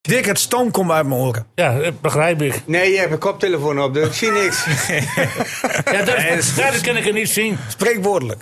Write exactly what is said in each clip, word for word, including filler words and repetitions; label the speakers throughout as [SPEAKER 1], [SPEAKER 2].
[SPEAKER 1] Dick, het stoom komt uit mijn oren.
[SPEAKER 2] Ja, dat begrijp ik.
[SPEAKER 3] Nee, je hebt een koptelefoon op, dus ik zie niks.
[SPEAKER 2] Ja, dat, ja, dat kan ik er niet zien.
[SPEAKER 1] Spreekwoordelijk.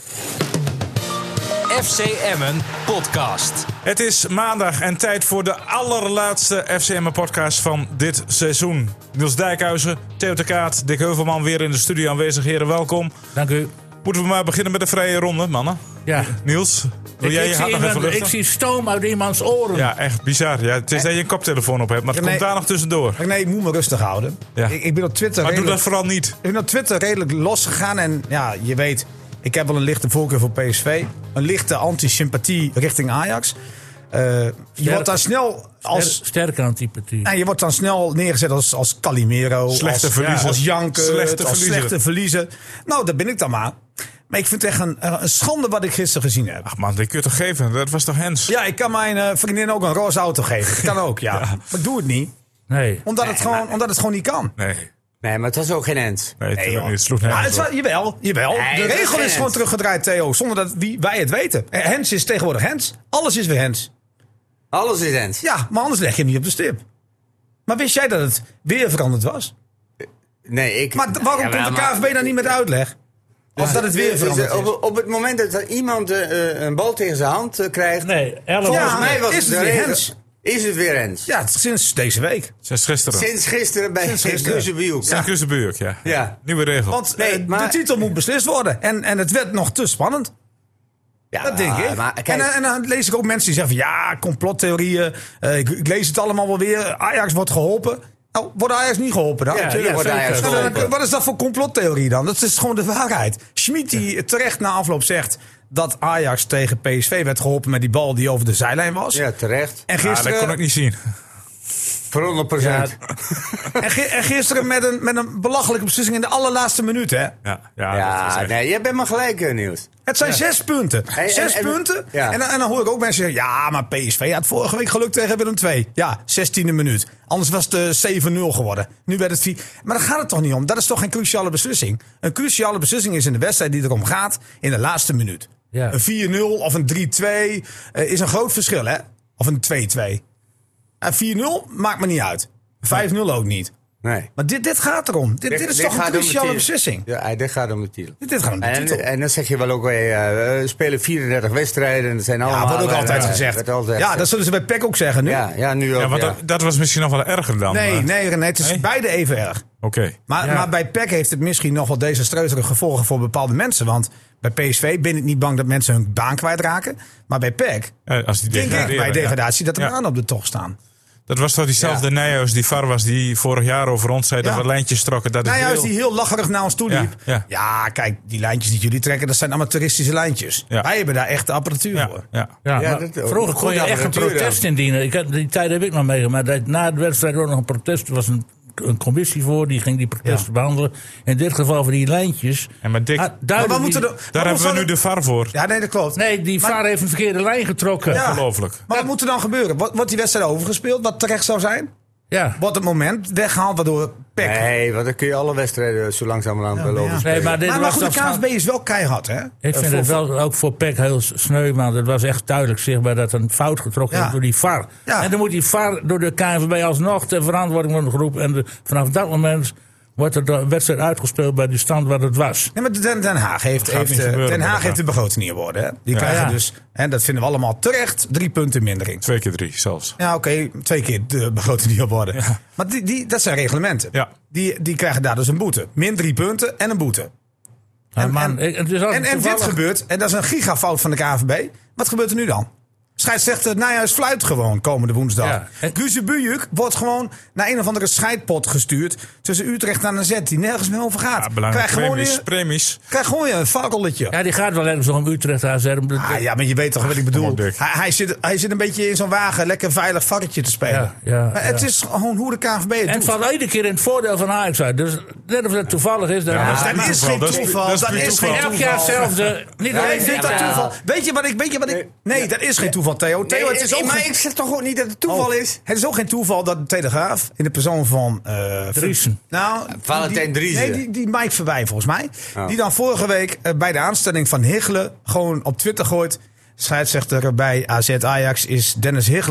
[SPEAKER 4] F C Emmen podcast.
[SPEAKER 5] Het is maandag en tijd voor de allerlaatste F C Emmen podcast van dit seizoen. Niels Dijkhuizen, Theo de Kaat, Dick Heuvelman weer in de studio aanwezig. Heren, welkom.
[SPEAKER 2] Dank u.
[SPEAKER 5] Moeten we maar beginnen met de vrije ronde, mannen?
[SPEAKER 2] Ja.
[SPEAKER 5] Niels, wil
[SPEAKER 2] Ik,
[SPEAKER 5] jij
[SPEAKER 2] ik,
[SPEAKER 5] je
[SPEAKER 2] zie
[SPEAKER 5] hart nog even
[SPEAKER 2] iemand,
[SPEAKER 5] luchten?
[SPEAKER 2] ik zie stoom uit iemands oren.
[SPEAKER 5] Ja, echt bizar. Ja, het is dat je een koptelefoon op hebt, maar het
[SPEAKER 1] Ja, nee.
[SPEAKER 5] komt daar nog tussendoor.
[SPEAKER 1] Nee, ik moet me rustig houden.
[SPEAKER 5] Ja.
[SPEAKER 1] Ik, ik ben op Twitter
[SPEAKER 5] Maar doe
[SPEAKER 1] redelijk,
[SPEAKER 5] dat vooral niet.
[SPEAKER 1] ik ben op Twitter redelijk losgegaan. En ja, je weet, ik heb wel een lichte voorkeur voor P S V. Een lichte antisympathie richting Ajax. Uh, je wordt dan snel als...
[SPEAKER 2] Ster, sterke antipathie.
[SPEAKER 1] Nou, je wordt dan snel neergezet als, als Calimero.
[SPEAKER 5] Slechte
[SPEAKER 1] als,
[SPEAKER 5] verliezer.
[SPEAKER 1] ja, als janker.
[SPEAKER 5] Slechte
[SPEAKER 1] als
[SPEAKER 5] verliezer.
[SPEAKER 1] slechte verliezer. Nou, daar ben ik dan maar. Maar ik vind het echt een, een schande wat ik gisteren gezien heb.
[SPEAKER 5] Ach man, die kun je toch geven? Dat was toch Hens?
[SPEAKER 1] Ja, ik kan mijn uh, vriendin ook een roze auto geven. Dat kan ook, ja. ja. Maar ik doe het niet.
[SPEAKER 2] Nee.
[SPEAKER 1] Omdat,
[SPEAKER 3] Nee,
[SPEAKER 1] het, gewoon,
[SPEAKER 3] maar-
[SPEAKER 1] omdat het gewoon niet kan.
[SPEAKER 5] Nee.
[SPEAKER 3] Nee, maar het was ook geen end.
[SPEAKER 5] Nee,
[SPEAKER 1] Nee,
[SPEAKER 5] het,
[SPEAKER 1] joh.
[SPEAKER 5] het sloeg
[SPEAKER 1] Ja,
[SPEAKER 5] nergens
[SPEAKER 1] het is
[SPEAKER 5] op.
[SPEAKER 1] wel, jawel, jawel.
[SPEAKER 3] Nee,
[SPEAKER 1] De
[SPEAKER 3] dat is
[SPEAKER 1] regel
[SPEAKER 3] geen
[SPEAKER 1] is gewoon
[SPEAKER 3] Hens.
[SPEAKER 1] teruggedraaid, Theo. Zonder dat wie, wij het weten. Eh, Hens is tegenwoordig Hens. Alles is weer Hens.
[SPEAKER 3] Alles is end.
[SPEAKER 1] Ja, maar anders leg je hem niet op de stip. Maar wist jij dat het weer veranderd was?
[SPEAKER 3] Nee, ik...
[SPEAKER 1] Maar d- waarom
[SPEAKER 3] Jawel,
[SPEAKER 1] komt de
[SPEAKER 3] maar-
[SPEAKER 1] K N V dan niet met uitleg? Of dat het weer
[SPEAKER 3] Dus,
[SPEAKER 1] veranderd
[SPEAKER 3] eh,
[SPEAKER 1] is?
[SPEAKER 3] op, op het moment dat iemand uh, een bal tegen zijn hand uh, krijgt...
[SPEAKER 2] Nee, elf
[SPEAKER 1] Ja,
[SPEAKER 3] Volgens mij was
[SPEAKER 1] is
[SPEAKER 3] het
[SPEAKER 1] het
[SPEAKER 3] de
[SPEAKER 1] weer
[SPEAKER 3] regel-
[SPEAKER 1] Hens?
[SPEAKER 3] Is het weer eens?
[SPEAKER 1] Ja, het is sinds deze week.
[SPEAKER 5] Sinds gisteren.
[SPEAKER 3] Sinds gisteren bij
[SPEAKER 1] Sinds gisteren.
[SPEAKER 3] Geuzenbioek.
[SPEAKER 5] Sinds Kussenbuurk, ja.
[SPEAKER 3] Ja.
[SPEAKER 5] Nieuwe regel.
[SPEAKER 1] Want
[SPEAKER 3] Nee,
[SPEAKER 1] eh,
[SPEAKER 3] maar-
[SPEAKER 1] de titel moet beslist worden. En, en het werd nog te spannend.
[SPEAKER 3] Ja,
[SPEAKER 1] Dat denk ik.
[SPEAKER 3] Maar, kijk,
[SPEAKER 1] en, eh, en dan lees ik ook mensen die zeggen van ja, complottheorieën. Uh, ik, ik lees het allemaal wel weer. Ajax wordt geholpen. Nou, wordt Ajax niet geholpen dan?
[SPEAKER 3] Ja, natuurlijk wordt
[SPEAKER 2] zeker.
[SPEAKER 3] Ajax
[SPEAKER 1] Nou, dan-
[SPEAKER 3] geholpen.
[SPEAKER 1] wat is dat voor complottheorie dan? Dat is gewoon de waarheid. Schmid die terecht na afloop zegt dat Ajax tegen P S V werd geholpen met die bal die over de zijlijn was.
[SPEAKER 3] Ja, terecht.
[SPEAKER 1] En
[SPEAKER 5] Ja, dat
[SPEAKER 1] gisteren,
[SPEAKER 5] kon ik niet zien.
[SPEAKER 3] Voor honderd procent.
[SPEAKER 1] en, gi- en gisteren met, een, met een belachelijke beslissing in de allerlaatste minuut. Hè?
[SPEAKER 5] Ja, ja,
[SPEAKER 3] Ja,
[SPEAKER 5] dat was echt-
[SPEAKER 3] nee, jij bent maar gelijk, eh, Niels.
[SPEAKER 1] Het zijn zes punten.
[SPEAKER 3] En-
[SPEAKER 1] zes
[SPEAKER 3] en- en-
[SPEAKER 1] punten.
[SPEAKER 3] ja.
[SPEAKER 1] En, dan, en dan hoor ik ook mensen zeggen... Ja, maar P S V had vorige week geluk tegen Willem twee. Ja, zestiende minuut. Anders was het uh, zeven nul geworden. Nu werd het vier. Maar daar gaat het toch niet om? Dat is toch geen cruciale beslissing? Een cruciale beslissing is in de wedstrijd die erom gaat... in de laatste minuut.
[SPEAKER 2] Ja.
[SPEAKER 1] Een vier nul of een drie twee uh, is een groot verschil, hè? Of een twee twee. Uh, vier nul maakt me niet uit. vijf nul ook niet.
[SPEAKER 3] Nee.
[SPEAKER 1] Maar dit, dit gaat erom. Dit, dit is toch een
[SPEAKER 3] gaat om de
[SPEAKER 1] cruciale
[SPEAKER 3] titel.
[SPEAKER 1] beslissing?
[SPEAKER 3] Ja, dit gaat om de titel.
[SPEAKER 1] Dit, dit gaat om de
[SPEAKER 3] En,
[SPEAKER 1] titel.
[SPEAKER 3] en dan zeg je wel ook weer, uh, we spelen vierendertig wedstrijden. En dat zijn
[SPEAKER 1] Ja,
[SPEAKER 3] allemaal,
[SPEAKER 1] wordt ook
[SPEAKER 3] uh,
[SPEAKER 1] altijd
[SPEAKER 3] uh,
[SPEAKER 1] gezegd.
[SPEAKER 3] wordt altijd
[SPEAKER 1] Ja,
[SPEAKER 3] gezegd.
[SPEAKER 1] dat zullen ze bij P E C ook zeggen nu.
[SPEAKER 3] Ja, ja, nu ook.
[SPEAKER 5] Ja, want
[SPEAKER 3] ja.
[SPEAKER 5] dat, dat was misschien nog wel erger dan.
[SPEAKER 1] Nee,
[SPEAKER 5] eh,
[SPEAKER 1] nee, René, het is
[SPEAKER 5] Nee?
[SPEAKER 1] beide even erg.
[SPEAKER 5] Oké.
[SPEAKER 1] Maar,
[SPEAKER 2] Ja.
[SPEAKER 1] maar bij P E C heeft het misschien nog wel desastreuze gevolgen voor bepaalde mensen. Want bij P S V ben ik niet bang dat mensen hun baan kwijtraken. Maar bij P E C
[SPEAKER 5] Eh, als die
[SPEAKER 1] denk ik
[SPEAKER 5] degraderen,
[SPEAKER 1] bij
[SPEAKER 5] ja.
[SPEAKER 1] degradatie dat de
[SPEAKER 5] Ja.
[SPEAKER 1] banen op de tocht staan.
[SPEAKER 5] Dat was toch diezelfde
[SPEAKER 3] Ja.
[SPEAKER 5] Nijhuis die V A R was die vorig jaar over ons zei dat
[SPEAKER 1] Ja.
[SPEAKER 5] we lijntjes trokken. Dat
[SPEAKER 1] Nou
[SPEAKER 5] is
[SPEAKER 1] juist
[SPEAKER 5] heel...
[SPEAKER 1] die heel lacherig naar ons toe liep.
[SPEAKER 5] Ja, ja.
[SPEAKER 1] Ja, kijk, die lijntjes die jullie trekken, dat zijn amateuristische lijntjes.
[SPEAKER 5] Ja.
[SPEAKER 1] Wij hebben daar echt de apparatuur
[SPEAKER 5] Ja,
[SPEAKER 1] voor.
[SPEAKER 5] ja.
[SPEAKER 2] Ja,
[SPEAKER 3] Ja,
[SPEAKER 2] maar
[SPEAKER 3] dat-
[SPEAKER 2] vroeger
[SPEAKER 3] goed
[SPEAKER 2] kon je echt een
[SPEAKER 3] apparatuur
[SPEAKER 2] protest
[SPEAKER 3] dan.
[SPEAKER 2] indienen. Ik heb, die tijd heb ik nog meegemaakt. Dat na de wedstrijd ook nog een protest. Er was een, een commissie voor, die ging die protesten
[SPEAKER 1] Ja.
[SPEAKER 2] behandelen. In dit geval voor die lijntjes.
[SPEAKER 5] En maar Dick,
[SPEAKER 2] Ah,
[SPEAKER 1] Maar
[SPEAKER 2] duidelijk
[SPEAKER 1] wat moeten
[SPEAKER 2] die-
[SPEAKER 1] er,
[SPEAKER 5] daar
[SPEAKER 1] wat
[SPEAKER 5] hebben we
[SPEAKER 1] moet
[SPEAKER 5] nu de V A R voor.
[SPEAKER 1] Ja, nee, dat klopt.
[SPEAKER 2] Nee, die
[SPEAKER 1] Maar-
[SPEAKER 2] V A R heeft een verkeerde lijn getrokken.
[SPEAKER 1] Ja.
[SPEAKER 5] Ongelooflijk.
[SPEAKER 1] Maar wat moet er dan gebeuren? Wordt wordt die wedstrijd overgespeeld, wat terecht zou zijn?
[SPEAKER 2] Ja.
[SPEAKER 1] Wordt het moment weggehaald waardoor P E C...
[SPEAKER 3] Nee, want dan kun je alle wedstrijden zo langzamerhand
[SPEAKER 1] Ja,
[SPEAKER 3] wel
[SPEAKER 1] maar ja.
[SPEAKER 3] overspelen.
[SPEAKER 2] Nee, maar dit
[SPEAKER 1] Maar, maar
[SPEAKER 2] was
[SPEAKER 1] goed, de
[SPEAKER 2] toch-
[SPEAKER 1] K N V is wel keihard, hè?
[SPEAKER 2] Ik
[SPEAKER 1] Eh,
[SPEAKER 2] vind
[SPEAKER 1] voor-
[SPEAKER 2] het wel ook voor P E C heel sneu, want het was echt duidelijk zichtbaar dat een fout getrokken
[SPEAKER 1] Ja.
[SPEAKER 2] is door die V A R.
[SPEAKER 1] Ja.
[SPEAKER 2] En dan moet die V A R door de K N V B alsnog ter verantwoording worden geroepen. En de, vanaf dat moment wordt er de wedstrijd uitgespeeld bij de stand waar het was.
[SPEAKER 1] Nee, maar Den, Den Haag heeft,
[SPEAKER 5] gaat
[SPEAKER 1] heeft,
[SPEAKER 5] niet
[SPEAKER 1] eh,
[SPEAKER 5] gebeuren,
[SPEAKER 1] Den
[SPEAKER 5] maar
[SPEAKER 1] Haag
[SPEAKER 5] dat
[SPEAKER 1] heeft de begroting niet geworden. Hè? Die
[SPEAKER 2] Ja,
[SPEAKER 1] krijgen
[SPEAKER 2] ja.
[SPEAKER 1] dus, en dat vinden we allemaal terecht, drie punten mindering.
[SPEAKER 5] Twee keer drie zelfs.
[SPEAKER 1] Ja, oké, twee keer de begroting niet op worden.
[SPEAKER 5] Ja.
[SPEAKER 1] Maar die, die, dat zijn reglementen.
[SPEAKER 5] Ja.
[SPEAKER 1] Die, die krijgen daar dus een boete. Min drie punten en een boete.
[SPEAKER 2] Nou,
[SPEAKER 1] En-
[SPEAKER 2] man,
[SPEAKER 1] en-
[SPEAKER 2] ik- het is altijd
[SPEAKER 1] En, en dit
[SPEAKER 2] toevallig-
[SPEAKER 1] gebeurt, en dat is een gigafout van de K N V B. Wat gebeurt er nu dan? Scheidsrechter Nijhuis fluit gewoon komende woensdag.
[SPEAKER 2] Ja. En-
[SPEAKER 1] Guze Bujuk wordt gewoon naar een of andere scheidpot gestuurd tussen Utrecht en A Z, die nergens meer over gaat.
[SPEAKER 5] Ja, belangrijke
[SPEAKER 1] krijg gewoon,
[SPEAKER 5] premies.
[SPEAKER 1] weer,
[SPEAKER 5] premies.
[SPEAKER 1] krijg gewoon weer een fakkeltje.
[SPEAKER 2] Ja, die gaat wel ergens om Utrecht aan zetten.
[SPEAKER 1] Ah, ja, maar je weet toch wat ik bedoel.
[SPEAKER 5] Kom op, Dick.
[SPEAKER 1] Hij, hij, zit, hij zit een beetje in zo'n wagen, lekker veilig varkentje te spelen.
[SPEAKER 2] Ja, ja,
[SPEAKER 1] maar het
[SPEAKER 2] ja.
[SPEAKER 1] is gewoon hoe de K N V B het
[SPEAKER 2] En het
[SPEAKER 1] doet.
[SPEAKER 2] valt iedere keer in het voordeel van Ajax uit. Dus net of het toevallig is. Dan
[SPEAKER 5] Ja,
[SPEAKER 1] dat
[SPEAKER 5] puur
[SPEAKER 1] is
[SPEAKER 5] toeval.
[SPEAKER 1] geen
[SPEAKER 5] Dat is-
[SPEAKER 1] toeval.
[SPEAKER 5] dat is
[SPEAKER 1] Dat
[SPEAKER 5] puur
[SPEAKER 1] is
[SPEAKER 5] toeval.
[SPEAKER 1] geen
[SPEAKER 2] elk jaar hetzelfde. Niet
[SPEAKER 1] Nee,
[SPEAKER 2] alleen
[SPEAKER 1] ik vind dat toeval. Weet je wat ik... Weet je wat ik nee, dat is geen toeval, Theo. Theo,
[SPEAKER 3] Nee,
[SPEAKER 1] het is ook
[SPEAKER 3] maar
[SPEAKER 1] geen-
[SPEAKER 3] ik zeg toch ook niet dat het toeval
[SPEAKER 1] Oh,
[SPEAKER 3] is?
[SPEAKER 1] Het is ook geen toeval dat de Telegraaf in de persoon van... eh
[SPEAKER 2] Driesen.
[SPEAKER 1] Nou,
[SPEAKER 3] Valentijn
[SPEAKER 1] die-
[SPEAKER 3] Driessen.
[SPEAKER 1] Nee, die, die Mike Verwij volgens mij.
[SPEAKER 3] Oh.
[SPEAKER 1] Die dan vorige week eh, bij de aanstelling van Hichelen gewoon op Twitter gooit. Scheidsrechter bij A Z Ajax is Dennis Hichelen.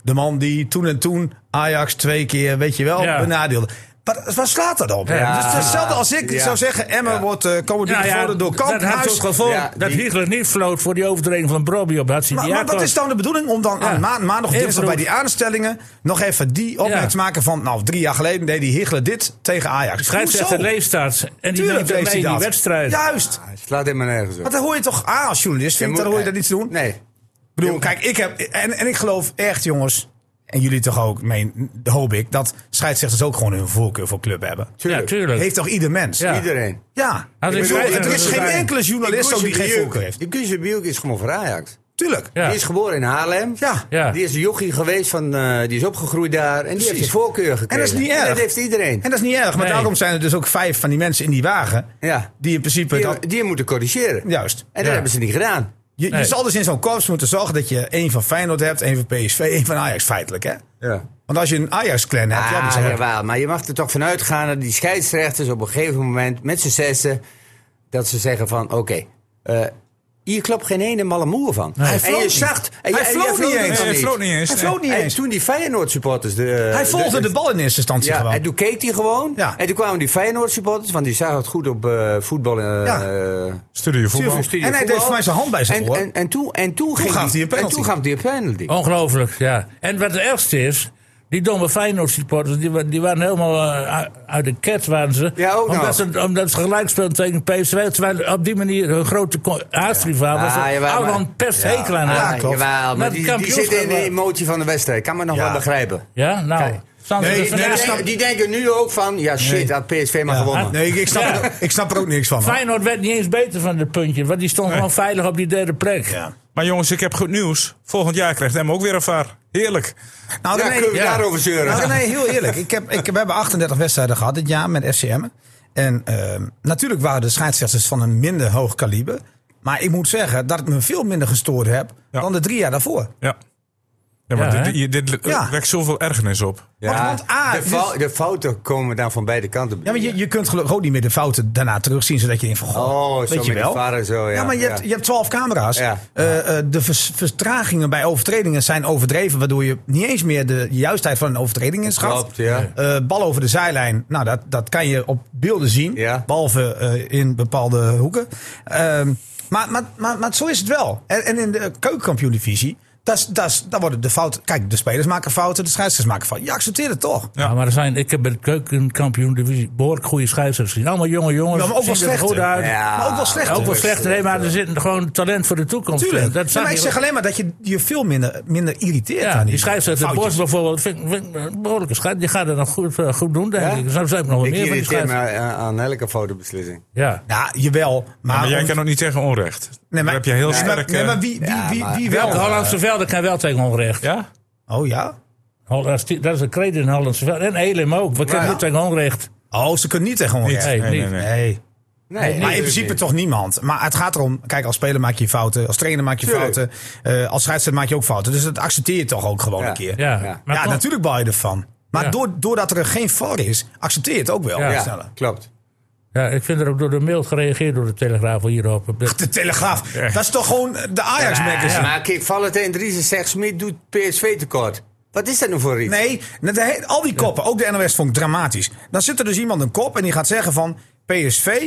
[SPEAKER 1] De man die toen en toen Ajax twee keer, weet je wel,
[SPEAKER 2] Ja.
[SPEAKER 1] benadeelde. Maar waar slaat dat op?
[SPEAKER 3] Ja.
[SPEAKER 1] Dus het is hetzelfde als ik
[SPEAKER 3] Ja.
[SPEAKER 1] zou zeggen, Emmen
[SPEAKER 3] Ja.
[SPEAKER 1] wordt uh, komend
[SPEAKER 2] Ja,
[SPEAKER 1] weekend
[SPEAKER 2] ja,
[SPEAKER 1] door
[SPEAKER 2] dat had
[SPEAKER 1] Kamphuis.
[SPEAKER 2] het gevolg
[SPEAKER 3] Ja,
[SPEAKER 2] dat
[SPEAKER 3] die-
[SPEAKER 2] Hiegler niet floot voor die overtreding van Brobby op
[SPEAKER 1] Maar,
[SPEAKER 2] Hatsidiakos.
[SPEAKER 1] maar wat is dan de bedoeling om dan
[SPEAKER 2] Ja.
[SPEAKER 1] aan ma maandag of dinsdag
[SPEAKER 2] Invloed.
[SPEAKER 1] bij die aanstellingen nog even die opmerking
[SPEAKER 2] Ja.
[SPEAKER 1] te maken van, nou, drie jaar geleden deed die Hiegler dit tegen Ajax.
[SPEAKER 2] Scheidsrechter
[SPEAKER 1] Hoezo?
[SPEAKER 2] leefstaat. En die
[SPEAKER 1] Tuurlijk
[SPEAKER 2] neemt hem
[SPEAKER 1] leest
[SPEAKER 2] mee
[SPEAKER 1] hij
[SPEAKER 2] in die
[SPEAKER 1] dat.
[SPEAKER 2] wedstrijd.
[SPEAKER 1] Juist.
[SPEAKER 3] Het slaat helemaal nergens op.
[SPEAKER 1] Want dan hoor je toch aan als journalist, vind ik,
[SPEAKER 3] Je
[SPEAKER 1] dan
[SPEAKER 3] moet-
[SPEAKER 1] hoor je dat niet te doen.
[SPEAKER 3] Nee.
[SPEAKER 1] Ik bedoel, kijk, ik heb, en, en ik geloof echt, jongens, en jullie toch ook, meen, hoop ik, dat scheidsrechters ook gewoon hun voorkeur voor club hebben.
[SPEAKER 2] Ja,
[SPEAKER 3] Tuurlijk.
[SPEAKER 2] tuurlijk.
[SPEAKER 1] Heeft toch ieder mens?
[SPEAKER 2] Ja.
[SPEAKER 3] Iedereen.
[SPEAKER 1] Ja.
[SPEAKER 2] Als
[SPEAKER 1] Ik
[SPEAKER 2] ik
[SPEAKER 1] bedoel,
[SPEAKER 2] scheidsrechter
[SPEAKER 1] er is geen
[SPEAKER 2] zijn-
[SPEAKER 1] enkele journalist ook die geen voorkeur heeft.
[SPEAKER 3] Die Guusje Biuk is gewoon voor Ajax.
[SPEAKER 1] Tuurlijk.
[SPEAKER 2] Ja.
[SPEAKER 3] Die is geboren in Haarlem.
[SPEAKER 1] Ja.
[SPEAKER 2] Ja.
[SPEAKER 3] Die is een jochie geweest, van, uh, die is opgegroeid daar. En die
[SPEAKER 1] Precies.
[SPEAKER 3] heeft een voorkeur gekregen.
[SPEAKER 1] En dat is niet erg.
[SPEAKER 3] En dat heeft iedereen.
[SPEAKER 1] En dat is niet erg, maar
[SPEAKER 2] Nee.
[SPEAKER 1] daarom zijn er dus ook vijf van die mensen in die wagen.
[SPEAKER 3] Ja.
[SPEAKER 1] Die in principe. dat,
[SPEAKER 3] Die, die moeten corrigeren.
[SPEAKER 1] juist.
[SPEAKER 3] En dat
[SPEAKER 2] Ja.
[SPEAKER 3] hebben ze niet gedaan.
[SPEAKER 1] Je,
[SPEAKER 2] Nee.
[SPEAKER 1] je zal dus in zo'n korps moeten zorgen dat je één van Feyenoord hebt, één van P S V, één van Ajax feitelijk. Hè?
[SPEAKER 3] Ja.
[SPEAKER 1] Want als je een Ajax-clan hebt, ja, die
[SPEAKER 3] Ah,
[SPEAKER 1] zijn-
[SPEAKER 3] jawel, maar je mag er toch vanuit gaan dat die scheidsrechters op een gegeven moment met z'n zessen, dat ze zeggen van oké, eh, hier klopt geen ene malle moer van.
[SPEAKER 1] Hij
[SPEAKER 3] en
[SPEAKER 1] floot
[SPEAKER 3] je
[SPEAKER 1] niet.
[SPEAKER 3] zag, en je-
[SPEAKER 1] Hij
[SPEAKER 3] en je
[SPEAKER 1] floot niet
[SPEAKER 3] er
[SPEAKER 1] eens.
[SPEAKER 3] dan
[SPEAKER 5] Nee, hij floot niet eens.
[SPEAKER 1] Hij floot niet
[SPEAKER 3] En
[SPEAKER 1] eens.
[SPEAKER 3] toen die Feyenoord supporters... De,
[SPEAKER 1] Hij volgde de bal in eerste instantie
[SPEAKER 3] Ja,
[SPEAKER 1] gewoon.
[SPEAKER 3] en toen keek hij gewoon.
[SPEAKER 1] Ja.
[SPEAKER 3] En toen kwamen die Feyenoord supporters, want die zagen het goed op eh, voetbal. eh,
[SPEAKER 1] Ja.
[SPEAKER 3] eh,
[SPEAKER 5] Studio voetbal.
[SPEAKER 3] studio
[SPEAKER 1] En hij deed
[SPEAKER 3] voetbal.
[SPEAKER 1] voor mij zijn hand bij zijn
[SPEAKER 3] en,
[SPEAKER 1] oor.
[SPEAKER 3] en, en toen, en toen, ging
[SPEAKER 1] gaf hij een
[SPEAKER 3] en
[SPEAKER 1] penalty.
[SPEAKER 3] toen gaf hij een penalty.
[SPEAKER 2] Ongelooflijk, ja. En wat het ergste is, die domme Feyenoord-supporters, die, wa- die waren helemaal eh, uit- uit de ket, waren ze.
[SPEAKER 3] Ja, ook nog.
[SPEAKER 2] omdat, ze, omdat ze gelijk speelden tegen P S V, terwijl op die manier hun grote co- aardsrivaal was.
[SPEAKER 3] Ah, jawel,
[SPEAKER 2] allemaal
[SPEAKER 3] maar-
[SPEAKER 2] een pesthekel aan
[SPEAKER 3] Ja,
[SPEAKER 2] hem.
[SPEAKER 1] klopt.
[SPEAKER 3] jawel, maar
[SPEAKER 2] Maar
[SPEAKER 3] die,
[SPEAKER 2] het
[SPEAKER 3] die zitten in de
[SPEAKER 2] kampioenschap-
[SPEAKER 3] emotie van de wedstrijd. Kan me nog
[SPEAKER 1] Ja.
[SPEAKER 3] wel begrijpen.
[SPEAKER 2] Ja, nou.
[SPEAKER 3] Kijk.
[SPEAKER 2] staan ze
[SPEAKER 1] Nee,
[SPEAKER 2] er
[SPEAKER 1] nee,
[SPEAKER 2] vandaag-
[SPEAKER 1] dat snap-
[SPEAKER 3] Die denken nu ook van, ja shit, had P S V maar
[SPEAKER 1] Ja.
[SPEAKER 3] gewonnen.
[SPEAKER 1] Nee, ik, ik, snap
[SPEAKER 2] Ja.
[SPEAKER 1] er, ik snap er ook niks van. hoor.
[SPEAKER 2] Feyenoord werd niet eens beter van het puntje, want die stond gewoon veilig op die derde plek.
[SPEAKER 1] Ja.
[SPEAKER 5] Maar jongens, ik heb goed nieuws. Volgend jaar krijgt Emmen ook weer een V A R. Heerlijk.
[SPEAKER 1] Nou,
[SPEAKER 3] Ja,
[SPEAKER 1] René,
[SPEAKER 3] kunnen we
[SPEAKER 2] ja.
[SPEAKER 3] daarover zeuren?
[SPEAKER 1] nou, René, heel eerlijk. Ik heb, ik, we hebben achtendertig wedstrijden gehad dit jaar met F C Emmen. En ehm, natuurlijk waren de scheidsrechters van een minder hoog kaliber. Maar ik moet zeggen dat ik me veel minder gestoord heb
[SPEAKER 5] Ja.
[SPEAKER 1] dan de drie jaar daarvoor.
[SPEAKER 5] Ja. Ja, maar
[SPEAKER 2] Ja,
[SPEAKER 5] dit,
[SPEAKER 2] hè?
[SPEAKER 5] dit, dit
[SPEAKER 1] Ja.
[SPEAKER 5] wekt zoveel ergernis op.
[SPEAKER 3] Ja,
[SPEAKER 1] Want- want, ah,
[SPEAKER 3] de,
[SPEAKER 1] dus-
[SPEAKER 3] fou- de fouten komen dan van beide kanten.
[SPEAKER 1] Ja, maar je, je kunt gelukkig ook niet meer de fouten daarna terugzien. Zodat je denkt van, goh,
[SPEAKER 3] Oh, zo
[SPEAKER 1] weet je
[SPEAKER 3] met de
[SPEAKER 1] wel.
[SPEAKER 3] V A R en zo, ja.
[SPEAKER 1] maar je,
[SPEAKER 3] Ja.
[SPEAKER 1] Hebt, je hebt twaalf camera's.
[SPEAKER 3] Ja.
[SPEAKER 1] Eh, eh, de vers- vertragingen bij overtredingen zijn overdreven. Waardoor je niet eens meer de juistheid van een overtreding inschat.
[SPEAKER 3] Klopt, ja.
[SPEAKER 1] Eh, bal over de zijlijn, nou dat, dat kan je op beelden zien.
[SPEAKER 3] Ja.
[SPEAKER 1] Behalve eh, in bepaalde hoeken. Ehm, maar, maar, maar, maar zo is het wel. En, en in de keukenkampioen-divisie, dat is- dat is- daar worden de fouten... Kijk, de spelers maken fouten, de scheidsrechters maken fouten. Je accepteert het toch?
[SPEAKER 2] Ja, maar er zijn, ik heb bij de keukenkampioen-divisie behoorlijk goede scheidsrechters gezien. Allemaal jonge jongens.
[SPEAKER 1] Ja, maar ook wel
[SPEAKER 2] zien er goed
[SPEAKER 1] slechte.
[SPEAKER 2] uit.
[SPEAKER 3] Ja.
[SPEAKER 1] Maar ook wel slecht.
[SPEAKER 2] Ook wel slecht, nee, maar er zit gewoon talent voor de toekomst. in.
[SPEAKER 1] Tuurlijk.
[SPEAKER 2] Dat
[SPEAKER 1] Ja,
[SPEAKER 2] zag
[SPEAKER 1] maar
[SPEAKER 2] je
[SPEAKER 1] ik zeg alleen maar dat je je veel minder, minder irriteert
[SPEAKER 2] Ja,
[SPEAKER 1] aan die,
[SPEAKER 2] die scheidsrechter
[SPEAKER 1] foutjes.
[SPEAKER 2] Bos bijvoorbeeld, vind, ik- vind ik een behoorlijke scheids. Die gaat het nog goed, eh, goed doen, denk
[SPEAKER 3] Ja?
[SPEAKER 2] ik. Zo zijn er nog wel
[SPEAKER 3] Ik
[SPEAKER 2] meer van die
[SPEAKER 3] irriteer me
[SPEAKER 2] scheidsrechters.
[SPEAKER 3] aan, aan elke fotobeslissing.
[SPEAKER 2] Ja.
[SPEAKER 1] Ja, jawel. Maar,
[SPEAKER 5] Maar jij
[SPEAKER 1] om-
[SPEAKER 5] kan ook niet tegen onrecht.
[SPEAKER 1] nee,
[SPEAKER 5] Daar heb je heel
[SPEAKER 1] nee, maar-
[SPEAKER 5] sterk...
[SPEAKER 1] Nee,
[SPEAKER 5] eh,
[SPEAKER 1] maar wie, wie,
[SPEAKER 3] Ja,
[SPEAKER 1] wie,
[SPEAKER 3] maar-
[SPEAKER 1] wie wel?
[SPEAKER 2] Welke Hollandse velden kan wel tegen onrecht?
[SPEAKER 5] Ja?
[SPEAKER 1] Oh ja?
[SPEAKER 2] Hol- Dat is een kreet in Hollandse velden. En Elim ook. We kunnen
[SPEAKER 3] Ja.
[SPEAKER 2] niet tegen onrecht.
[SPEAKER 1] Oh, ze kunnen niet tegen onrecht.
[SPEAKER 2] Nee,
[SPEAKER 5] Nee, nee,
[SPEAKER 2] niet.
[SPEAKER 5] nee.
[SPEAKER 1] Nee.
[SPEAKER 3] Nee,
[SPEAKER 1] Maar in principe toch niemand. Maar het gaat erom, kijk, als speler maak je fouten. Als trainer maak je
[SPEAKER 3] Tuurlijk.
[SPEAKER 1] fouten. eh, als scheidsrechter maak je ook fouten. Dus dat accepteer je toch ook gewoon
[SPEAKER 3] Ja.
[SPEAKER 1] een keer.
[SPEAKER 2] Ja,
[SPEAKER 3] Ja.
[SPEAKER 2] Maar
[SPEAKER 1] ja,
[SPEAKER 2] kom-
[SPEAKER 1] natuurlijk baal je ervan. Maar
[SPEAKER 2] Ja.
[SPEAKER 1] door, doordat er geen V A R is, accepteer je het ook wel.
[SPEAKER 2] Ja.
[SPEAKER 1] Ja.
[SPEAKER 3] Ja, klopt.
[SPEAKER 2] Ja, ik vind er ook door de mail gereageerd door de Telegraaf hierop.
[SPEAKER 1] De Telegraaf, dat is toch gewoon de Ajax-magazine?
[SPEAKER 3] Ja, maar kijk, Valentijn Driessen zegt, Smit doet P S V tekort. Wat is dat nou voor iets?
[SPEAKER 1] Nee, de he- al die koppen, ook de N O S vond ik dramatisch. Dan zit er dus iemand een kop en die gaat zeggen van P S V,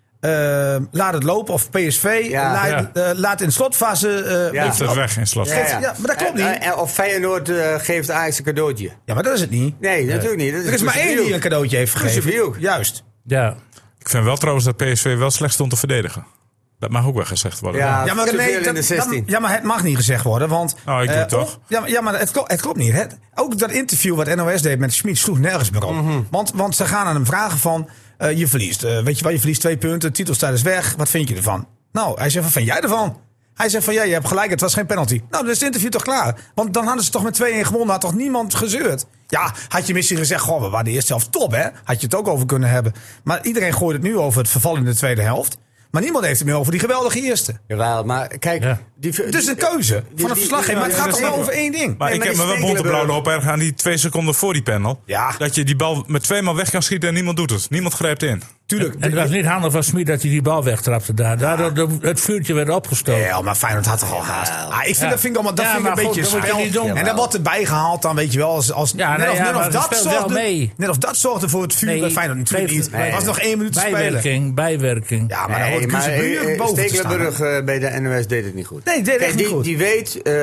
[SPEAKER 1] eh, laat het lopen. Of P S V,
[SPEAKER 3] Ja.
[SPEAKER 1] laat,
[SPEAKER 2] Ja.
[SPEAKER 1] eh, laat in de slotfase... eh,
[SPEAKER 3] Ja.
[SPEAKER 1] weet je
[SPEAKER 5] Heeft het
[SPEAKER 1] wel.
[SPEAKER 5] weg in slot.
[SPEAKER 1] Ja, maar dat klopt
[SPEAKER 3] En-
[SPEAKER 1] niet.
[SPEAKER 3] en- Of Feyenoord eh, geeft Ajax een cadeautje.
[SPEAKER 1] Ja, maar dat is het niet.
[SPEAKER 3] Nee, natuurlijk niet. Dat
[SPEAKER 1] Er is maar één die een cadeautje heeft gegeven.
[SPEAKER 3] Crucifiel.
[SPEAKER 1] Juist.
[SPEAKER 2] Ja.
[SPEAKER 5] Ik vind wel trouwens dat P S V wel slecht stond te verdedigen. Dat mag ook wel gezegd worden.
[SPEAKER 3] Ja.
[SPEAKER 1] Ja, maar,
[SPEAKER 3] te
[SPEAKER 1] René,
[SPEAKER 3] veel in
[SPEAKER 1] dat-
[SPEAKER 3] de zestien.
[SPEAKER 1] dat- ja, maar het mag niet gezegd worden, want...
[SPEAKER 5] Oh, ik doe het
[SPEAKER 1] eh,
[SPEAKER 5] toch?
[SPEAKER 1] ook- ja, maar- ja, maar het klopt, het klopt niet. Het, ook dat interview wat N O S deed met Schmid sloeg nergens meer op.
[SPEAKER 3] Mhm.
[SPEAKER 1] want, want ze gaan aan hem vragen van... eh, je verliest, eh, weet je wel, je verliest twee punten, titelstijd is weg. Wat vind je ervan? Nou, hij zegt, wat vind jij ervan? Hij zegt van, ja, je hebt gelijk, het was geen penalty. Nou, dan is het interview toch klaar? Want dan hadden ze toch met twee-een gewonnen, had toch niemand gezeurd? Ja, had je misschien gezegd, goh, we waren de eerste helft top, hè? Had je het ook over kunnen hebben. Maar iedereen gooit het nu over het verval in de tweede helft. Maar niemand heeft het meer over die geweldige eerste.
[SPEAKER 3] Jawel, maar kijk...
[SPEAKER 2] Ja.
[SPEAKER 3] Die,
[SPEAKER 1] Het is een keuze van een verslaggever, maar het gaat toch wel over één ding?
[SPEAKER 5] Maar
[SPEAKER 3] Nee,
[SPEAKER 5] ik
[SPEAKER 3] maar
[SPEAKER 5] heb me
[SPEAKER 3] die
[SPEAKER 5] wel bont en blauw
[SPEAKER 3] Stekelenburg-
[SPEAKER 5] lopen erg aan die twee seconden voor die panel.
[SPEAKER 1] Ja.
[SPEAKER 5] Dat je die bal met twee maal weg kan schieten en niemand doet het. Niemand grijpt in.
[SPEAKER 1] Tuurlijk.
[SPEAKER 2] En het was niet handig van Smit dat hij die bal wegtrapte daar. Daardoor de, het vuurtje werd opgestoken.
[SPEAKER 1] Ja, maar Feyenoord had toch al haast. Ah, ik vind,
[SPEAKER 2] Ja.
[SPEAKER 1] dat vind ik allemaal dat
[SPEAKER 2] Ja,
[SPEAKER 1] vind ik
[SPEAKER 2] maar
[SPEAKER 1] een
[SPEAKER 2] goed,
[SPEAKER 1] beetje
[SPEAKER 2] dan moet je
[SPEAKER 1] spel.
[SPEAKER 2] niet doen.
[SPEAKER 1] En dan wordt erbij gehaald dan, weet je wel, als, als
[SPEAKER 2] Ja,
[SPEAKER 1] net,
[SPEAKER 2] nee,
[SPEAKER 1] of,
[SPEAKER 2] ja,
[SPEAKER 1] net, of
[SPEAKER 2] maar dat
[SPEAKER 1] dat
[SPEAKER 2] speelt wel
[SPEAKER 1] zorgde,
[SPEAKER 2] mee.
[SPEAKER 1] net of dat zorgde voor het vuur
[SPEAKER 2] Nee,
[SPEAKER 1] bij Feyenoord. Natuurlijk
[SPEAKER 2] geeft-
[SPEAKER 1] niet.
[SPEAKER 2] nee.
[SPEAKER 1] Er was nog één minuut te spelen.
[SPEAKER 2] Bijwerking, bijwerking.
[SPEAKER 1] Ja, maar dan
[SPEAKER 3] Nee,
[SPEAKER 1] hoort
[SPEAKER 3] maar
[SPEAKER 1] Kuzebuur
[SPEAKER 3] eh, eh,
[SPEAKER 1] boven te
[SPEAKER 3] Stekelenburg
[SPEAKER 1] staan.
[SPEAKER 3] eh, bij de N O S deed het niet goed.
[SPEAKER 1] Nee, deed echt
[SPEAKER 3] Kijk,
[SPEAKER 1] niet
[SPEAKER 3] die,
[SPEAKER 1] goed.
[SPEAKER 3] die weet... eh,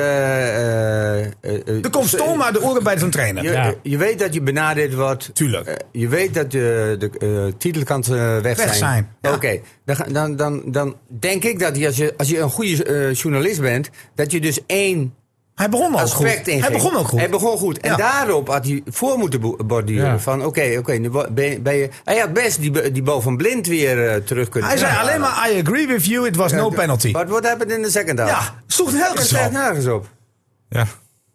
[SPEAKER 3] eh, eh, eh,
[SPEAKER 1] Er komt stoom uit de oren bij zo'n trainer.
[SPEAKER 3] Je,
[SPEAKER 2] Ja.
[SPEAKER 3] je weet dat je benadeeld wordt.
[SPEAKER 1] Tuurlijk.
[SPEAKER 3] Eh, je weet dat de, de uh, titelkansen weg zijn.
[SPEAKER 1] Weg zijn, ja.
[SPEAKER 3] Oké, dan, ga- dan, dan, dan denk ik dat je, als je, als je een goede eh, journalist bent, dat je dus één
[SPEAKER 1] Hij begon ook goed.
[SPEAKER 3] aspect in
[SPEAKER 1] Hij begon ook goed.
[SPEAKER 3] Hij begon goed. En
[SPEAKER 1] Ja.
[SPEAKER 3] daarop had hij voor moeten bo- borduren.
[SPEAKER 2] Ja.
[SPEAKER 3] Van oké, oké, nu bo- ben, je- ben je... Hij had best die, die bal van Blind weer eh, terug kunnen
[SPEAKER 1] Hij zei
[SPEAKER 3] halen.
[SPEAKER 1] alleen maar, I agree with you, it was no penalty.
[SPEAKER 3] But what happened in the second half?
[SPEAKER 1] Ja, sloeg
[SPEAKER 3] Dat
[SPEAKER 1] nergens
[SPEAKER 3] staat
[SPEAKER 1] op.
[SPEAKER 3] nergens op.
[SPEAKER 5] Ja.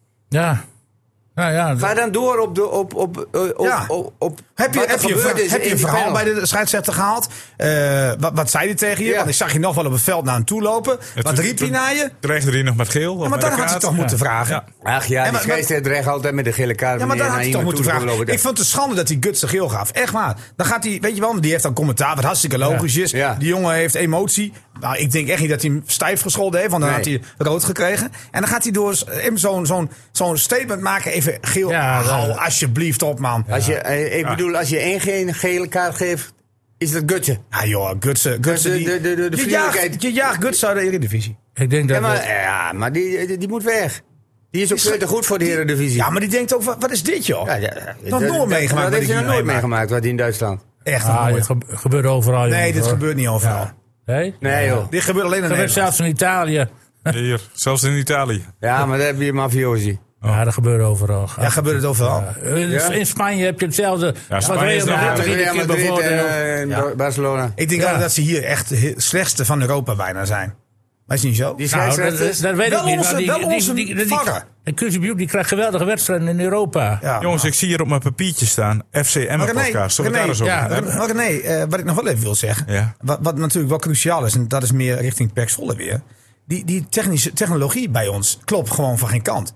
[SPEAKER 2] Ja. Nou ja,
[SPEAKER 3] Ga dan door op de... Op, op, eh, op,
[SPEAKER 1] Ja.
[SPEAKER 3] op, op
[SPEAKER 1] Heb je,
[SPEAKER 3] wat er
[SPEAKER 1] heb je,
[SPEAKER 3] gebeurd is
[SPEAKER 1] heb je
[SPEAKER 3] in
[SPEAKER 1] een
[SPEAKER 3] die
[SPEAKER 1] verhaal
[SPEAKER 3] panel.
[SPEAKER 1] bij de scheidsrechter gehaald? Uh, wat, wat zei hij tegen je?
[SPEAKER 3] Ja.
[SPEAKER 1] Want ik zag je nog wel op het veld naar hem toe lopen.
[SPEAKER 5] Het-
[SPEAKER 1] Wat riep hij
[SPEAKER 5] toen
[SPEAKER 1] naar je?
[SPEAKER 5] Dreigde hij nog met geel? of
[SPEAKER 1] Ja, maar
[SPEAKER 5] met
[SPEAKER 1] dan
[SPEAKER 5] een
[SPEAKER 1] had hij
[SPEAKER 5] kaart?
[SPEAKER 1] toch moeten
[SPEAKER 5] Ja.
[SPEAKER 1] vragen.
[SPEAKER 5] Ja.
[SPEAKER 3] Ach ja,
[SPEAKER 1] Ja,
[SPEAKER 3] die
[SPEAKER 1] maar-
[SPEAKER 3] scheidsrechter dreigt altijd met de gele kaart.
[SPEAKER 1] Ja, maar dan
[SPEAKER 3] wanneer
[SPEAKER 1] had hij
[SPEAKER 3] naar
[SPEAKER 1] toch
[SPEAKER 3] iemand
[SPEAKER 1] moeten
[SPEAKER 3] toe
[SPEAKER 1] vragen.
[SPEAKER 3] gelopen.
[SPEAKER 1] Ik vond het schande dat hij Guts de geel gaf. Echt waar. Dan gaat hij, weet je wel, die heeft dan commentaar, wat hartstikke logisch is.
[SPEAKER 3] Ja.
[SPEAKER 1] Die jongen heeft emotie. Nou, ik denk echt niet dat hij hem stijf gescholden heeft, want dan
[SPEAKER 3] Nee.
[SPEAKER 1] had hij rood gekregen. En dan gaat hij door even zo'n zo'n zo'n statement maken, even geel.
[SPEAKER 2] Ja,
[SPEAKER 1] Hou
[SPEAKER 2] dat-
[SPEAKER 1] alsjeblieft op, man.
[SPEAKER 3] Als je, eh, ik bedoel, als je één geen gele kaart geeft, is dat gutje.
[SPEAKER 1] Ja, joh, Gutsen. Gutsen
[SPEAKER 3] De-
[SPEAKER 1] die,
[SPEAKER 3] de- de- de- de
[SPEAKER 1] je,
[SPEAKER 3] vriendelijkheid.
[SPEAKER 1] jaagt, je jaagt Guts uit de Eredivisie.
[SPEAKER 2] ik denk dat...
[SPEAKER 3] Ja, maar,
[SPEAKER 2] dat-
[SPEAKER 3] ja, maar die, die, die moet weg. Die is ook
[SPEAKER 1] Is-
[SPEAKER 3] veel te goed voor de Eredivisie.
[SPEAKER 1] Ja, maar die denkt ook, wat, wat is dit, joh?
[SPEAKER 3] Ja, ja,
[SPEAKER 1] Nog
[SPEAKER 3] dat-
[SPEAKER 1] nooit
[SPEAKER 3] dat-
[SPEAKER 1] meegemaakt
[SPEAKER 3] Dat
[SPEAKER 1] wat
[SPEAKER 3] heeft
[SPEAKER 1] ik
[SPEAKER 3] hij nog
[SPEAKER 1] hier
[SPEAKER 3] nooit
[SPEAKER 1] meemaak.
[SPEAKER 3] meegemaakt, wat hij in Duitsland.
[SPEAKER 1] Echt nog
[SPEAKER 2] ah, dit
[SPEAKER 1] nooit.
[SPEAKER 2] gebe- gebeurt overal.
[SPEAKER 1] Nee,
[SPEAKER 2] jongens,
[SPEAKER 1] dit
[SPEAKER 2] hoor.
[SPEAKER 1] gebeurt niet overal.
[SPEAKER 2] Ja. Nee?
[SPEAKER 3] Nee joh.
[SPEAKER 1] Dit gebeurt alleen in
[SPEAKER 2] Dat gebeurt
[SPEAKER 1] Nederland.
[SPEAKER 2] zelfs in Italië.
[SPEAKER 5] Hier, zelfs in Italië.
[SPEAKER 3] Ja, maar daar heb je mafiosi.
[SPEAKER 2] Ja, dat gebeurt overal.
[SPEAKER 1] Ja, gebeurt het overal.
[SPEAKER 2] In,
[SPEAKER 3] Ja?
[SPEAKER 2] in Spanje heb je hetzelfde.
[SPEAKER 5] Ja, Spanje
[SPEAKER 2] Wat Real
[SPEAKER 5] is nog-
[SPEAKER 2] Madrid
[SPEAKER 5] Ja,
[SPEAKER 2] iedere
[SPEAKER 3] Real
[SPEAKER 2] keer
[SPEAKER 3] Madrid
[SPEAKER 2] bevoordeelt.
[SPEAKER 3] en eh,
[SPEAKER 1] Ja.
[SPEAKER 3] Barcelona.
[SPEAKER 1] Ik denk
[SPEAKER 2] Ja.
[SPEAKER 1] ook dat ze hier echt de slechtste van Europa bijna zijn. Maar is niet zo?
[SPEAKER 3] Die
[SPEAKER 2] Nou, dat,
[SPEAKER 3] scheidsrechters.
[SPEAKER 2] dat weet
[SPEAKER 1] Wel
[SPEAKER 2] ik niet.
[SPEAKER 1] onze-
[SPEAKER 2] maar die,
[SPEAKER 1] wel
[SPEAKER 2] die,
[SPEAKER 1] onze
[SPEAKER 2] die, die, die,
[SPEAKER 1] varren.
[SPEAKER 2] en Kuzebuur, die krijgt geweldige wedstrijden in Europa.
[SPEAKER 1] Ja.
[SPEAKER 5] Jongens, ik zie hier op mijn papiertje staan F C Emmen
[SPEAKER 1] Maar René,
[SPEAKER 5] podcast. Zullen we het daar eens over
[SPEAKER 2] ja,
[SPEAKER 5] hebben?
[SPEAKER 1] Maar René, eh, wat ik nog wel even wil zeggen.
[SPEAKER 5] Ja.
[SPEAKER 1] Wat, wat natuurlijk wel cruciaal is, en dat is meer richting Pek Zwolle weer. Die, die technische technologie bij ons klopt gewoon van geen kant.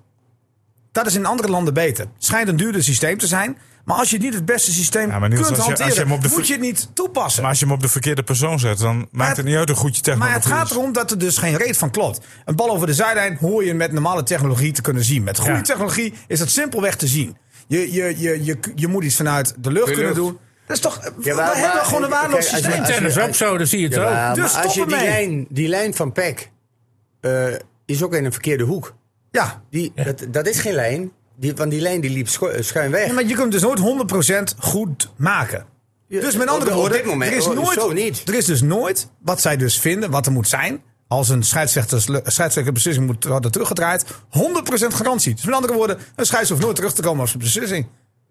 [SPEAKER 1] Dat is in andere landen beter. Het schijnt een duurder systeem te zijn. Maar als je niet het beste systeem
[SPEAKER 5] Ja, maar Niels,
[SPEAKER 1] kunt
[SPEAKER 5] als je- als je
[SPEAKER 1] hanteren,
[SPEAKER 5] hem op de
[SPEAKER 1] moet
[SPEAKER 5] ver-
[SPEAKER 1] je het niet toepassen.
[SPEAKER 5] Maar als je hem op de verkeerde persoon zet, dan maakt het niet uit hoe goed je
[SPEAKER 1] Maar
[SPEAKER 5] technologie
[SPEAKER 1] het gaat
[SPEAKER 5] is.
[SPEAKER 1] erom dat er dus geen reet van klopt. Een bal over de zijlijn hoor je met normale technologie te kunnen zien. Met goede
[SPEAKER 2] Ja.
[SPEAKER 1] technologie is het simpelweg te zien. Je, je, je, je, je moet iets vanuit de lucht
[SPEAKER 3] De
[SPEAKER 1] kunnen
[SPEAKER 3] lucht.
[SPEAKER 1] doen. Dat is toch.
[SPEAKER 3] Ja,
[SPEAKER 1] we
[SPEAKER 3] maar-
[SPEAKER 1] hebben
[SPEAKER 3] maar-
[SPEAKER 1] gewoon een
[SPEAKER 3] kijk,
[SPEAKER 1] waardeloos
[SPEAKER 3] als je-
[SPEAKER 1] systeem.
[SPEAKER 3] als je-
[SPEAKER 2] Tennis ook zo, dan zie je het ook.
[SPEAKER 3] Ja,
[SPEAKER 1] Dus
[SPEAKER 3] maar als je
[SPEAKER 1] stop
[SPEAKER 3] die
[SPEAKER 1] ermee.
[SPEAKER 3] lijn, die lijn van Peck eh, is ook in een verkeerde hoek.
[SPEAKER 1] Ja.
[SPEAKER 3] Die, dat, dat is geen lijn. Die, want die lijn die liep schu- schuin weg.
[SPEAKER 1] Ja, maar je kunt hem dus nooit honderd procent goed maken.
[SPEAKER 3] Ja,
[SPEAKER 1] Dus met
[SPEAKER 3] op-
[SPEAKER 1] andere
[SPEAKER 3] op
[SPEAKER 1] woorden,
[SPEAKER 3] dit moment,
[SPEAKER 1] er, is
[SPEAKER 3] oh,
[SPEAKER 1] nooit,
[SPEAKER 3] zo niet.
[SPEAKER 1] er is dus nooit wat zij dus vinden, wat er moet zijn. Als een scheidsrechter, scheidsrechterbeslissing moet worden teruggedraaid. honderd procent garantie. Dus met andere woorden, een scheids hoeft nooit terug te komen op zijn beslissing.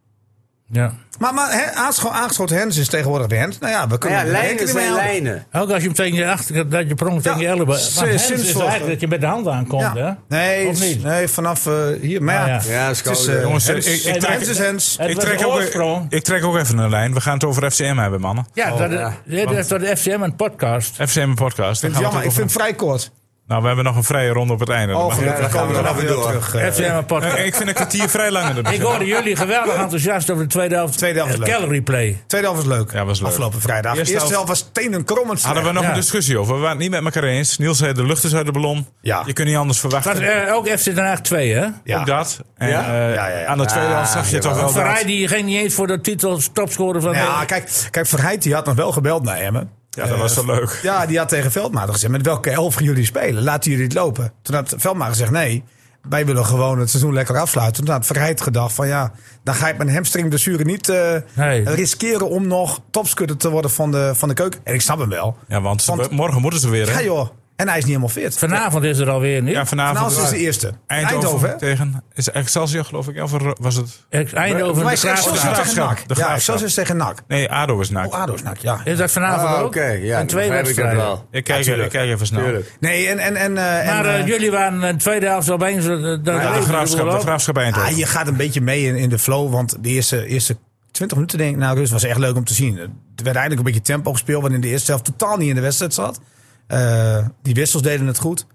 [SPEAKER 2] Ja.
[SPEAKER 1] Maar, maar he, aanscho- aangeschoten hands is tegenwoordig de hand. Nou ja, we
[SPEAKER 3] Maar
[SPEAKER 1] kunnen
[SPEAKER 3] ja,
[SPEAKER 1] er
[SPEAKER 3] lijnen
[SPEAKER 1] rekening mee
[SPEAKER 3] zijn
[SPEAKER 1] houden.
[SPEAKER 3] lijnen.
[SPEAKER 2] Ook als je hem tegen je achter, dat je pronk tegen je elleboog. Maar
[SPEAKER 1] sinds-
[SPEAKER 2] hands
[SPEAKER 1] sinds
[SPEAKER 2] is
[SPEAKER 1] vorige-
[SPEAKER 2] eigenlijk dat je met de hand aankomt, hè?
[SPEAKER 1] Ja. Nee,
[SPEAKER 2] Of niet?
[SPEAKER 1] nee, vanaf eh, hier. Maar ja,
[SPEAKER 2] Ah, ja.
[SPEAKER 3] Ja,
[SPEAKER 1] het is,
[SPEAKER 3] schouder.
[SPEAKER 1] eh,
[SPEAKER 5] Jongens,
[SPEAKER 1] hands-
[SPEAKER 5] ik- ik
[SPEAKER 1] hands
[SPEAKER 2] trek-
[SPEAKER 1] is hands.
[SPEAKER 2] Het
[SPEAKER 5] Ik
[SPEAKER 2] was
[SPEAKER 5] trek,
[SPEAKER 2] de
[SPEAKER 5] ook,
[SPEAKER 2] oorsprong.
[SPEAKER 5] ik trek ook even een lijn. We gaan het over F C Emmen hebben, mannen.
[SPEAKER 2] Ja, dat,
[SPEAKER 3] ja.
[SPEAKER 2] ja, dat is door de F C M een podcast.
[SPEAKER 5] F C Emmen podcast.
[SPEAKER 1] Ik
[SPEAKER 5] Daar
[SPEAKER 1] vind
[SPEAKER 5] gaan
[SPEAKER 1] het
[SPEAKER 5] we
[SPEAKER 1] jammer,
[SPEAKER 5] het
[SPEAKER 1] ik
[SPEAKER 5] ook
[SPEAKER 1] vind het vrij kort.
[SPEAKER 5] over- Nou, we hebben nog een vrije ronde op het einde. Dat
[SPEAKER 1] Oh,
[SPEAKER 5] mag
[SPEAKER 1] gelukkig.
[SPEAKER 3] dan
[SPEAKER 1] Dan
[SPEAKER 3] gaan we
[SPEAKER 1] komen we
[SPEAKER 3] er
[SPEAKER 1] nog
[SPEAKER 3] even
[SPEAKER 1] weer
[SPEAKER 3] door.
[SPEAKER 1] terug. eh.
[SPEAKER 2] F C M een podcast.
[SPEAKER 5] Eh, Ik vind een kwartier vrij lang in de
[SPEAKER 2] Ik
[SPEAKER 5] begin.
[SPEAKER 2] hoorde jullie geweldig enthousiast over de tweede helft.
[SPEAKER 1] Tweede helft is
[SPEAKER 2] Het
[SPEAKER 1] leuk.
[SPEAKER 2] Gallery Play.
[SPEAKER 1] Tweede helft was leuk.
[SPEAKER 5] Ja, was leuk.
[SPEAKER 1] Afgelopen vrijdag.
[SPEAKER 5] Eerste
[SPEAKER 1] Eerste,
[SPEAKER 5] helft-
[SPEAKER 1] helft was tenenkrommend.
[SPEAKER 5] Hadden we nog
[SPEAKER 2] Ja.
[SPEAKER 5] een discussie over. We waren het niet met elkaar eens. Niels zei de lucht is uit de ballon.
[SPEAKER 1] Ja.
[SPEAKER 5] Je kunt niet anders
[SPEAKER 2] Het
[SPEAKER 5] verwachten.
[SPEAKER 2] was eh, ook F C Den Haag twee, hè?
[SPEAKER 1] Ja.
[SPEAKER 5] Ook dat. En,
[SPEAKER 3] Ja?
[SPEAKER 5] eh,
[SPEAKER 1] Ja, ja, ja.
[SPEAKER 5] Aan de tweede helft zag je
[SPEAKER 3] Ah,
[SPEAKER 5] toch wel
[SPEAKER 2] Want Verrij
[SPEAKER 5] dat.
[SPEAKER 2] die ging niet eens voor de titel topscorer van
[SPEAKER 1] Ja,
[SPEAKER 2] de...
[SPEAKER 1] kijk, kijk, Verheid die had nog wel gebeld naar Emmen.
[SPEAKER 5] Ja, dat was wel leuk.
[SPEAKER 1] Ja, die had tegen Veldmaat gezegd: met welke elf gaan jullie spelen? Laten jullie het lopen. Toen had Veldmaat gezegd: nee, wij willen gewoon het seizoen lekker afsluiten. Toen had Verheid gedacht: van ja, dan ga ik mijn hamstringblessure niet eh,
[SPEAKER 2] Nee.
[SPEAKER 1] riskeren om nog topscutter te worden van de, van de keuken. En ik snap hem wel.
[SPEAKER 5] Ja, want, ze-
[SPEAKER 1] Want-
[SPEAKER 5] morgen moeten ze weer. Hè?
[SPEAKER 1] Ja, joh. En hij is niet helemaal fit.
[SPEAKER 2] Vanavond is er alweer niet.
[SPEAKER 5] Ja, vanavond.
[SPEAKER 1] Vanavond is de eerste.
[SPEAKER 5] Eindhoven,
[SPEAKER 1] Eindhoven, hè?
[SPEAKER 5] tegen is Excelsior, geloof ik. Of was het?
[SPEAKER 2] Eindhoven,
[SPEAKER 1] Maar
[SPEAKER 2] de
[SPEAKER 1] is Excelsior
[SPEAKER 2] Graafschap.
[SPEAKER 1] tegen NAC.
[SPEAKER 5] De
[SPEAKER 1] Ja,
[SPEAKER 5] Graafschap.
[SPEAKER 1] Excelsior is tegen NAC.
[SPEAKER 5] Nee, ADO is
[SPEAKER 1] Oh,
[SPEAKER 5] naakt.
[SPEAKER 1] ADO is NAC, ja.
[SPEAKER 2] Is dat vanavond
[SPEAKER 3] Ah,
[SPEAKER 2] ook?
[SPEAKER 3] oké. Ja,
[SPEAKER 2] en twee
[SPEAKER 3] dan begrijp ik het
[SPEAKER 2] wedstrijden.
[SPEAKER 3] wel.
[SPEAKER 5] Ik kijk,
[SPEAKER 1] tuurlijk.
[SPEAKER 5] ik kijk even snel.
[SPEAKER 3] Tuurlijk.
[SPEAKER 1] Nee, en... en, en, eh,
[SPEAKER 2] Maar
[SPEAKER 1] en,
[SPEAKER 2] eh,
[SPEAKER 1] eh,
[SPEAKER 2] jullie waren in de tweede helft opeens... Uh,
[SPEAKER 5] Ja, de graafschap, de graafschap Eindhoven.
[SPEAKER 1] Ah, je gaat een beetje mee in, in de flow, want de eerste, eerste twintig minuten denk ik, nou, rust was echt leuk om te zien. Er werd eindelijk een beetje tempo gespeeld, wat in de eerste helft totaal niet in de wedstrijd zat. Uh, die wissels deden het goed.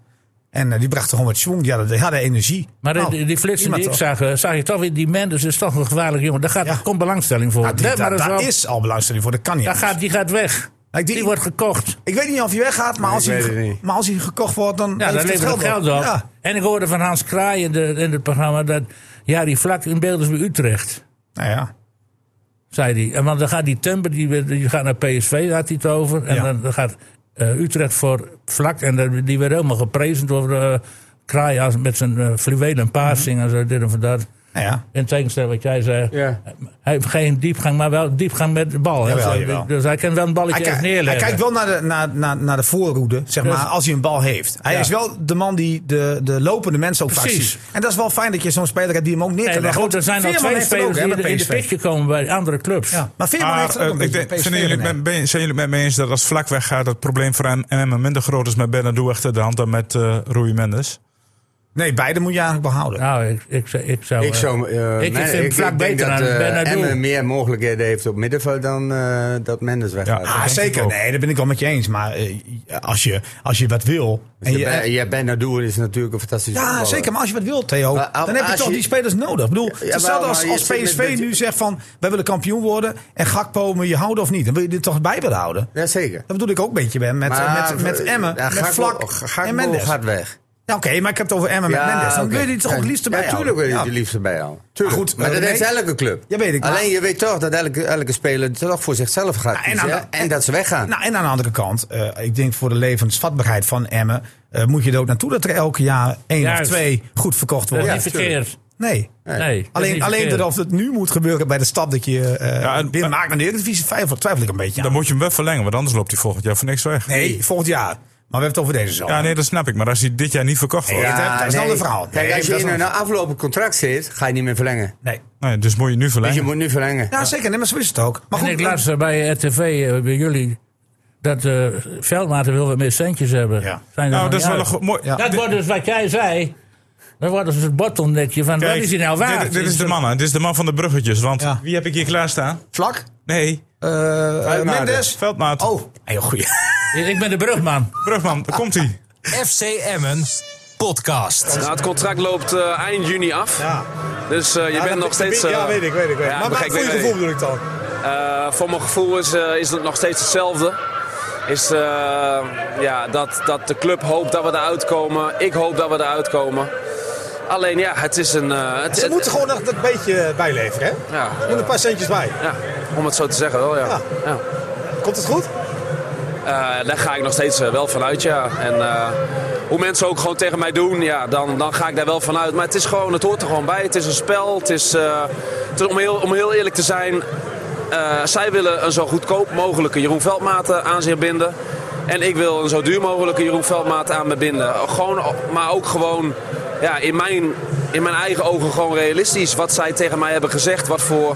[SPEAKER 1] En uh, die brachten gewoon wat schwung. Die hadden, die hadden energie.
[SPEAKER 2] Maar
[SPEAKER 1] Nou,
[SPEAKER 2] die, die flitsen die ik
[SPEAKER 1] toch?
[SPEAKER 2] zag, uh, zag je toch weer, die Mendes is toch een gevaarlijk jongen. Daar gaat,
[SPEAKER 1] Ja.
[SPEAKER 2] komt belangstelling voor.
[SPEAKER 1] Nou, die,
[SPEAKER 2] Let
[SPEAKER 1] daar,
[SPEAKER 2] maar eens
[SPEAKER 1] daar
[SPEAKER 2] op.
[SPEAKER 1] is al belangstelling voor. Dat kan niet
[SPEAKER 2] Daar
[SPEAKER 1] anders.
[SPEAKER 2] gaat, die gaat weg.
[SPEAKER 1] Kijk,
[SPEAKER 2] Die,
[SPEAKER 1] die-
[SPEAKER 2] wordt gekocht.
[SPEAKER 1] Ik weet niet of hij weggaat, maar,
[SPEAKER 3] Nee,
[SPEAKER 1] als
[SPEAKER 3] ik
[SPEAKER 1] hij,
[SPEAKER 3] weet het
[SPEAKER 1] ge-
[SPEAKER 3] niet.
[SPEAKER 1] maar als hij gekocht wordt, dan
[SPEAKER 2] Ja,
[SPEAKER 1] heeft
[SPEAKER 2] dan
[SPEAKER 1] het
[SPEAKER 2] levert het geld op.
[SPEAKER 1] Ja.
[SPEAKER 2] En ik hoorde van Hans Kraai in, de, in het programma dat ja, die vlak in beeld is bij Utrecht.
[SPEAKER 1] Nou ja.
[SPEAKER 2] Zei hij. En want dan gaat die Tumber, die, die gaat naar P S V, daar had hij het over. En
[SPEAKER 1] Ja.
[SPEAKER 2] dan, dan gaat uh, Utrecht voor vlak. En dan, die werd helemaal geprezen door uh, Kraai als, met zijn uh, fluwelen passing en zo, dit en van dat.
[SPEAKER 1] Nou ja.
[SPEAKER 2] In tegenstelling wat jij zei.
[SPEAKER 3] Ja.
[SPEAKER 2] Hij heeft geen diepgang, maar wel diepgang met de bal. hè.
[SPEAKER 1] Jawel,
[SPEAKER 2] Zo,
[SPEAKER 1] jawel.
[SPEAKER 2] Dus hij kan wel een balletje
[SPEAKER 1] Hij,
[SPEAKER 2] echt
[SPEAKER 1] kijkt- hij
[SPEAKER 2] neerleggen.
[SPEAKER 1] kijkt wel naar de, naar, naar, naar de voorhoede, zeg maar,
[SPEAKER 2] Dus-
[SPEAKER 1] als hij een bal heeft. Hij
[SPEAKER 2] Ja.
[SPEAKER 1] is wel de man die de, de lopende mensen ook vaak
[SPEAKER 2] Precies.
[SPEAKER 1] ziet. En dat is wel fijn dat je zo'n speler hebt die hem ook neer kan
[SPEAKER 2] Nee, maar
[SPEAKER 1] leggen.
[SPEAKER 2] goed, er zijn al
[SPEAKER 1] Veerman
[SPEAKER 2] twee
[SPEAKER 1] heeft het ook,
[SPEAKER 2] spelers
[SPEAKER 1] hè,
[SPEAKER 2] die
[SPEAKER 1] bij
[SPEAKER 2] in de
[SPEAKER 1] P S V.
[SPEAKER 2] pitje komen bij andere clubs.
[SPEAKER 1] Ja. Maar Veerman
[SPEAKER 5] Maar
[SPEAKER 1] heeft het ook
[SPEAKER 5] uh,
[SPEAKER 1] een
[SPEAKER 5] ik
[SPEAKER 1] beetje
[SPEAKER 5] denk,
[SPEAKER 1] bij P S V.
[SPEAKER 5] vinden jullie,
[SPEAKER 1] nee.
[SPEAKER 5] het met- zijn jullie het met me eens dat als vlak weggaat, het probleem voor M M minder groot is met Bernardo achter de hand dan met uh, Rui Mendes?
[SPEAKER 1] Nee, beide moet je eigenlijk behouden.
[SPEAKER 2] Nou, ik, ik, zou- ik zou...
[SPEAKER 3] Ik,
[SPEAKER 2] eh,
[SPEAKER 3] zou, uh,
[SPEAKER 2] ik
[SPEAKER 3] nee,
[SPEAKER 2] vind
[SPEAKER 3] ik,
[SPEAKER 2] vlak
[SPEAKER 3] ik denk
[SPEAKER 2] beter
[SPEAKER 3] dat
[SPEAKER 2] dan
[SPEAKER 3] uh,
[SPEAKER 2] Bernardo.
[SPEAKER 3] Emmen meer mogelijkheden heeft op middenveld dan uh, dat Mendes weggaat.
[SPEAKER 5] Ja.
[SPEAKER 1] Ah,
[SPEAKER 5] denk
[SPEAKER 1] zeker.
[SPEAKER 5] ik ook.
[SPEAKER 1] Nee, daar ben ik wel met je eens. Maar uh, als, je, als je wat wil... En
[SPEAKER 3] Je,
[SPEAKER 1] je,
[SPEAKER 3] ben- je Bernardo is natuurlijk een fantastische
[SPEAKER 1] ja,
[SPEAKER 3] voetballer.
[SPEAKER 1] zeker. Maar als je wat wil, Theo,
[SPEAKER 3] Maar
[SPEAKER 1] dan heb je
[SPEAKER 3] als
[SPEAKER 1] toch
[SPEAKER 3] je-
[SPEAKER 1] die spelers nodig. Ik bedoel,
[SPEAKER 3] Ja,
[SPEAKER 1] het is hetzelfde
[SPEAKER 3] wel,
[SPEAKER 1] als,
[SPEAKER 3] maar je
[SPEAKER 1] als
[SPEAKER 3] zit
[SPEAKER 1] P S V
[SPEAKER 3] met- met-
[SPEAKER 1] nu zegt van... wij willen kampioen worden en Gakpo moet je houden of niet. Dan wil je dit toch bij willen houden.
[SPEAKER 3] Ja, zeker.
[SPEAKER 1] Dat bedoel ik ook een beetje ben met,
[SPEAKER 3] Maar,
[SPEAKER 1] met, met Emmen,
[SPEAKER 3] ja,
[SPEAKER 1] met
[SPEAKER 3] Gakpo-
[SPEAKER 1] Vlak
[SPEAKER 3] Gakpo
[SPEAKER 1] en Mendes.
[SPEAKER 3] gaat weg.
[SPEAKER 1] Ja, oké, maar ik heb het over Emmen met Mendes. Dan
[SPEAKER 3] oké.
[SPEAKER 1] wil je die toch
[SPEAKER 3] Ja,
[SPEAKER 1] ook het liefst erbij
[SPEAKER 3] ja,
[SPEAKER 1] houden.
[SPEAKER 3] tuurlijk wil je
[SPEAKER 1] Ja.
[SPEAKER 3] die liefst erbij houden. Tuurlijk.
[SPEAKER 1] Maar goed,
[SPEAKER 3] maar dat
[SPEAKER 1] nee.
[SPEAKER 3] heeft elke club.
[SPEAKER 1] Ja, weet ik, maar-
[SPEAKER 3] Alleen je weet toch dat elke, elke speler toch voor zichzelf gaat
[SPEAKER 1] Nou, en
[SPEAKER 3] kiezen.
[SPEAKER 1] aan
[SPEAKER 3] En,
[SPEAKER 1] de-
[SPEAKER 3] en dat ze weggaan.
[SPEAKER 1] Nou, en aan de andere kant, uh, ik denk voor de levensvatbaarheid van Emmen... Uh, moet je er ook naartoe dat er elke jaar één
[SPEAKER 2] Juist.
[SPEAKER 1] of twee goed verkocht
[SPEAKER 2] Dat is
[SPEAKER 1] worden.
[SPEAKER 2] niet
[SPEAKER 3] Ja,
[SPEAKER 2] verkeerd.
[SPEAKER 1] Nee.
[SPEAKER 2] Nee, dat is
[SPEAKER 1] Alleen,
[SPEAKER 2] niet
[SPEAKER 1] alleen
[SPEAKER 2] verkeerd.
[SPEAKER 1] dat of het nu moet gebeuren bij de stap dat je uh,
[SPEAKER 5] Ja, en-
[SPEAKER 1] weer maakt naar de Eredivisie, twijfel, twijfel ik een beetje
[SPEAKER 5] Dan
[SPEAKER 1] aan.
[SPEAKER 5] moet je hem wel verlengen, want anders loopt hij volgend jaar voor niks weg.
[SPEAKER 1] Nee, volgend jaar. Maar we hebben het over deze zomer.
[SPEAKER 5] Ja, nee, dat snap ik. Maar als hij dit jaar niet verkocht wordt...
[SPEAKER 1] Ja, dat is een ander verhaal.
[SPEAKER 3] Kijk,
[SPEAKER 1] Nee,
[SPEAKER 3] als je
[SPEAKER 1] dat is
[SPEAKER 3] in
[SPEAKER 1] een-
[SPEAKER 3] een aflopend contract zit, ga je niet meer verlengen.
[SPEAKER 1] Nee.
[SPEAKER 5] Nee, dus moet je nu
[SPEAKER 3] Dus
[SPEAKER 5] verlengen.
[SPEAKER 3] je moet nu verlengen.
[SPEAKER 1] Ja, zeker. Nee, maar zo is het ook. Maar
[SPEAKER 2] En
[SPEAKER 1] goed,
[SPEAKER 2] ik las uh, bij R T V, uh, bij jullie, dat uh, Veldmaten wil wat meer centjes hebben.
[SPEAKER 1] Ja.
[SPEAKER 2] Zijn er
[SPEAKER 5] Nou,
[SPEAKER 2] nog
[SPEAKER 5] dat is
[SPEAKER 2] niet
[SPEAKER 5] wel een
[SPEAKER 2] uit.
[SPEAKER 5] go- mooi...
[SPEAKER 1] Ja.
[SPEAKER 2] Dat wordt dus wat jij zei. Dat wordt dus het bottlenekje van, wat
[SPEAKER 5] Kijk,
[SPEAKER 2] is hij nou waard?
[SPEAKER 5] Dit, dit is de man, hè. Dit is de man van de bruggetjes. Want
[SPEAKER 1] Ja.
[SPEAKER 5] wie heb ik hier klaarstaan?
[SPEAKER 1] Vlak.
[SPEAKER 5] Nee,
[SPEAKER 1] Uh, uh, Mendes.
[SPEAKER 5] Veldmaat.
[SPEAKER 1] Oh, heel goeie.
[SPEAKER 2] Ik ben de brugman.
[SPEAKER 5] Brugman, daar komt hij.
[SPEAKER 4] F C Emmen podcast.
[SPEAKER 6] Nou, het contract loopt uh, eind juni af.
[SPEAKER 1] Ja.
[SPEAKER 6] Dus uh, je bent nog steeds... uh,
[SPEAKER 1] ja, weet ik, weet ik. Weet.
[SPEAKER 6] ja,
[SPEAKER 1] maar
[SPEAKER 6] begrijp
[SPEAKER 1] voor je
[SPEAKER 6] ik,
[SPEAKER 1] gevoel
[SPEAKER 6] weet
[SPEAKER 1] bedoel ik dan.
[SPEAKER 6] Uh, voor mijn gevoel is, uh, is het nog steeds hetzelfde. Is uh, ja, dat, dat de club hoopt dat we eruit komen. Ik hoop dat we eruit komen. Alleen ja, het is een... Uh, het,
[SPEAKER 1] Ze
[SPEAKER 6] het-
[SPEAKER 1] moeten gewoon nog dat beetje bijleveren, hè?
[SPEAKER 6] ja,
[SPEAKER 1] Er moeten een paar centjes bij.
[SPEAKER 6] ja, om het zo te zeggen wel, ja.
[SPEAKER 1] Ja.
[SPEAKER 6] ja.
[SPEAKER 1] Komt het goed?
[SPEAKER 6] Uh, daar ga ik nog steeds uh, wel vanuit, ja. En uh, hoe mensen ook gewoon tegen mij doen, ja, dan, dan ga ik daar wel vanuit. Maar het is gewoon, het hoort er gewoon bij. Het is een spel. Het is, uh, het is om, heel, om heel eerlijk te zijn, uh, zij willen een zo goedkoop mogelijke Jeroen Veldmaten aan zich binden. En ik wil een zo duur mogelijke Jeroen Veldmaten aan me binden. Gewoon, maar ook gewoon, ja, in mijn, in mijn eigen ogen gewoon realistisch. Wat zij tegen mij hebben gezegd, wat voor...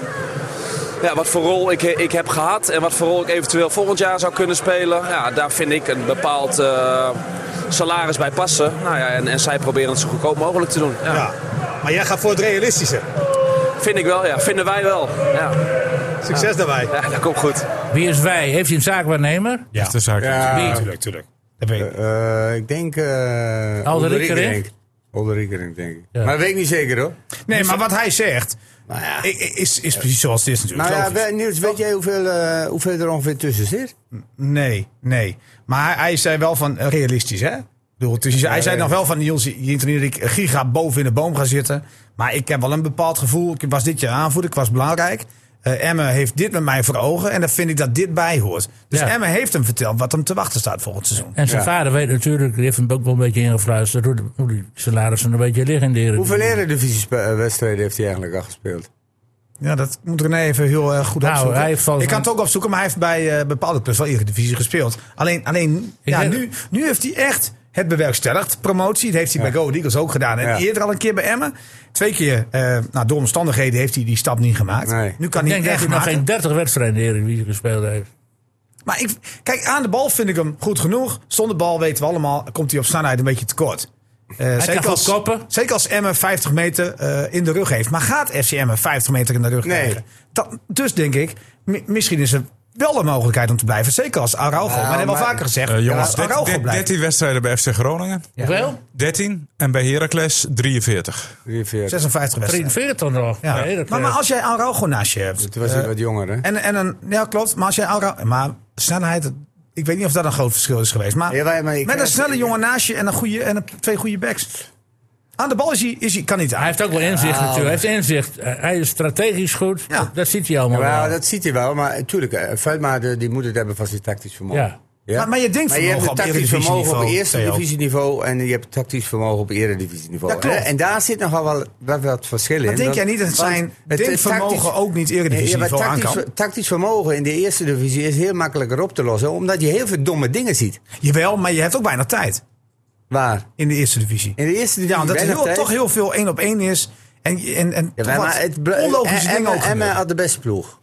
[SPEAKER 6] Ja, wat voor rol ik, ik heb gehad en wat voor rol ik eventueel volgend jaar zou kunnen spelen. Ja, daar vind ik een bepaald uh, salaris bij passen. Nou ja, en, en zij proberen het zo goedkoop mogelijk te doen. Ja.
[SPEAKER 1] Ja. Maar jij gaat voor het realistische.
[SPEAKER 6] Vind ik wel, ja. Vinden wij wel. Ja,
[SPEAKER 1] Succes daarbij.
[SPEAKER 6] ja dat komt goed.
[SPEAKER 2] Wie is wij? Heeft hij een zaakwaarnemer?
[SPEAKER 5] Ja. Dat is de zaak.
[SPEAKER 3] Ja,
[SPEAKER 2] Wie?
[SPEAKER 1] Tuurlijk, tuurlijk. Dat weet ik.
[SPEAKER 3] Uh, ik denk... Uh,
[SPEAKER 2] Alderikering?
[SPEAKER 3] Alderikering, denk ik.
[SPEAKER 2] Ja.
[SPEAKER 3] Maar dat weet ik niet zeker, hoor.
[SPEAKER 1] Nee, maar wat hij zegt,
[SPEAKER 3] Nou ja.
[SPEAKER 1] is, is precies zoals het is natuurlijk.
[SPEAKER 3] Nou ja,
[SPEAKER 1] logisch.
[SPEAKER 3] we- Niels, weet jij hoeveel, uh, hoeveel er ongeveer tussen zit?
[SPEAKER 1] Nee, nee. Maar hij, hij zei wel van eh, realistisch, hè? Ik bedoel, dus hij zei nog wel van Niels, je introneert ik giga boven in de boom gaan zitten. Maar ik heb wel een bepaald gevoel. Ik was dit jaar aanvoerder, ik was belangrijk. Uh, Emmen heeft dit met mij voor ogen en dan vind ik dat dit bij hoort. Dus
[SPEAKER 2] Ja.
[SPEAKER 1] Emmen heeft hem verteld wat hem te wachten staat volgend seizoen.
[SPEAKER 2] En zijn
[SPEAKER 3] Ja.
[SPEAKER 2] vader weet natuurlijk, die heeft hem ook wel een beetje ingefluisterd. Hoe, de- hoe die salarissen een beetje liggen in de Eredivisie.
[SPEAKER 3] Hoeveel Eredivisie-wedstrijden heeft hij eigenlijk al gespeeld?
[SPEAKER 1] Ja, dat moet René even heel erg goed
[SPEAKER 2] Nou,
[SPEAKER 1] opzoeken.
[SPEAKER 2] hij heeft volgens
[SPEAKER 1] ik kan het ook opzoeken, maar hij heeft bij uh, bepaalde clubs wel Eredivisie gespeeld. Alleen, alleen
[SPEAKER 2] Ik
[SPEAKER 1] ja,
[SPEAKER 2] weet-
[SPEAKER 1] nu, nu heeft hij echt het bewerkstelligd. Promotie, dat heeft hij bij Go Ahead Eagles ook gedaan. En
[SPEAKER 3] Ja.
[SPEAKER 1] eerder al een keer bij Emmen. Twee keer, uh, nou, door omstandigheden heeft hij die stap niet gemaakt.
[SPEAKER 3] Nee.
[SPEAKER 1] Nu kan
[SPEAKER 2] Ik
[SPEAKER 1] hij
[SPEAKER 2] denk dat
[SPEAKER 1] echt
[SPEAKER 2] hij nog
[SPEAKER 1] maken.
[SPEAKER 2] geen dertig wedstrijden in de Eredivisie gespeeld heeft.
[SPEAKER 1] Maar ik, kijk, aan de bal vind ik hem goed genoeg. Zonder bal weten we allemaal, komt hij op snelheid een beetje tekort. Uh, zeker,
[SPEAKER 2] kan
[SPEAKER 1] als,
[SPEAKER 2] goed koppen.
[SPEAKER 1] zeker als Emmen vijftig meter uh, in de rug heeft. Maar gaat F C Emmen vijftig meter in de rug
[SPEAKER 3] Nee.
[SPEAKER 1] krijgen? Dat, dus denk ik, mi- misschien is er wel een mogelijkheid om te blijven. Zeker als Araujo.
[SPEAKER 3] Nou,
[SPEAKER 1] maar we hebben
[SPEAKER 3] maar-
[SPEAKER 1] al vaker gezegd,
[SPEAKER 5] Uh, jongens,
[SPEAKER 1] als Araujo
[SPEAKER 5] dertien
[SPEAKER 1] blijft.
[SPEAKER 5] dertien wedstrijden bij F C Groningen.
[SPEAKER 2] Hoeveel?
[SPEAKER 5] dertien. En bij Heracles drieënveertig.
[SPEAKER 3] drieënveertig.
[SPEAKER 1] zesenvijftig wedstrijden.
[SPEAKER 2] drieënveertig nog.
[SPEAKER 1] Ja.
[SPEAKER 2] Nee, dat
[SPEAKER 1] maar, maar
[SPEAKER 2] eh,
[SPEAKER 1] als jij Araujo naast je hebt.
[SPEAKER 3] Toen was hij
[SPEAKER 1] eh,
[SPEAKER 3] wat jonger, hè?
[SPEAKER 1] en, en een, ja, klopt. Maar als jij Araujo... Maar snelheid... Ik weet niet of dat een groot verschil is geweest. Maar,
[SPEAKER 3] Ja, maar- maar ik-
[SPEAKER 1] met een snelle jongen naast je en, een goede, en een, twee goede backs. Aan de bal is hij, is hij, kan niet aan.
[SPEAKER 2] Hij heeft ook wel inzicht natuurlijk. Hij heeft inzicht. Uh, Hij is strategisch goed.
[SPEAKER 1] Ja.
[SPEAKER 2] Dat, dat ziet hij allemaal
[SPEAKER 3] Ja,
[SPEAKER 2] wel.
[SPEAKER 3] dat ziet hij wel. Maar natuurlijk, Veldmaat die moet het hebben van zijn tactisch vermogen.
[SPEAKER 2] Ja.
[SPEAKER 3] Ja?
[SPEAKER 1] Maar, maar je denkt
[SPEAKER 3] Maar je hebt
[SPEAKER 1] vermogen
[SPEAKER 3] het
[SPEAKER 1] op
[SPEAKER 3] tactisch vermogen op
[SPEAKER 1] eredivisieniveau,
[SPEAKER 3] eerste
[SPEAKER 1] Theo.
[SPEAKER 3] divisieniveau en je hebt het tactisch vermogen op eredivisieniveau.
[SPEAKER 1] Ja, klopt.
[SPEAKER 3] En daar zit nogal wel, wel wat verschil in.
[SPEAKER 1] Maar denk jij
[SPEAKER 3] Want-
[SPEAKER 1] niet dat
[SPEAKER 3] want
[SPEAKER 1] zijn
[SPEAKER 3] het, eh,
[SPEAKER 1] denkvermogen
[SPEAKER 3] tactisch-
[SPEAKER 1] ook niet
[SPEAKER 3] Ja, maar
[SPEAKER 1] eredivisieniveau aan
[SPEAKER 3] tactisch,
[SPEAKER 1] kan?
[SPEAKER 3] tactisch vermogen in de eerste divisie is heel makkelijker op te lossen, omdat je heel veel domme dingen ziet.
[SPEAKER 1] Jawel, maar je hebt ook bijna tijd
[SPEAKER 3] Waar?
[SPEAKER 1] in de eerste divisie.
[SPEAKER 3] In de eerste divisie
[SPEAKER 1] Ja, omdat er
[SPEAKER 3] weinig
[SPEAKER 1] heel,
[SPEAKER 3] tijd.
[SPEAKER 1] toch heel veel één op één is. En, en, en
[SPEAKER 3] Ja,
[SPEAKER 1] toch
[SPEAKER 3] maar
[SPEAKER 1] wat
[SPEAKER 3] het bl-
[SPEAKER 1] onlogische
[SPEAKER 3] en-
[SPEAKER 1] dingen
[SPEAKER 3] en-
[SPEAKER 1] ook
[SPEAKER 3] En
[SPEAKER 1] gebeuren.
[SPEAKER 3] had de beste ploeg.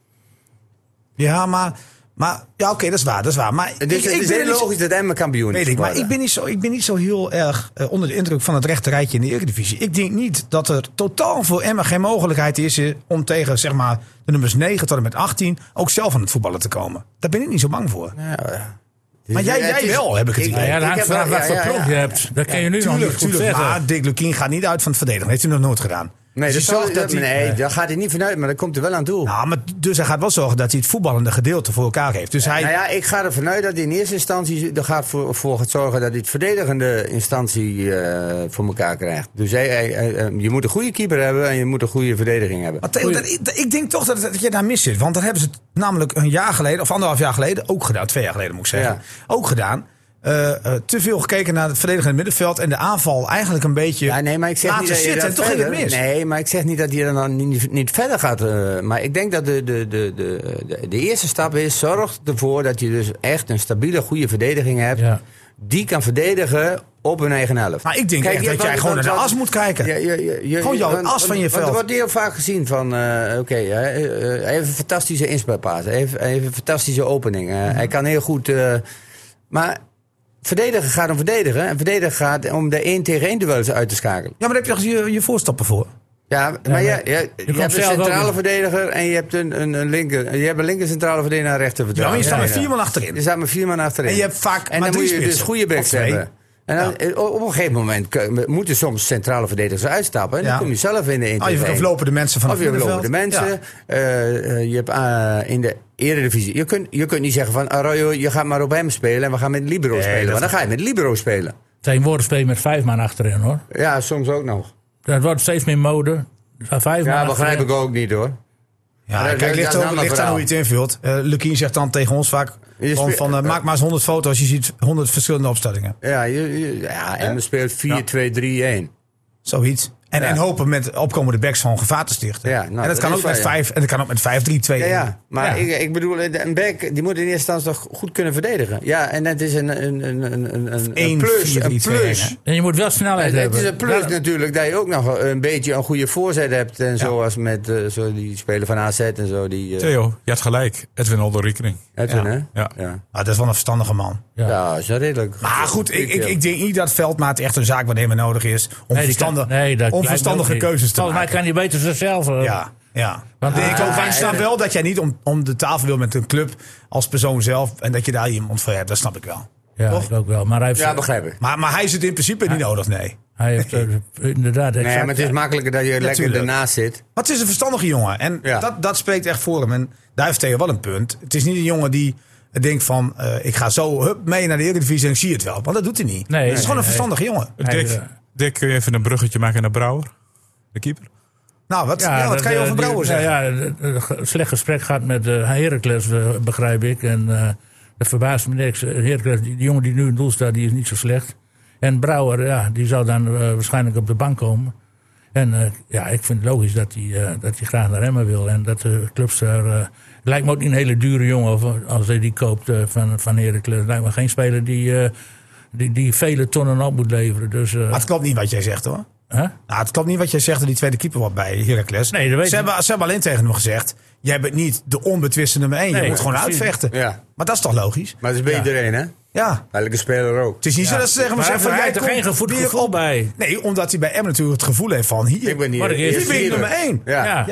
[SPEAKER 1] Ja, maar, maar ja, oké, dat is waar, dat is waar. Maar
[SPEAKER 3] Dus het is
[SPEAKER 1] ben
[SPEAKER 3] heel
[SPEAKER 1] niet zo-
[SPEAKER 3] logisch dat Emmen kampioen
[SPEAKER 1] Weet
[SPEAKER 3] is
[SPEAKER 1] ik, maar
[SPEAKER 3] geworden.
[SPEAKER 1] ik ben niet zo, ik ben niet zo heel erg eh, onder de indruk van het rechte rijtje in de Eredivisie. Ik denk niet dat er totaal voor Emmen geen mogelijkheid is eh, om tegen zeg maar, de nummers negen tot en met achttien ook zelf aan het voetballen te komen. Daar ben ik niet zo bang voor.
[SPEAKER 3] Ja, ja.
[SPEAKER 1] Maar jij,
[SPEAKER 3] Het
[SPEAKER 1] jij
[SPEAKER 3] is-
[SPEAKER 1] wel, heb ik het
[SPEAKER 3] ik-
[SPEAKER 1] idee.
[SPEAKER 2] Nou ja, dat
[SPEAKER 3] ik
[SPEAKER 2] hangt
[SPEAKER 3] heb
[SPEAKER 2] vanaf
[SPEAKER 3] wel-
[SPEAKER 2] wat
[SPEAKER 3] ja,
[SPEAKER 2] voor
[SPEAKER 3] ja,
[SPEAKER 2] ploeg
[SPEAKER 3] ja.
[SPEAKER 2] je hebt. Dat kan je nu nog niet
[SPEAKER 1] Tuurlijk,
[SPEAKER 2] goed
[SPEAKER 1] tuurlijk.
[SPEAKER 2] zeggen.
[SPEAKER 1] Maar Dick Lukien gaat niet uit van het verdedigen. Dat heeft hij nog nooit gedaan.
[SPEAKER 3] Nee,
[SPEAKER 1] Dus
[SPEAKER 3] dat
[SPEAKER 1] je zorgt
[SPEAKER 3] zal,
[SPEAKER 1] dat hij-
[SPEAKER 3] nee, daar gaat hij niet vanuit, maar dat komt er wel aan toe.
[SPEAKER 1] Nou, maar dus hij gaat wel zorgen dat hij het voetballende gedeelte voor elkaar heeft. Dus hij,
[SPEAKER 3] Nou ja, ik ga ervan uit dat hij in eerste instantie er gaat voor, voor gaat zorgen dat hij het verdedigende instantie eh, voor elkaar krijgt. Dus hij, hij- hij- eh, je moet een goede keeper hebben en je moet een goede verdediging hebben.
[SPEAKER 1] Maar Theo, dat- ik, ik denk toch dat, dat je daar mis zit. Want dat hebben ze het namelijk een jaar geleden, of anderhalf jaar geleden, ook gedaan. Twee jaar geleden moet ik zeggen.
[SPEAKER 3] Ja.
[SPEAKER 1] Ook gedaan. Eh, eh, te veel gekeken naar het verdedigende middenveld en de aanval eigenlijk een beetje
[SPEAKER 3] Ja, nee, maar ik zeg
[SPEAKER 1] laten
[SPEAKER 3] niet dat je
[SPEAKER 1] zitten.
[SPEAKER 3] dat
[SPEAKER 1] En toch ging het
[SPEAKER 3] verder,
[SPEAKER 1] mis.
[SPEAKER 3] Nee, maar ik zeg niet dat hij dan niet, niet verder gaat. eh, maar ik denk dat de, de, de, de, de, de eerste stap is, zorg ervoor dat je dus echt een stabiele, goede verdediging hebt.
[SPEAKER 2] Ja.
[SPEAKER 3] Die kan verdedigen op hun eigen helft.
[SPEAKER 1] Maar ik denk
[SPEAKER 3] Kijk,
[SPEAKER 1] echt
[SPEAKER 3] je-
[SPEAKER 1] dat jij
[SPEAKER 3] want-
[SPEAKER 1] gewoon naar de
[SPEAKER 3] want-
[SPEAKER 1] as moet kijken.
[SPEAKER 3] Ja, ja, ja, ja,
[SPEAKER 1] Gewoon jouw
[SPEAKER 3] want-
[SPEAKER 1] as van je
[SPEAKER 3] want-
[SPEAKER 1] veld.
[SPEAKER 3] Want er wordt heel vaak gezien van, eh, oké, eh, eh, hij heeft een fantastische inspelpaas. Hij heeft, hij heeft een fantastische opening. eh, Hij kan heel goed... eh, maar verdedigen gaat om verdedigen. En verdedigen gaat om de één tegen één duels uit te schakelen.
[SPEAKER 1] Ja, maar daar heb je je, je voorstappen voor.
[SPEAKER 3] Ja, maar
[SPEAKER 2] maar
[SPEAKER 3] ja, ja, je,
[SPEAKER 2] komt
[SPEAKER 3] hebt een
[SPEAKER 2] zelf ook
[SPEAKER 3] centrale
[SPEAKER 2] in.
[SPEAKER 3] verdediger en je hebt een, een, een linker. Je hebt een linker centrale verdediger en een rechter
[SPEAKER 1] Ja, maar
[SPEAKER 3] verdediger.
[SPEAKER 1] je staat met
[SPEAKER 3] Ja,
[SPEAKER 1] vier man
[SPEAKER 3] Je
[SPEAKER 1] achterin.
[SPEAKER 3] staat met vier man achterin.
[SPEAKER 1] En je hebt vaak
[SPEAKER 3] En
[SPEAKER 1] maar
[SPEAKER 3] dan
[SPEAKER 1] drie
[SPEAKER 3] moet je dus
[SPEAKER 1] spitsen.
[SPEAKER 3] goede backs
[SPEAKER 1] Of twee.
[SPEAKER 3] hebben. En dan, eh, op een gegeven moment kun- moeten soms centrale verdedigers uitstappen. En
[SPEAKER 1] Ja.
[SPEAKER 3] dan kom je zelf in de één
[SPEAKER 1] Oh, je
[SPEAKER 3] tegen één.
[SPEAKER 1] of lopen de mensen van
[SPEAKER 3] Of
[SPEAKER 1] het
[SPEAKER 3] je
[SPEAKER 1] middenveld.
[SPEAKER 3] lopen de mensen. Eh, eh, je hebt eh, in de Eredivisie. Je kunt, je kunt niet zeggen van Arroyo, je gaat maar op hem spelen en we gaan met libero
[SPEAKER 1] Nee,
[SPEAKER 3] spelen.
[SPEAKER 1] dat-
[SPEAKER 3] Want dan ga je met libero spelen.
[SPEAKER 2] Tegenwoordig speel je met vijf man achterin hoor.
[SPEAKER 3] Ja, soms ook nog.
[SPEAKER 2] Dat wordt steeds meer mode. Vijf man
[SPEAKER 3] Ja, begrijp
[SPEAKER 2] achterin.
[SPEAKER 3] ik ook niet hoor.
[SPEAKER 1] Ja,
[SPEAKER 3] Maar dat-
[SPEAKER 1] kijk,
[SPEAKER 3] dat
[SPEAKER 1] ligt,
[SPEAKER 3] is een
[SPEAKER 1] ook,
[SPEAKER 3] ander
[SPEAKER 1] ligt aan
[SPEAKER 3] verhaal.
[SPEAKER 1] hoe je het invult. Uh, Lukien zegt dan tegen ons vaak
[SPEAKER 3] Je
[SPEAKER 1] gewoon
[SPEAKER 3] speelt-
[SPEAKER 1] van, uh, maak maar eens honderd foto's. Je ziet honderd verschillende opstellingen.
[SPEAKER 3] Ja, je, je- ja en we speelt vier twee drie een.
[SPEAKER 1] Zoiets. En,
[SPEAKER 3] Ja.
[SPEAKER 1] en hopen met opkomende backs gewoon gevaar te stichten.
[SPEAKER 3] Ja, nou,
[SPEAKER 1] en dat
[SPEAKER 3] dat
[SPEAKER 1] kan
[SPEAKER 3] is
[SPEAKER 1] ook
[SPEAKER 3] waar,
[SPEAKER 1] met
[SPEAKER 3] ja.
[SPEAKER 1] vijf. En dat kan ook met vijf drie twee.
[SPEAKER 3] Ja, ja, maar
[SPEAKER 1] Ja.
[SPEAKER 3] Ik, ik bedoel, een back die moet in eerste instantie toch goed kunnen verdedigen. Ja, en het is een, een, een, een, een, een
[SPEAKER 1] één,
[SPEAKER 3] plus.
[SPEAKER 1] vier,
[SPEAKER 3] Een
[SPEAKER 1] drie, twee,
[SPEAKER 3] plus.
[SPEAKER 1] één,
[SPEAKER 2] En je moet wel snelheid
[SPEAKER 3] Het
[SPEAKER 2] hebben.
[SPEAKER 3] is een plus
[SPEAKER 2] Ja,
[SPEAKER 3] natuurlijk dat je ook nog een beetje een goede voorzet hebt. En zoals met eh, zo die spelen van A Z en zo. Die, eh,
[SPEAKER 5] Theo, je had gelijk. Edwin Olderrekening.
[SPEAKER 3] Edwin,
[SPEAKER 1] Ja.
[SPEAKER 3] hè?
[SPEAKER 5] Ja.
[SPEAKER 3] Ja.
[SPEAKER 1] Ah, dat is wel een verstandige man.
[SPEAKER 2] Ja.
[SPEAKER 3] Ja, is dat redelijk.
[SPEAKER 1] Maar goed, ik, ik, ik denk niet dat Veldmaat echt een zaakwaarnemer nodig is. Om
[SPEAKER 2] Nee, die kan-
[SPEAKER 1] verstandig,
[SPEAKER 2] nee, dat
[SPEAKER 1] om
[SPEAKER 2] lijkt me
[SPEAKER 1] verstandige
[SPEAKER 2] ook niet.
[SPEAKER 1] keuzes te
[SPEAKER 2] Volgens mij
[SPEAKER 1] maken.
[SPEAKER 2] kan hij beter zichzelf. eh,
[SPEAKER 1] Ja, ja.
[SPEAKER 2] Want
[SPEAKER 1] Want
[SPEAKER 2] ah,
[SPEAKER 1] ik, ook, ik
[SPEAKER 3] ja,
[SPEAKER 1] snap
[SPEAKER 3] ja.
[SPEAKER 1] wel dat jij niet om, om de tafel wil met een club als persoon zelf. En dat je daar iemand voor hebt. Dat snap ik wel.
[SPEAKER 2] Ja,
[SPEAKER 1] Toch?
[SPEAKER 2] ik ook wel. Maar hij heeft,
[SPEAKER 3] Ja, begrijp ik.
[SPEAKER 1] Maar, maar hij is het in principe niet nodig, nee.
[SPEAKER 2] hij heeft eh, inderdaad
[SPEAKER 3] Nee,
[SPEAKER 2] exact-
[SPEAKER 3] maar het is makkelijker dat je lekker
[SPEAKER 1] tuurlijk.
[SPEAKER 3] ernaast zit.
[SPEAKER 1] Maar het is een verstandige jongen. En
[SPEAKER 3] Ja.
[SPEAKER 1] dat, dat spreekt echt voor hem. En daar heeft Theo wel een punt. Het is niet een jongen die denkt van... eh, ik ga zo hup, mee naar de Eredivisie en ik zie het wel. Want dat doet hij niet.
[SPEAKER 2] Nee,
[SPEAKER 1] het is
[SPEAKER 2] nee,
[SPEAKER 1] gewoon een
[SPEAKER 2] nee.
[SPEAKER 1] verstandige jongen.
[SPEAKER 2] Hij,
[SPEAKER 5] Dick,
[SPEAKER 2] eh,
[SPEAKER 5] Dick, kun je even een bruggetje maken naar Brouwer? De keeper?
[SPEAKER 1] Nou, wat, ja, wat
[SPEAKER 2] dat,
[SPEAKER 1] kan je
[SPEAKER 2] eh,
[SPEAKER 1] over
[SPEAKER 2] die-
[SPEAKER 1] Brouwer zeggen?
[SPEAKER 2] Ja, ja, een slecht gesprek gehad met uh, Heracles, eh, begrijp ik. En eh, dat verbaast me niks. Eh, Heracles, die, die jongen die nu in het doel staat, die is niet zo slecht. En Brouwer, ja, die zal dan uh, waarschijnlijk op de bank komen. En uh, ja, ik vind het logisch dat hij uh, dat hij graag naar Emmen wil. En dat de clubs daar... Uh, lijkt me ook niet een hele dure jongen of, als hij die koopt uh, van, van Heracles. Lijkt me geen speler die, uh, die, die vele tonnen op moet leveren. Dus, uh,
[SPEAKER 1] Maar het klopt niet wat jij zegt, hoor.
[SPEAKER 2] huh?
[SPEAKER 1] Nou, het klopt niet wat jij zegt dat die tweede keeper wordt bij Heracles.
[SPEAKER 2] Nee, dat weet
[SPEAKER 1] ze,
[SPEAKER 2] ik.
[SPEAKER 1] hebben, ze hebben alleen tegen hem gezegd... jij bent niet de onbetwiste nummer één.
[SPEAKER 2] Nee,
[SPEAKER 1] je moet gewoon
[SPEAKER 2] precies.
[SPEAKER 1] uitvechten.
[SPEAKER 3] Ja.
[SPEAKER 1] Maar dat is toch logisch?
[SPEAKER 3] Maar dat is bij iedereen, hè?
[SPEAKER 1] Ja.
[SPEAKER 3] Elke speler ook.
[SPEAKER 1] Het is niet zo dat ze zeggen...
[SPEAKER 2] Maar
[SPEAKER 1] we
[SPEAKER 2] hij
[SPEAKER 1] zeggen van,
[SPEAKER 2] heeft er
[SPEAKER 1] jij
[SPEAKER 2] geen
[SPEAKER 1] komt
[SPEAKER 2] gevoed
[SPEAKER 1] weer
[SPEAKER 2] gevoel
[SPEAKER 1] op-
[SPEAKER 2] bij.
[SPEAKER 1] Nee, omdat hij bij Emmen natuurlijk het gevoel heeft van... hier,
[SPEAKER 3] Ik ben hier.
[SPEAKER 2] Maar ik-
[SPEAKER 1] hier ben je
[SPEAKER 3] hier.
[SPEAKER 1] nummer één.
[SPEAKER 3] Ja.
[SPEAKER 2] Ja.
[SPEAKER 1] Ja.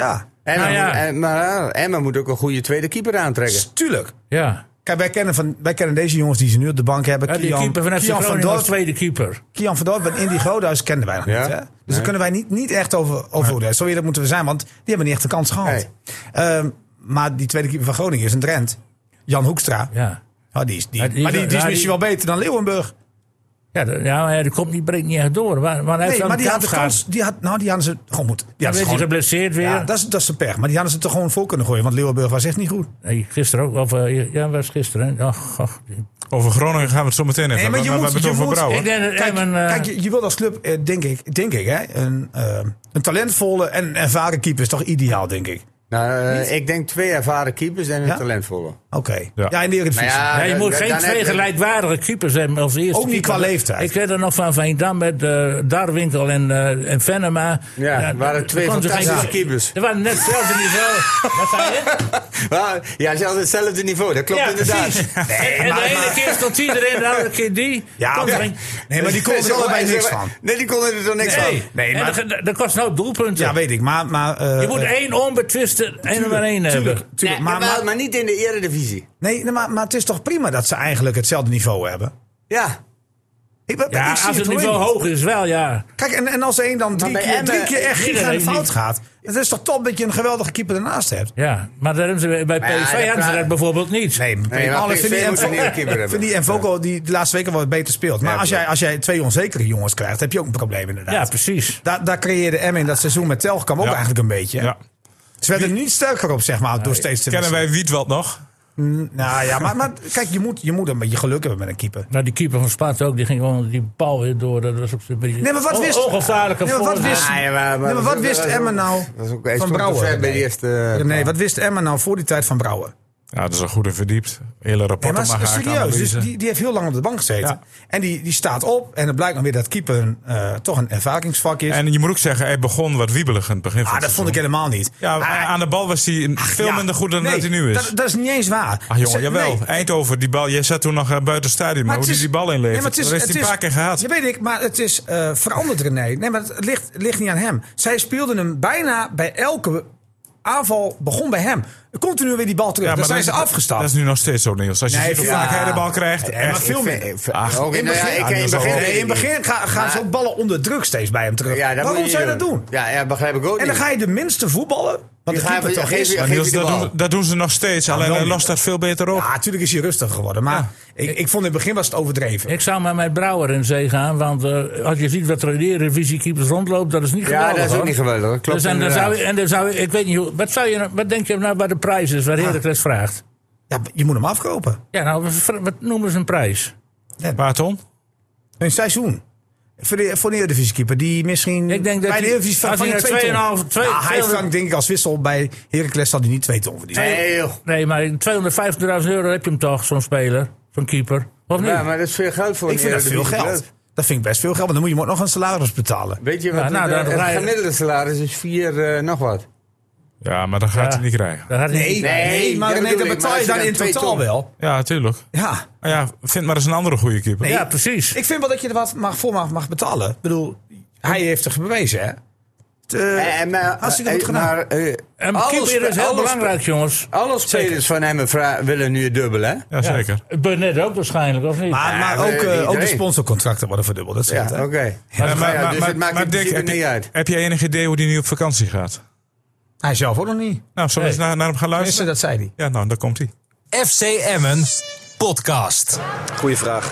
[SPEAKER 3] Emma
[SPEAKER 2] Nou ja.
[SPEAKER 3] moet, en, maar Emma moet ook een goede tweede keeper aantrekken.
[SPEAKER 1] Tuurlijk.
[SPEAKER 2] Ja.
[SPEAKER 1] Kijk, wij kennen, van, wij kennen deze jongens die ze nu op de bank hebben.
[SPEAKER 2] Ja, die
[SPEAKER 1] Kian,
[SPEAKER 2] keeper van F C
[SPEAKER 1] Kian van
[SPEAKER 2] Groningen was
[SPEAKER 1] Dorp,
[SPEAKER 2] tweede keeper.
[SPEAKER 1] Kian van Dorp en Indy Groothuis kenden wij nog
[SPEAKER 3] Ja?
[SPEAKER 1] niet. Hè? Dus
[SPEAKER 3] Nee.
[SPEAKER 1] daar kunnen wij niet, niet echt over, over oordelen. Zo eerlijk moeten we zijn, want die hebben niet echt de kans gehad.
[SPEAKER 3] Nee.
[SPEAKER 1] Ehm, maar die tweede keeper van Groningen is een Drent. Jan Hoekstra.
[SPEAKER 2] Ja.
[SPEAKER 1] Oh, die is, die,
[SPEAKER 2] Ja, die-
[SPEAKER 1] maar die, die is
[SPEAKER 2] ja,
[SPEAKER 1] misschien
[SPEAKER 2] die-
[SPEAKER 1] wel beter dan Leeuwenburg.
[SPEAKER 2] Ja, de- ja, maar die komt niet, breekt niet echt door. Maar, maar hij heeft
[SPEAKER 1] Nee,
[SPEAKER 2] wel
[SPEAKER 1] maar
[SPEAKER 2] een
[SPEAKER 1] die had
[SPEAKER 2] kans
[SPEAKER 1] de
[SPEAKER 2] gehad.
[SPEAKER 1] kans. Die had, nou, die hadden ze gewoon moeten. Die
[SPEAKER 2] Dan
[SPEAKER 1] hadden
[SPEAKER 2] werd
[SPEAKER 1] ze
[SPEAKER 2] hij
[SPEAKER 1] gewoon,
[SPEAKER 2] geblesseerd weer.
[SPEAKER 1] ja, dat is, dat is de pech. Maar die hadden ze toch gewoon vol kunnen gooien. Want Leeuwenburg was echt niet goed.
[SPEAKER 2] Nee, gisteren ook. Of, uh, ja, was gisteren. Hè? Och, och.
[SPEAKER 5] Over Groningen gaan we het zo meteen even
[SPEAKER 1] Nee, maar
[SPEAKER 5] hebben.
[SPEAKER 1] je
[SPEAKER 5] We
[SPEAKER 1] moet-
[SPEAKER 5] hebben het
[SPEAKER 1] je
[SPEAKER 5] over
[SPEAKER 1] moet-
[SPEAKER 5] Brouwer.
[SPEAKER 2] Ik denk dat
[SPEAKER 1] Kijk,
[SPEAKER 2] Emmen, uh,
[SPEAKER 1] kijk je, je wilt als club, eh, denk ik, denk ik hè, een, uh, een talentvolle en ervaren keeper is toch ideaal, denk ik.
[SPEAKER 3] Nou, uh, ik denk twee ervaren keepers en een
[SPEAKER 1] Ja?
[SPEAKER 3] talentvolle.
[SPEAKER 1] Oké.
[SPEAKER 5] Ja.
[SPEAKER 1] Ja. in de Eredivisie.
[SPEAKER 3] Maar ja,
[SPEAKER 2] ja, je
[SPEAKER 3] dan-
[SPEAKER 2] moet
[SPEAKER 3] dan
[SPEAKER 2] geen
[SPEAKER 3] heb
[SPEAKER 2] twee
[SPEAKER 3] je-
[SPEAKER 2] gelijkwaardige keepers hebben als eerste
[SPEAKER 1] Ook niet
[SPEAKER 2] keeper.
[SPEAKER 1] qua leeftijd.
[SPEAKER 2] Ik weet er nog van Veendam met uh, Darwinkel en, uh, en Venema.
[SPEAKER 3] Ja, er waren twee
[SPEAKER 2] daar kon ze
[SPEAKER 3] fantastische
[SPEAKER 2] geen-
[SPEAKER 3] keepers.
[SPEAKER 2] Er waren net hetzelfde niveau. Wat zei je?
[SPEAKER 3] Maar, ja, ze hadden hetzelfde niveau, dat klopt
[SPEAKER 2] Ja,
[SPEAKER 3] inderdaad.
[SPEAKER 2] precies. en en
[SPEAKER 1] maar-
[SPEAKER 2] de ene
[SPEAKER 1] maar-
[SPEAKER 2] keer stond die erin, de andere keer die.
[SPEAKER 1] Ja,
[SPEAKER 2] Kon er
[SPEAKER 1] oké.
[SPEAKER 2] geen-
[SPEAKER 1] Nee, maar die konden er allebei niks van.
[SPEAKER 3] Nee, die konden er toch niks van.
[SPEAKER 2] Nee,
[SPEAKER 1] Nee,
[SPEAKER 2] en
[SPEAKER 1] maar-
[SPEAKER 2] dat- dat kost nou doelpunten.
[SPEAKER 1] Ja, weet ik. Maar, maar, uh,
[SPEAKER 2] Je moet één onbetwiste één nummer één hebben.
[SPEAKER 1] Tuurlijk, tuurlijk.
[SPEAKER 3] Nee,
[SPEAKER 1] maar,
[SPEAKER 3] maar,
[SPEAKER 1] maar,
[SPEAKER 3] maar niet in de Eredivisie.
[SPEAKER 1] nee, nee, maar, maar het is toch prima dat ze eigenlijk hetzelfde niveau hebben?
[SPEAKER 3] Ja.
[SPEAKER 1] Ik, ben-
[SPEAKER 2] Ja,
[SPEAKER 1] ik zie
[SPEAKER 2] als het
[SPEAKER 1] alleen
[SPEAKER 2] niveau
[SPEAKER 1] niet.
[SPEAKER 2] hoog is, wel ja.
[SPEAKER 1] Kijk, en, en als één dan drie
[SPEAKER 3] bij
[SPEAKER 1] keer,
[SPEAKER 3] Emmen-
[SPEAKER 1] drie keer echt
[SPEAKER 2] iedereen
[SPEAKER 1] giga fout
[SPEAKER 2] niet.
[SPEAKER 1] gaat. Het is toch top dat je een geweldige keeper ernaast hebt?
[SPEAKER 2] Ja, maar daar hebben ze, bij P
[SPEAKER 3] Maar ja,
[SPEAKER 2] S V
[SPEAKER 3] dat
[SPEAKER 2] hadden ze
[SPEAKER 3] praat-
[SPEAKER 2] dat bijvoorbeeld niet.
[SPEAKER 1] Nee,
[SPEAKER 3] Nee, maar
[SPEAKER 1] alle
[SPEAKER 3] P S V
[SPEAKER 1] vind die
[SPEAKER 3] moet een nieuwe keeper
[SPEAKER 1] en
[SPEAKER 3] hebben.
[SPEAKER 1] Vind die en Voco die de laatste weken wat beter speelt. Maar
[SPEAKER 3] Ja,
[SPEAKER 1] als, jij,
[SPEAKER 3] klopt.
[SPEAKER 1] als jij twee onzekere jongens krijgt, heb je ook een probleem inderdaad.
[SPEAKER 2] Ja, precies.
[SPEAKER 1] Daar, daar creëerde Emmen in dat seizoen met Telgekamp ook
[SPEAKER 5] Ja.
[SPEAKER 1] eigenlijk een beetje.
[SPEAKER 5] Ja.
[SPEAKER 1] Ze werden er niet sterker op, zeg maar, door steeds te
[SPEAKER 5] Kennen
[SPEAKER 1] wisselen.
[SPEAKER 5] wij Wiedwald nog?
[SPEAKER 1] Nou ja, maar, maar kijk, je moet, je moet een beetje geluk hebben met een keeper.
[SPEAKER 2] Nou, die keeper van Sparta ook, die ging gewoon die bal weer door. Dat was ook zo'n beetje
[SPEAKER 1] Nee, maar wat wist-
[SPEAKER 2] ongevaarlijke
[SPEAKER 1] Nee, maar wat
[SPEAKER 2] voorzet.
[SPEAKER 1] wist-
[SPEAKER 3] Ah, ja, maar,
[SPEAKER 1] Nee, maar wat
[SPEAKER 3] dat
[SPEAKER 1] wist
[SPEAKER 3] was
[SPEAKER 1] Emmen
[SPEAKER 3] ook-
[SPEAKER 1] nou
[SPEAKER 3] dat was ook, hij
[SPEAKER 1] van
[SPEAKER 3] stond te
[SPEAKER 1] Brouwer?
[SPEAKER 3] ver bij de
[SPEAKER 1] Nee.
[SPEAKER 3] eerste...
[SPEAKER 1] Nee, wat wist Emmen nou voor die tijd van Brouwer?
[SPEAKER 5] Ja, dat is een goede verdiept. Hele
[SPEAKER 1] Nee,
[SPEAKER 5] rapporten
[SPEAKER 1] maar
[SPEAKER 5] mag ik
[SPEAKER 1] serieus, dus
[SPEAKER 5] analyse.
[SPEAKER 1] die, die heeft heel lang op de bank gezeten.
[SPEAKER 5] Ja.
[SPEAKER 1] En die, die staat op en het blijkt nog weer dat keeper uh, toch een ervaringsvak is.
[SPEAKER 5] En je moet ook zeggen, hij begon wat wiebelig in het begin van
[SPEAKER 1] ah,
[SPEAKER 5] het
[SPEAKER 1] dat vond ik
[SPEAKER 5] seizoen.
[SPEAKER 1] helemaal niet.
[SPEAKER 5] Ja,
[SPEAKER 1] Hij-
[SPEAKER 5] aan de bal was hij veel
[SPEAKER 1] ja,
[SPEAKER 5] minder goed dan
[SPEAKER 1] nee,
[SPEAKER 5] dat hij nu is.
[SPEAKER 1] Dat, dat is niet eens waar.
[SPEAKER 5] Ach jongen,
[SPEAKER 1] Ze-
[SPEAKER 5] jawel.
[SPEAKER 1] nee.
[SPEAKER 5] Eindhoven, die bal. Jij zat toen nog uh, buiten het stadion. Maar,
[SPEAKER 1] het
[SPEAKER 5] hoe die
[SPEAKER 1] is-
[SPEAKER 5] die bal inlevert.
[SPEAKER 1] Nee, maar het is-
[SPEAKER 5] dat heeft
[SPEAKER 1] het
[SPEAKER 5] hij een
[SPEAKER 1] is-
[SPEAKER 5] paar keer gehad.
[SPEAKER 1] Ja, weet ik, maar het is uh, veranderd, René. Nee, maar het ligt, ligt niet aan hem. Zij speelden hem bijna bij elke aanval, begon bij hem. Continu weer die bal terug.
[SPEAKER 5] Ja,
[SPEAKER 1] Dan
[SPEAKER 5] maar
[SPEAKER 1] zijn
[SPEAKER 5] dat
[SPEAKER 1] ze
[SPEAKER 5] is-
[SPEAKER 1] afgestapt.
[SPEAKER 5] Dat is nu nog steeds zo, Niels. Als je
[SPEAKER 1] Nee,
[SPEAKER 5] ziet hoe
[SPEAKER 1] ja.
[SPEAKER 5] vaak hij de bal krijgt.
[SPEAKER 1] Nee, maar
[SPEAKER 5] echt.
[SPEAKER 1] veel
[SPEAKER 3] Ik
[SPEAKER 1] meer.
[SPEAKER 3] vind- ik-
[SPEAKER 5] Ach,
[SPEAKER 3] oké,
[SPEAKER 1] in,
[SPEAKER 3] nou ja,
[SPEAKER 1] begin,
[SPEAKER 3] ik- in het begin
[SPEAKER 1] nee,
[SPEAKER 3] weet
[SPEAKER 1] in
[SPEAKER 3] ik
[SPEAKER 1] het begin
[SPEAKER 3] niet.
[SPEAKER 1] ga- gaan
[SPEAKER 3] Maar-
[SPEAKER 1] ze ook ballen onder druk steeds bij hem terug.
[SPEAKER 3] Ja, dat
[SPEAKER 1] Waarom
[SPEAKER 3] moet
[SPEAKER 1] zou je dat doen?
[SPEAKER 3] Ja, ja, begrijp ik ook
[SPEAKER 1] En dan
[SPEAKER 3] niet.
[SPEAKER 1] ga je de minste voetballen. Want de
[SPEAKER 3] Die gaan
[SPEAKER 1] keeper
[SPEAKER 3] we-
[SPEAKER 1] toch
[SPEAKER 3] geef
[SPEAKER 1] is.
[SPEAKER 3] je-
[SPEAKER 5] Maar
[SPEAKER 3] geef
[SPEAKER 5] Niels,
[SPEAKER 3] je de
[SPEAKER 5] dat,
[SPEAKER 3] bal.
[SPEAKER 5] doen, dat doen ze nog steeds. Alleen
[SPEAKER 1] wel
[SPEAKER 5] hij
[SPEAKER 1] niet.
[SPEAKER 5] lost dat veel beter op.
[SPEAKER 1] Ja, natuurlijk is hij rustiger geworden. Maar ik, ik vond in het begin was het overdreven.
[SPEAKER 2] Ik zou maar met Brouwer in zee gaan, want uh, als je ziet wat er in de Eredivisie-keepers rondloopt, dat is niet geweldig.
[SPEAKER 3] Ja, dat is ook
[SPEAKER 2] hoor.
[SPEAKER 3] niet geweldig. Klopt
[SPEAKER 2] Dus en dan
[SPEAKER 3] inderdaad.
[SPEAKER 2] zou je, en dan zou je, ik weet niet hoe, wat, zou je, wat denk je nou bij de prijs is, waar Heracles vraagt?
[SPEAKER 1] Ja, je moet hem afkopen.
[SPEAKER 2] Ja, nou, wat, wat noemen ze een prijs?
[SPEAKER 5] Paar ton?
[SPEAKER 1] Een seizoen. Voor de, voor de Eredivisie-keeper die misschien
[SPEAKER 2] Ik denk dat
[SPEAKER 1] bij de
[SPEAKER 2] hij-
[SPEAKER 1] Eredivisie
[SPEAKER 2] als
[SPEAKER 1] van
[SPEAKER 2] hij
[SPEAKER 1] je
[SPEAKER 2] naar
[SPEAKER 1] twee ton.
[SPEAKER 2] tweeënhalf twee-
[SPEAKER 1] Ja, hij
[SPEAKER 2] tweehonderd
[SPEAKER 1] vangt denk ik als wissel bij Heracles zal hij niet twee ton verdienen.
[SPEAKER 3] Nee, joh.
[SPEAKER 2] Nee, maar tweehonderdvijftigduizend euro heb je hem toch, zo'n speler, zo'n keeper. Of niet?
[SPEAKER 3] Ja, maar dat is veel geld voor
[SPEAKER 1] Ik
[SPEAKER 3] een
[SPEAKER 1] vind dat veel
[SPEAKER 3] Eredivisie.
[SPEAKER 1] geld. Dat vind ik best veel geld, want dan moet je hem ook nog een salaris betalen.
[SPEAKER 3] Weet je wat?
[SPEAKER 2] Ja, nou,
[SPEAKER 3] het,
[SPEAKER 2] dan
[SPEAKER 3] het
[SPEAKER 2] rij je-
[SPEAKER 3] gemiddelde salaris is vier uh, nog wat.
[SPEAKER 5] Ja, maar dat gaat
[SPEAKER 2] Ja.
[SPEAKER 5] hij niet krijgen.
[SPEAKER 2] Dat had hij
[SPEAKER 1] Nee,
[SPEAKER 2] niet.
[SPEAKER 1] nee,
[SPEAKER 3] Nee,
[SPEAKER 1] maar
[SPEAKER 3] dat
[SPEAKER 1] nee,
[SPEAKER 3] bedoel
[SPEAKER 1] dan
[SPEAKER 3] ik,
[SPEAKER 1] betaal
[SPEAKER 3] maar
[SPEAKER 1] je
[SPEAKER 3] als je
[SPEAKER 1] dan in
[SPEAKER 3] dan twee
[SPEAKER 1] totaal
[SPEAKER 3] ton-
[SPEAKER 1] wel.
[SPEAKER 5] Ja, natuurlijk.
[SPEAKER 1] Ja.
[SPEAKER 5] Maar ja, vind maar eens een andere goede keeper.
[SPEAKER 1] Nee.
[SPEAKER 2] Ja, precies.
[SPEAKER 1] Ik vind wel dat je er wat mag, voor mag, mag betalen. Ik bedoel, hij heeft zich bewezen, hè? Het, eh,
[SPEAKER 3] En, maar,
[SPEAKER 1] hartstikke goed
[SPEAKER 3] eh,
[SPEAKER 1] gedaan.
[SPEAKER 3] maar, eh,
[SPEAKER 2] En
[SPEAKER 3] alle
[SPEAKER 2] keeper
[SPEAKER 3] spe-
[SPEAKER 2] is heel
[SPEAKER 3] alle
[SPEAKER 2] belangrijk, jongens.
[SPEAKER 3] Alle spelers van hem vra- willen nu het dubbel, hè?
[SPEAKER 5] Ja, zeker.
[SPEAKER 2] Het Burnett ook waarschijnlijk, of niet?
[SPEAKER 1] maar maar
[SPEAKER 3] Ja,
[SPEAKER 1] ook, eh, ook de
[SPEAKER 3] iedereen.
[SPEAKER 1] sponsorcontracten worden verdubbeld. Dat
[SPEAKER 3] Ja,
[SPEAKER 1] zegt,
[SPEAKER 3] oké.
[SPEAKER 1] hè?
[SPEAKER 3] Maar,
[SPEAKER 5] maar,
[SPEAKER 3] ja,
[SPEAKER 5] maar,
[SPEAKER 3] dus
[SPEAKER 5] maar,
[SPEAKER 3] het maakt
[SPEAKER 5] maar
[SPEAKER 3] in
[SPEAKER 5] Dick,
[SPEAKER 3] principe
[SPEAKER 5] heb,
[SPEAKER 3] niet
[SPEAKER 5] je,
[SPEAKER 3] uit.
[SPEAKER 5] heb je enig idee hoe die nu op vakantie gaat?
[SPEAKER 1] Hij zelf ook nog niet.
[SPEAKER 5] Nou, zullen we
[SPEAKER 2] Nee.
[SPEAKER 5] eens naar, naar hem gaan
[SPEAKER 1] Tenminste,
[SPEAKER 5] luisteren?
[SPEAKER 1] dat zei hij.
[SPEAKER 5] Ja, nou, daar komt hij.
[SPEAKER 4] F C Emmen podcast.
[SPEAKER 7] Goeie vraag.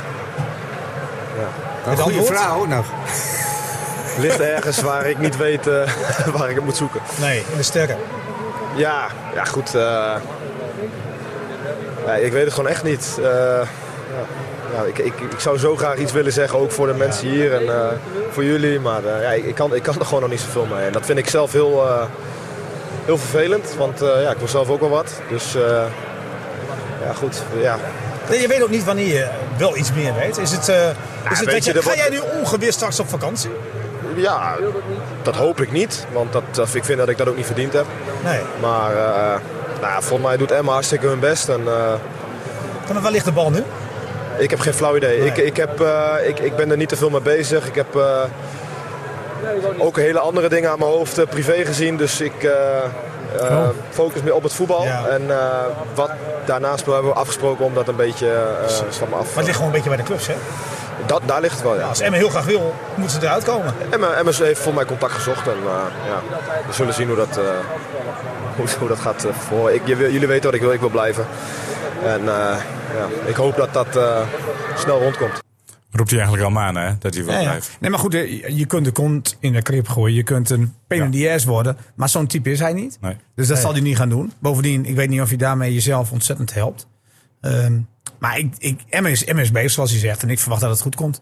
[SPEAKER 3] Een goede
[SPEAKER 1] antwoord?
[SPEAKER 3] vraag ook nog.
[SPEAKER 7] Ligt ergens waar ik niet weet uh, waar ik het moet zoeken.
[SPEAKER 1] Nee, in de sterren.
[SPEAKER 7] Ja, ja goed. Uh, ja, ik weet het gewoon echt niet. Uh, ja, ja, ik, ik, ik zou zo graag iets willen zeggen, ook voor de mensen hier en uh, voor jullie. Maar uh, ja, ik, ik, kan, ik kan er gewoon nog niet zoveel mee. En dat vind ik zelf heel, uh, heel vervelend. Want uh, ja, ik wil zelf ook wel wat. Dus uh, ja, goed. Ja.
[SPEAKER 1] Nee, je weet ook niet wanneer je wel iets meer weet. Is het, uh, is het
[SPEAKER 7] weet
[SPEAKER 1] dat
[SPEAKER 7] je,
[SPEAKER 1] je,
[SPEAKER 7] er
[SPEAKER 1] ga
[SPEAKER 7] wordt-
[SPEAKER 1] jij nu ongewist straks op vakantie?
[SPEAKER 7] Ja, dat hoop ik niet. Want dat, dat, ik vind dat ik dat ook niet verdiend heb.
[SPEAKER 1] Nee.
[SPEAKER 7] Maar uh, nou, volgens mij doet Emma hartstikke hun best. En, uh,
[SPEAKER 1] Waar ligt de bal nu?
[SPEAKER 7] ik heb geen flauw idee.
[SPEAKER 1] Nee.
[SPEAKER 7] Ik, ik, heb, uh, ik, ik ben er niet te veel mee bezig. Ik heb uh, ook hele andere dingen aan mijn hoofd uh, privé gezien. Dus ik, uh, Uh,
[SPEAKER 2] Oh.
[SPEAKER 7] Focus meer op het voetbal.
[SPEAKER 1] Ja.
[SPEAKER 7] En uh, wat daarnaast hebben we afgesproken om dat een beetje uh, van me af...
[SPEAKER 1] Maar het ligt gewoon een beetje bij de clubs, hè?
[SPEAKER 7] Dat, daar ligt het wel, ja.
[SPEAKER 1] Als Emmen heel graag wil, moeten ze eruit komen.
[SPEAKER 7] Emmen, Emmen heeft voor mij contact gezocht. En uh, ja, we zullen zien hoe dat, uh, hoe, hoe dat gaat uh, voor. Ik, jullie weten wat ik wil, ik wil blijven. En uh, ja, ik hoop dat dat uh, snel rondkomt.
[SPEAKER 5] Roept hij eigenlijk al aan, hè? Dat hij wel
[SPEAKER 1] Ja, ja.
[SPEAKER 5] blijft.
[SPEAKER 1] Nee, maar goed, je kunt de kont in de krip gooien. Je kunt een pain in the ass worden. Maar zo'n type is hij niet.
[SPEAKER 5] Nee.
[SPEAKER 1] Dus dat
[SPEAKER 2] Nee.
[SPEAKER 1] zal hij niet gaan doen. Bovendien, ik weet niet of je daarmee jezelf ontzettend helpt. Um, maar ik, ik, Emmen is, Emmen is bezig, zoals hij zegt. En ik verwacht dat het goed komt.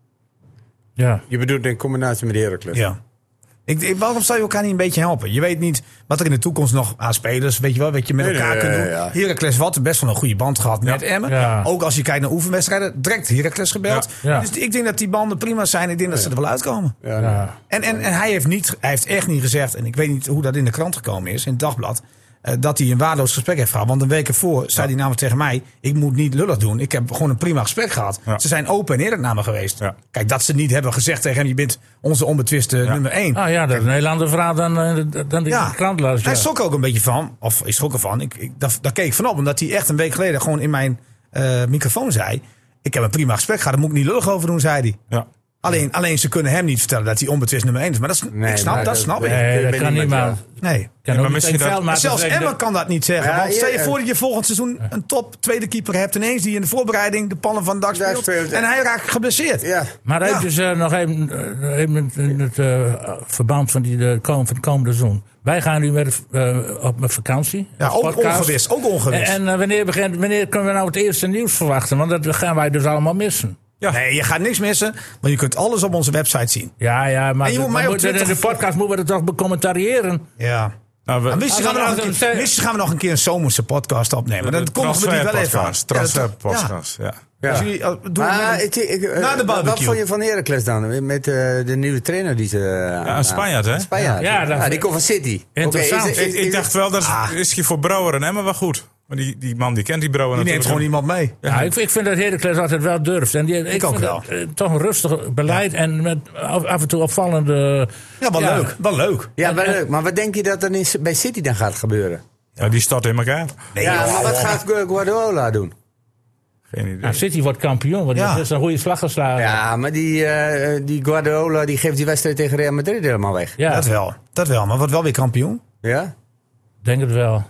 [SPEAKER 2] Ja.
[SPEAKER 3] Je bedoelt in combinatie met Heracles.
[SPEAKER 1] Ja. Ik, ik, waarom zou je elkaar niet een beetje helpen? Je weet niet wat er in de toekomst nog aan spelers, weet je wel, wat je met
[SPEAKER 3] Nee,
[SPEAKER 1] elkaar
[SPEAKER 3] nee,
[SPEAKER 1] kunt
[SPEAKER 3] ja,
[SPEAKER 1] doen.
[SPEAKER 3] ja.
[SPEAKER 1] Heracles had best wel een goede band gehad met Emmen.
[SPEAKER 2] Ja.
[SPEAKER 1] Ook als je kijkt naar oefenwedstrijden, direct Heracles gebeld.
[SPEAKER 2] Ja. Ja.
[SPEAKER 1] Dus ik denk dat die banden prima zijn. Ik denk dat ze er wel uitkomen.
[SPEAKER 3] Ja,
[SPEAKER 2] Ja.
[SPEAKER 1] En, en, en hij, heeft niet, hij heeft echt niet gezegd, en ik weet niet hoe dat in de krant gekomen is, in het dagblad, uh, dat hij een waardeloos gesprek heeft gehad. Want een week ervoor zei hij namelijk tegen mij, ik moet niet lullig doen. Ik heb gewoon een prima gesprek gehad.
[SPEAKER 5] Ja.
[SPEAKER 1] Ze zijn open en eerlijk naar me geweest.
[SPEAKER 5] Ja.
[SPEAKER 1] Kijk, dat ze niet hebben gezegd tegen hem, je bent onze onbetwiste nummer één.
[SPEAKER 2] Ah ja, dat is een heel ander verhaal dan, eh, dan die
[SPEAKER 1] Ja.
[SPEAKER 2] krant las.
[SPEAKER 1] Hij
[SPEAKER 2] Ja.
[SPEAKER 1] schrok ook een beetje van, of ik schrok ervan. Ik, ik, daar, daar keek ik van op, omdat hij echt een week geleden gewoon in mijn uh, microfoon zei, ik heb een prima gesprek gehad, daar moet ik niet lullig over doen, zei hij.
[SPEAKER 5] Ja.
[SPEAKER 1] Alleen, alleen ze kunnen hem niet vertellen dat hij onbetwist nummer één is. Maar dat, is,
[SPEAKER 3] Nee,
[SPEAKER 1] ik snap,
[SPEAKER 3] maar
[SPEAKER 1] dat
[SPEAKER 3] dat-
[SPEAKER 1] snap ik.
[SPEAKER 2] Nee,
[SPEAKER 3] Ik
[SPEAKER 2] dat
[SPEAKER 3] ben
[SPEAKER 2] kan
[SPEAKER 3] niet
[SPEAKER 2] niet,
[SPEAKER 3] met
[SPEAKER 2] maar...
[SPEAKER 1] Nee.
[SPEAKER 2] Kan
[SPEAKER 5] maar
[SPEAKER 2] ook niet
[SPEAKER 5] misschien
[SPEAKER 2] een
[SPEAKER 5] dat-
[SPEAKER 2] veldmaat
[SPEAKER 1] Zelfs
[SPEAKER 2] zeggen
[SPEAKER 1] Emma
[SPEAKER 2] dat-
[SPEAKER 1] kan dat niet zeggen.
[SPEAKER 3] Ja,
[SPEAKER 1] want stel je
[SPEAKER 3] ja,
[SPEAKER 1] voor dat je volgend seizoen een top tweede keeper hebt. Ineens die in de voorbereiding de pannen van dak
[SPEAKER 3] Daar
[SPEAKER 1] speelt.
[SPEAKER 3] speelt-
[SPEAKER 1] En hij raakt geblesseerd.
[SPEAKER 3] Ja.
[SPEAKER 2] Maar
[SPEAKER 1] Ja.
[SPEAKER 2] even uh, nog even, uh, even in het uh, verband van, die, de, kom- van het komende seizoen. Wij gaan nu met, uh, op met vakantie.
[SPEAKER 1] Ja,
[SPEAKER 2] als
[SPEAKER 1] ook
[SPEAKER 2] podcast.
[SPEAKER 1] ongewis. Ook ongewis.
[SPEAKER 2] En, en uh, wanneer, begint, wanneer kunnen we nou het eerste nieuws verwachten? Want dat gaan wij dus allemaal missen.
[SPEAKER 5] Ja.
[SPEAKER 1] Nee, je gaat niks missen. Maar je kunt alles op onze website zien.
[SPEAKER 2] Ja, ja, maar,
[SPEAKER 1] En je moet
[SPEAKER 2] de,
[SPEAKER 1] mij
[SPEAKER 2] maar
[SPEAKER 1] op
[SPEAKER 2] moet- de,
[SPEAKER 1] Twitter
[SPEAKER 2] de podcast moeten we er toch becommentariëren.
[SPEAKER 1] Ja.
[SPEAKER 5] Nou, we,
[SPEAKER 1] Maar misschien gaan, we
[SPEAKER 2] Als-
[SPEAKER 1] nog een
[SPEAKER 2] als-
[SPEAKER 1] keer-
[SPEAKER 2] als-
[SPEAKER 1] misschien gaan we nog een keer een zomerse podcast opnemen. Dan kondigen we die wel even aan.
[SPEAKER 5] Transferpodcast, ja.
[SPEAKER 1] Ja. Dus jullie, uh, doen
[SPEAKER 3] Maar
[SPEAKER 1] we-
[SPEAKER 3] ik, ik, uh,
[SPEAKER 1] Na de
[SPEAKER 3] wat
[SPEAKER 1] barbecue.
[SPEAKER 3] vond je van Heracles dan? Met uh, de nieuwe trainer die ze... Uh,
[SPEAKER 5] Ja, een Spanjaard, hè?
[SPEAKER 3] Spanjaard.
[SPEAKER 2] Ja,
[SPEAKER 3] Ja,
[SPEAKER 2] dat-
[SPEAKER 3] die komt van City.
[SPEAKER 2] Interessant.
[SPEAKER 3] Oké, is- is-
[SPEAKER 5] Ik,
[SPEAKER 3] is-
[SPEAKER 5] ik dacht wel, dat
[SPEAKER 1] Ah.
[SPEAKER 5] is hij voor Brouwer en Emmen wel goed. Maar die, die man die kent die Brouwer
[SPEAKER 1] die neemt
[SPEAKER 5] natuurlijk.
[SPEAKER 1] gewoon iemand mee.
[SPEAKER 2] Ja, ik, ik vind dat Heracles altijd wel durft. En die, ik
[SPEAKER 1] ook
[SPEAKER 2] vind
[SPEAKER 1] wel.
[SPEAKER 2] dat, uh, toch een rustig beleid en met af, af en toe opvallende...
[SPEAKER 1] Ja, wel leuk. Wel leuk.
[SPEAKER 3] Ja, wel leuk. Maar wat denk je dat er in- bij City dan gaat gebeuren?
[SPEAKER 5] Ja, die stort in elkaar.
[SPEAKER 1] Nee,
[SPEAKER 3] ja,
[SPEAKER 1] joh.
[SPEAKER 3] maar wat gaat Gu- Guardiola doen?
[SPEAKER 5] Geen idee.
[SPEAKER 2] Nou, City wordt kampioen, want
[SPEAKER 1] Ja.
[SPEAKER 2] die is een goede slag geslagen.
[SPEAKER 3] Ja, maar die, uh, die Guardiola die geeft die wedstrijd tegen Real Madrid helemaal weg.
[SPEAKER 2] Ja,
[SPEAKER 1] Dat wel. Dat wel. Maar wordt wel weer kampioen.
[SPEAKER 3] Ja?
[SPEAKER 2] denk het wel.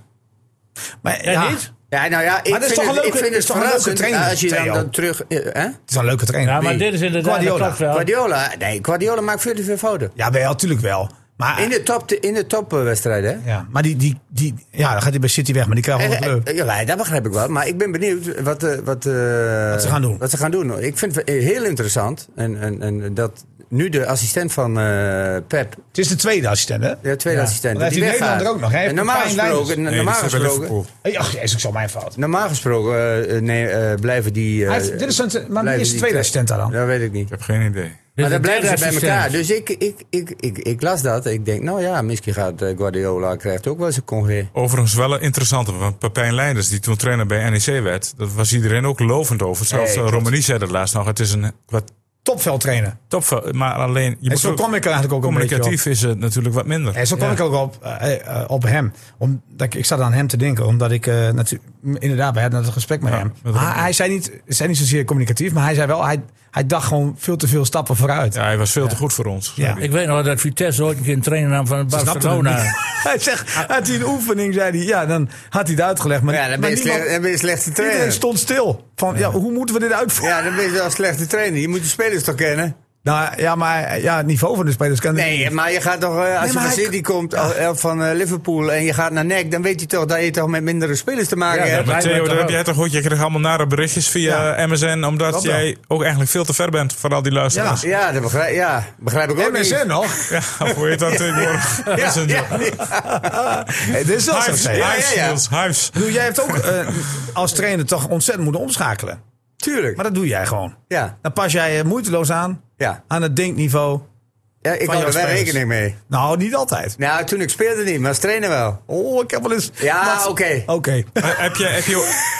[SPEAKER 1] Maar
[SPEAKER 2] Jij
[SPEAKER 1] ja,
[SPEAKER 2] niet?
[SPEAKER 3] Ja, nou ja, ik
[SPEAKER 1] Maar dat is
[SPEAKER 3] vind
[SPEAKER 1] toch
[SPEAKER 3] het,
[SPEAKER 1] een
[SPEAKER 3] ik
[SPEAKER 1] leuke-
[SPEAKER 3] vind
[SPEAKER 1] is
[SPEAKER 3] het
[SPEAKER 1] toch een leuke
[SPEAKER 3] verrassend
[SPEAKER 1] trainer,
[SPEAKER 3] als je dan,
[SPEAKER 1] Theo?
[SPEAKER 3] dan terug... eh, hè?
[SPEAKER 1] het is een leuke trainer.
[SPEAKER 2] Ja, maar
[SPEAKER 1] Wie?
[SPEAKER 2] dit is inderdaad...
[SPEAKER 1] Guardiola.
[SPEAKER 2] dat klopt wel.
[SPEAKER 3] Guardiola, nee, Guardiola maakt veel te veel fouten.
[SPEAKER 1] Ja, wel, natuurlijk wel. Maar,
[SPEAKER 3] In de top, in de topwedstrijden, hè?
[SPEAKER 1] ja, maar die, die, die, ja, dan gaat hij bij City weg, maar die krijgt wel een
[SPEAKER 3] Eh,
[SPEAKER 1] kleur.
[SPEAKER 3] eh, Ja, dat begrijp ik wel. Maar ik ben benieuwd wat, eh, wat, eh,
[SPEAKER 1] Wat ze gaan doen.
[SPEAKER 3] Wat ze gaan doen. Ik vind het heel interessant. En, en, en dat nu de assistent van eh, Pep,
[SPEAKER 1] Het is de tweede assistent, hè?
[SPEAKER 3] de tweede
[SPEAKER 2] Ja.
[SPEAKER 3] assistent,
[SPEAKER 1] Maar
[SPEAKER 3] die
[SPEAKER 1] hij heeft
[SPEAKER 3] weggaat.
[SPEAKER 1] Nederlander ook nog, hè? Hij
[SPEAKER 3] En
[SPEAKER 1] heeft
[SPEAKER 3] normaal
[SPEAKER 1] een fijn
[SPEAKER 3] gesproken,
[SPEAKER 5] Nee,
[SPEAKER 3] normaal
[SPEAKER 5] die is bij
[SPEAKER 3] gesproken,
[SPEAKER 5] Liverpool.
[SPEAKER 1] Hey, ach, is ook zo mijn fout.
[SPEAKER 3] normaal gesproken eh, nee, eh, blijven die... eh,
[SPEAKER 1] Hij heeft- dit is een, maar wie
[SPEAKER 3] blijven
[SPEAKER 1] is de
[SPEAKER 3] die
[SPEAKER 1] tweede
[SPEAKER 3] twee-
[SPEAKER 1] assistent daar dan?
[SPEAKER 3] Dat weet ik niet.
[SPEAKER 5] Ik heb geen idee.
[SPEAKER 3] Maar
[SPEAKER 2] Dit
[SPEAKER 3] dan
[SPEAKER 2] is de
[SPEAKER 3] blijven ze bij
[SPEAKER 2] derde
[SPEAKER 3] elkaar.
[SPEAKER 2] assistent.
[SPEAKER 3] Dus ik, ik, ik, ik, ik las dat. Ik denk, nou ja, misschien gaat eh, Guardiola krijgt ook wel zijn congé.
[SPEAKER 5] Overigens wel een interessante, want Pepijn Leijnders, die toen trainer bij N E C werd, dat was iedereen ook lovend over. Zelfs
[SPEAKER 3] Nee,
[SPEAKER 5] uh,
[SPEAKER 3] klopt.
[SPEAKER 5] Romani zei dat laatst nog. Het is een wat
[SPEAKER 1] Topveld trainer.
[SPEAKER 5] top, maar alleen je
[SPEAKER 1] En
[SPEAKER 5] moet
[SPEAKER 1] zo
[SPEAKER 5] ook-
[SPEAKER 1] kwam ik er eigenlijk ook een beetje op.
[SPEAKER 5] communicatief is het natuurlijk wat minder.
[SPEAKER 1] En zo kwam
[SPEAKER 2] Ja.
[SPEAKER 1] ik ook op, eh, eh, op hem. Omdat ik, ik zat aan hem te denken, omdat ik uh, natuurlijk inderdaad, we hadden het gesprek met
[SPEAKER 5] Ja,
[SPEAKER 1] hem.
[SPEAKER 5] met
[SPEAKER 1] Maar
[SPEAKER 5] Rob.
[SPEAKER 1] hij zei niet, zei niet zozeer communicatief, maar hij zei wel, hij, hij dacht gewoon veel te veel stappen vooruit.
[SPEAKER 5] Ja, hij was veel te goed voor ons.
[SPEAKER 1] Ja.
[SPEAKER 2] Ik weet nog dat Vitesse ooit een keer een trainer nam van
[SPEAKER 1] Ze snapten het
[SPEAKER 2] Barcelona.
[SPEAKER 1] niet. Hij zegt, had hij een oefening, zei hij, ja, dan had hij het uitgelegd. Maar,
[SPEAKER 3] Ja, dan ben
[SPEAKER 1] maar
[SPEAKER 3] je,
[SPEAKER 1] niemand-
[SPEAKER 3] slecht, dan ben je een slechte
[SPEAKER 1] iedereen
[SPEAKER 3] trainer.
[SPEAKER 1] stond stil. Van, ja, hoe moeten we dit uitvoeren?
[SPEAKER 3] Ja, dan ben je wel een slechte trainer. Je moet de spelers toch kennen?
[SPEAKER 1] Nou, ja, maar ja, het niveau van de spelers kan
[SPEAKER 3] Nee, maar je gaat toch, eh, als
[SPEAKER 1] Nee,
[SPEAKER 3] je
[SPEAKER 1] maar
[SPEAKER 3] van
[SPEAKER 1] hij-
[SPEAKER 3] City komt, al- eh, van eh, Liverpool en je gaat naar N E C, dan weet je toch dat je toch met mindere spelers te maken
[SPEAKER 2] Ja,
[SPEAKER 3] hebt.
[SPEAKER 2] dat
[SPEAKER 5] Maar
[SPEAKER 2] lijkt me
[SPEAKER 5] Theo,
[SPEAKER 2] toch
[SPEAKER 5] dat heb
[SPEAKER 2] ook.
[SPEAKER 5] jij toch goed? Je krijgt allemaal nare berichtjes via
[SPEAKER 1] Ja.
[SPEAKER 5] M S N, omdat
[SPEAKER 1] Klopt wel.
[SPEAKER 5] jij ook eigenlijk veel te ver bent voor al die luisteraars. Ja,
[SPEAKER 3] Ja, dat begrijp, ja, begrijp ik ook
[SPEAKER 1] M S N
[SPEAKER 3] niet.
[SPEAKER 1] nog?
[SPEAKER 5] of hoe heet dat tegenwoordig?
[SPEAKER 3] Ja,
[SPEAKER 5] Messenger.
[SPEAKER 3] ja, ja.
[SPEAKER 1] Hey, dit is wel zo.
[SPEAKER 5] Hives,
[SPEAKER 1] zeg.
[SPEAKER 3] Ja,
[SPEAKER 5] Hives,
[SPEAKER 3] ja, ja.
[SPEAKER 5] Niels, Hives.
[SPEAKER 1] Ik bedoel, jij hebt ook eh, als trainer toch ontzettend moeten omschakelen.
[SPEAKER 3] Tuurlijk.
[SPEAKER 1] Maar dat doe jij gewoon.
[SPEAKER 3] Ja,
[SPEAKER 1] Dan pas jij eh, moeiteloos aan,
[SPEAKER 3] ja.
[SPEAKER 1] aan het denkniveau.
[SPEAKER 3] ja ik
[SPEAKER 1] Van
[SPEAKER 3] hou er
[SPEAKER 1] jouw
[SPEAKER 3] wel
[SPEAKER 1] spelers.
[SPEAKER 3] rekening mee.
[SPEAKER 1] Nou, niet altijd.
[SPEAKER 3] Nou, toen ik speelde niet, maar als trainer wel.
[SPEAKER 1] Oh, ik heb wel eens...
[SPEAKER 3] Ja,
[SPEAKER 1] Wat-
[SPEAKER 3] oké.
[SPEAKER 1] Oké.
[SPEAKER 5] Eh, heb, je, heb, je,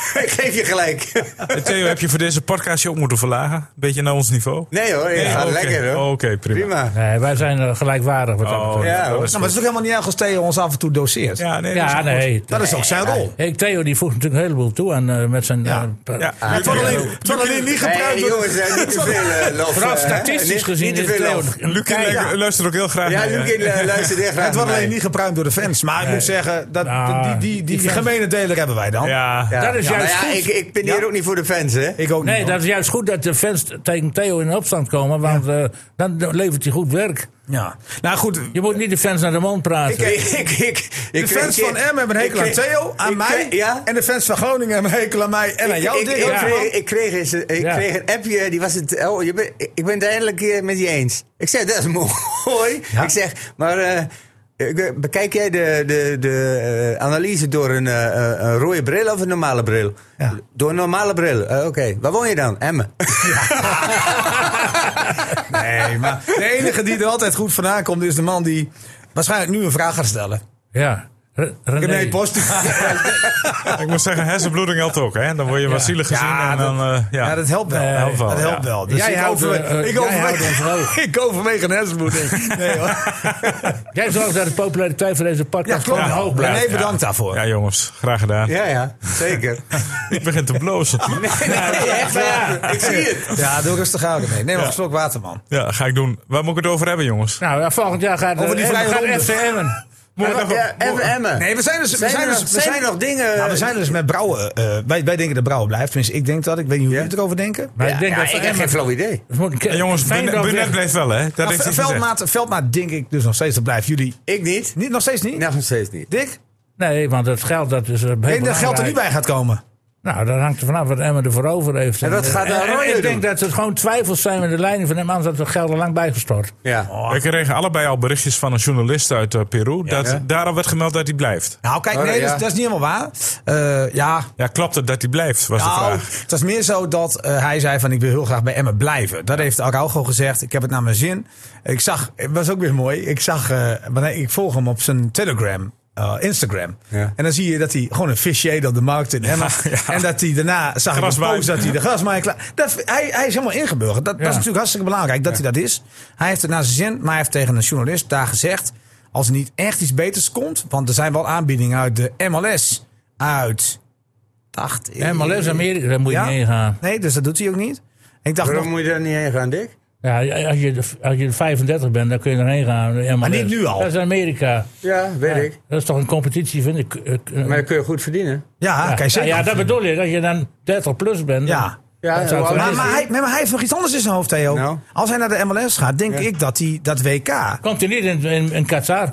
[SPEAKER 3] ik geef je gelijk.
[SPEAKER 5] Theo, heb je voor deze podcast je ook moeten verlagen? Beetje naar ons niveau?
[SPEAKER 3] Nee hoor, je gaat
[SPEAKER 5] oké.
[SPEAKER 3] lekker hoor.
[SPEAKER 5] Oké, okay, prima.
[SPEAKER 3] Prima.
[SPEAKER 2] Nee, wij zijn uh, gelijkwaardig wat dat
[SPEAKER 5] Oh,
[SPEAKER 2] betreft.
[SPEAKER 3] Ja, hoor.
[SPEAKER 5] dat is
[SPEAKER 1] Nou, maar het is toch helemaal niet erg als Theo ons af en toe doseert?
[SPEAKER 5] Ja, nee,
[SPEAKER 2] Ja,
[SPEAKER 5] dat is ook
[SPEAKER 2] nee.
[SPEAKER 1] Dat is ook zijn rol.
[SPEAKER 2] Hey, Theo die voegt natuurlijk een heleboel toe aan uh, met zijn...
[SPEAKER 1] Ja.
[SPEAKER 2] Uh,
[SPEAKER 5] Ja.
[SPEAKER 1] Ja, het wordt alleen, het wordt alleen niet gebruikt
[SPEAKER 3] Hey,
[SPEAKER 1] door...
[SPEAKER 3] jongens, uh, niet te veel uh, lof.
[SPEAKER 2] Vooral
[SPEAKER 3] uh,
[SPEAKER 2] statistisch
[SPEAKER 3] niet-
[SPEAKER 2] gezien
[SPEAKER 3] Niet te
[SPEAKER 2] is
[SPEAKER 3] veel
[SPEAKER 2] Theo
[SPEAKER 3] lof.
[SPEAKER 2] een
[SPEAKER 5] Luc
[SPEAKER 2] kei-
[SPEAKER 5] uh, luistert ook heel graag
[SPEAKER 3] Ja,
[SPEAKER 5] naar je.
[SPEAKER 3] Luc uh, luister heel graag
[SPEAKER 1] Het wordt
[SPEAKER 3] naar
[SPEAKER 1] alleen
[SPEAKER 3] mij.
[SPEAKER 1] niet gebruikt door de fans. Maar ik moet zeggen, dat,
[SPEAKER 2] Nou,
[SPEAKER 1] die, die, die,
[SPEAKER 2] die
[SPEAKER 1] die
[SPEAKER 2] fans-
[SPEAKER 1] gemene deler hebben wij dan.
[SPEAKER 5] Ja.
[SPEAKER 3] Ja.
[SPEAKER 2] Dat is
[SPEAKER 3] Ja,
[SPEAKER 2] juist
[SPEAKER 3] maar ja,
[SPEAKER 2] goed.
[SPEAKER 3] ik, ik ben hier
[SPEAKER 1] Ja.
[SPEAKER 3] ook niet voor de fans, hè?
[SPEAKER 1] Ik ook niet.
[SPEAKER 2] Nee,
[SPEAKER 1] hoor.
[SPEAKER 2] dat is juist goed dat de fans tegen Theo in opstand komen, want uh, dan levert hij goed werk.
[SPEAKER 1] Ja. Nou goed,
[SPEAKER 2] Je moet niet de fans naar de mond praten.
[SPEAKER 3] Ik, ik, ik,
[SPEAKER 1] de
[SPEAKER 3] ik
[SPEAKER 1] fans
[SPEAKER 3] kreeg-
[SPEAKER 1] van Emmen hebben een hekel
[SPEAKER 3] ik
[SPEAKER 1] aan
[SPEAKER 3] kreeg-
[SPEAKER 1] Theo, aan
[SPEAKER 3] ik
[SPEAKER 1] mij.
[SPEAKER 3] kreeg- ja?
[SPEAKER 1] En de fans van Groningen hebben een hekel aan mij en aan
[SPEAKER 3] Ik,
[SPEAKER 1] jou,
[SPEAKER 3] ik,
[SPEAKER 1] Dick.
[SPEAKER 3] ik,
[SPEAKER 1] ook
[SPEAKER 3] kreeg,
[SPEAKER 1] wel.
[SPEAKER 3] ik, kreeg, eens, ik
[SPEAKER 2] Ja.
[SPEAKER 3] kreeg een appje, die was het. Oh, je bent, ik ben het eindelijk eh, met je eens. Ik zeg, dat is mooi.
[SPEAKER 1] Ja.
[SPEAKER 3] Ik zeg, maar eh, ik- bekijk jij de, de, de eh, analyse door een, eh, een rode bril of een normale bril?
[SPEAKER 1] Ja.
[SPEAKER 3] Door een normale bril. Eh, Oké, waar woon je dan? Emmen.
[SPEAKER 1] Nee, maar de enige die er altijd goed vandaan komt is de man die waarschijnlijk nu een vraag gaat stellen.
[SPEAKER 2] Ja. R- René.
[SPEAKER 1] Nee, positief.
[SPEAKER 5] Ik moet zeggen, hersenbloeding helpt ook, hè? Dan word je wat zielig gezien
[SPEAKER 1] Ja,
[SPEAKER 5] en dan... uh, ja.
[SPEAKER 1] Ja, dat helpt wel.
[SPEAKER 2] Nee,
[SPEAKER 5] helpt wel,
[SPEAKER 1] dat helpt
[SPEAKER 5] ja.
[SPEAKER 1] wel. Dus
[SPEAKER 2] Jij
[SPEAKER 1] ik,
[SPEAKER 2] houdt,
[SPEAKER 1] overwe-
[SPEAKER 2] eh,
[SPEAKER 1] ik,
[SPEAKER 2] jij
[SPEAKER 1] overweeg,
[SPEAKER 2] houdt ons hoog.
[SPEAKER 1] ik overweeg een hersenbloeding. Nee, hoor.
[SPEAKER 2] Jij zorgt dat de populariteit van deze
[SPEAKER 1] Ja,
[SPEAKER 2] podcast
[SPEAKER 1] klopt.
[SPEAKER 2] gewoon hoog blijft.
[SPEAKER 1] René, bedankt daarvoor.
[SPEAKER 5] Ja, jongens, graag gedaan.
[SPEAKER 3] Ja, ja, zeker.
[SPEAKER 5] Ik begin te blozen.
[SPEAKER 3] Nee, echt waar. Ik zie het.
[SPEAKER 1] Ja, doe rustig aan ermee. Neem maar een slok water, man.
[SPEAKER 5] Ja, ga ik doen. Waar moet ik het over hebben, jongens?
[SPEAKER 2] Nou, ja, volgend jaar gaat,
[SPEAKER 1] Over die
[SPEAKER 2] uh,
[SPEAKER 1] vrije
[SPEAKER 2] gaat
[SPEAKER 1] ronde.
[SPEAKER 2] F C Emmen.
[SPEAKER 3] Ja, even Emmen.
[SPEAKER 1] Nee, we zijn dus... We
[SPEAKER 3] Zijn
[SPEAKER 1] zijn
[SPEAKER 3] er
[SPEAKER 1] dus,
[SPEAKER 3] nog-
[SPEAKER 1] we
[SPEAKER 3] zijn
[SPEAKER 1] zijn
[SPEAKER 3] er nog dingen-
[SPEAKER 1] Nou, we zijn dus met Brouwer... eh, wij, wij denken dat Brouwer blijft. Tenminste, ik denk dat. Ik weet niet hoe
[SPEAKER 3] Ja?
[SPEAKER 1] jullie erover denken.
[SPEAKER 2] Maar
[SPEAKER 3] Ja,
[SPEAKER 2] ik denk
[SPEAKER 3] ja,
[SPEAKER 2] dat
[SPEAKER 3] ik
[SPEAKER 2] voor
[SPEAKER 3] heb geen
[SPEAKER 2] Emmen...
[SPEAKER 3] flauw idee.
[SPEAKER 2] Het moet een-
[SPEAKER 5] En jongens,
[SPEAKER 2] Feyenoord
[SPEAKER 5] Burnett
[SPEAKER 2] weg.
[SPEAKER 5] blijft wel, hè? Dat
[SPEAKER 1] Nou,
[SPEAKER 5] heeft hij gezegd.
[SPEAKER 1] Veldmaat, Veldmaat denk ik dus nog steeds dat blijft. Jullie
[SPEAKER 3] Ik niet.
[SPEAKER 1] niet, nog steeds niet?
[SPEAKER 3] Nog steeds niet.
[SPEAKER 1] Dick?
[SPEAKER 2] Nee, want het geld dat is uh, heel
[SPEAKER 1] Ik denk dat
[SPEAKER 2] belangrijk.
[SPEAKER 1] geld er niet bij gaat komen.
[SPEAKER 2] Nou, dat hangt er vanaf wat Emmen ervoor over heeft.
[SPEAKER 3] En wat gaat
[SPEAKER 2] En-
[SPEAKER 3] de
[SPEAKER 2] en-
[SPEAKER 3] Arroyo
[SPEAKER 2] Ik denk
[SPEAKER 3] doen?
[SPEAKER 2] dat er gewoon twijfels zijn met de leiding van Emmen, anders had het geld er lang bijgestort.
[SPEAKER 3] Ja.
[SPEAKER 5] We kregen allebei al berichtjes van een journalist uit uh, Peru. dat
[SPEAKER 3] Ja.
[SPEAKER 5] daarop werd gemeld dat hij blijft.
[SPEAKER 1] Nou, kijk,
[SPEAKER 3] Oh,
[SPEAKER 1] nee,
[SPEAKER 3] ja.
[SPEAKER 1] dat, is, dat is niet helemaal waar. Eh, ja,
[SPEAKER 5] Ja, klopt het dat hij blijft, was de
[SPEAKER 1] nou,
[SPEAKER 5] vraag.
[SPEAKER 1] het was meer zo dat eh, hij zei van ik wil heel graag bij Emmen blijven. Dat heeft Araujo gezegd. Ik heb het naar mijn zin. Ik zag, het was ook weer mooi. Ik zag, eh, wanneer- ik volg hem op zijn Telegram. Uh, Instagram.
[SPEAKER 3] Ja.
[SPEAKER 1] En dan zie je dat hij gewoon een visje op de markt in Emmen.
[SPEAKER 5] ja.
[SPEAKER 1] En dat hij daarna zag ik een
[SPEAKER 5] Grasmaaier.
[SPEAKER 1] post dat hij de grasmaaier klaar. Dat, hij, hij is helemaal ingeburgerd. Dat, dat is natuurlijk hartstikke belangrijk dat hij dat is. Hij heeft het naar zijn zin, maar hij heeft tegen een journalist daar gezegd: als er niet echt iets beters komt, want er zijn wel aanbiedingen uit de M L S, uit dacht ik.
[SPEAKER 2] M L S Amerika, daar moet je
[SPEAKER 1] Ja?
[SPEAKER 2] niet heen gaan.
[SPEAKER 1] Nee, dus dat doet hij ook niet. Ik dacht
[SPEAKER 3] Waarom
[SPEAKER 1] nog,
[SPEAKER 3] moet je daar niet heen gaan, Dick?
[SPEAKER 2] Ja, als je, als je vijfendertig bent, dan kun je erheen gaan. de M L S.
[SPEAKER 1] Maar niet nu al.
[SPEAKER 2] Dat is Amerika.
[SPEAKER 3] Ja, weet
[SPEAKER 2] Ja,
[SPEAKER 3] ik.
[SPEAKER 2] dat is toch een competitie, vind ik. eh, eh,
[SPEAKER 3] Maar dan kun je goed verdienen.
[SPEAKER 1] ja,
[SPEAKER 2] ja,
[SPEAKER 1] kijk, zeker.
[SPEAKER 2] ja, ja, dat bedoel je. Dat je dan dertig plus bent.
[SPEAKER 1] Ja.
[SPEAKER 3] Ja,
[SPEAKER 2] Dat zou
[SPEAKER 3] hoe
[SPEAKER 2] het
[SPEAKER 3] oud
[SPEAKER 1] Maar,
[SPEAKER 3] is
[SPEAKER 1] maar,
[SPEAKER 3] hij?
[SPEAKER 1] hij, maar hij heeft nog iets anders in zijn hoofd, Theo.
[SPEAKER 3] Nou?
[SPEAKER 1] Als hij naar de M L S gaat, denk
[SPEAKER 3] Ja.
[SPEAKER 1] ik dat hij dat W K.
[SPEAKER 2] Komt hij niet in, in, in Qatar?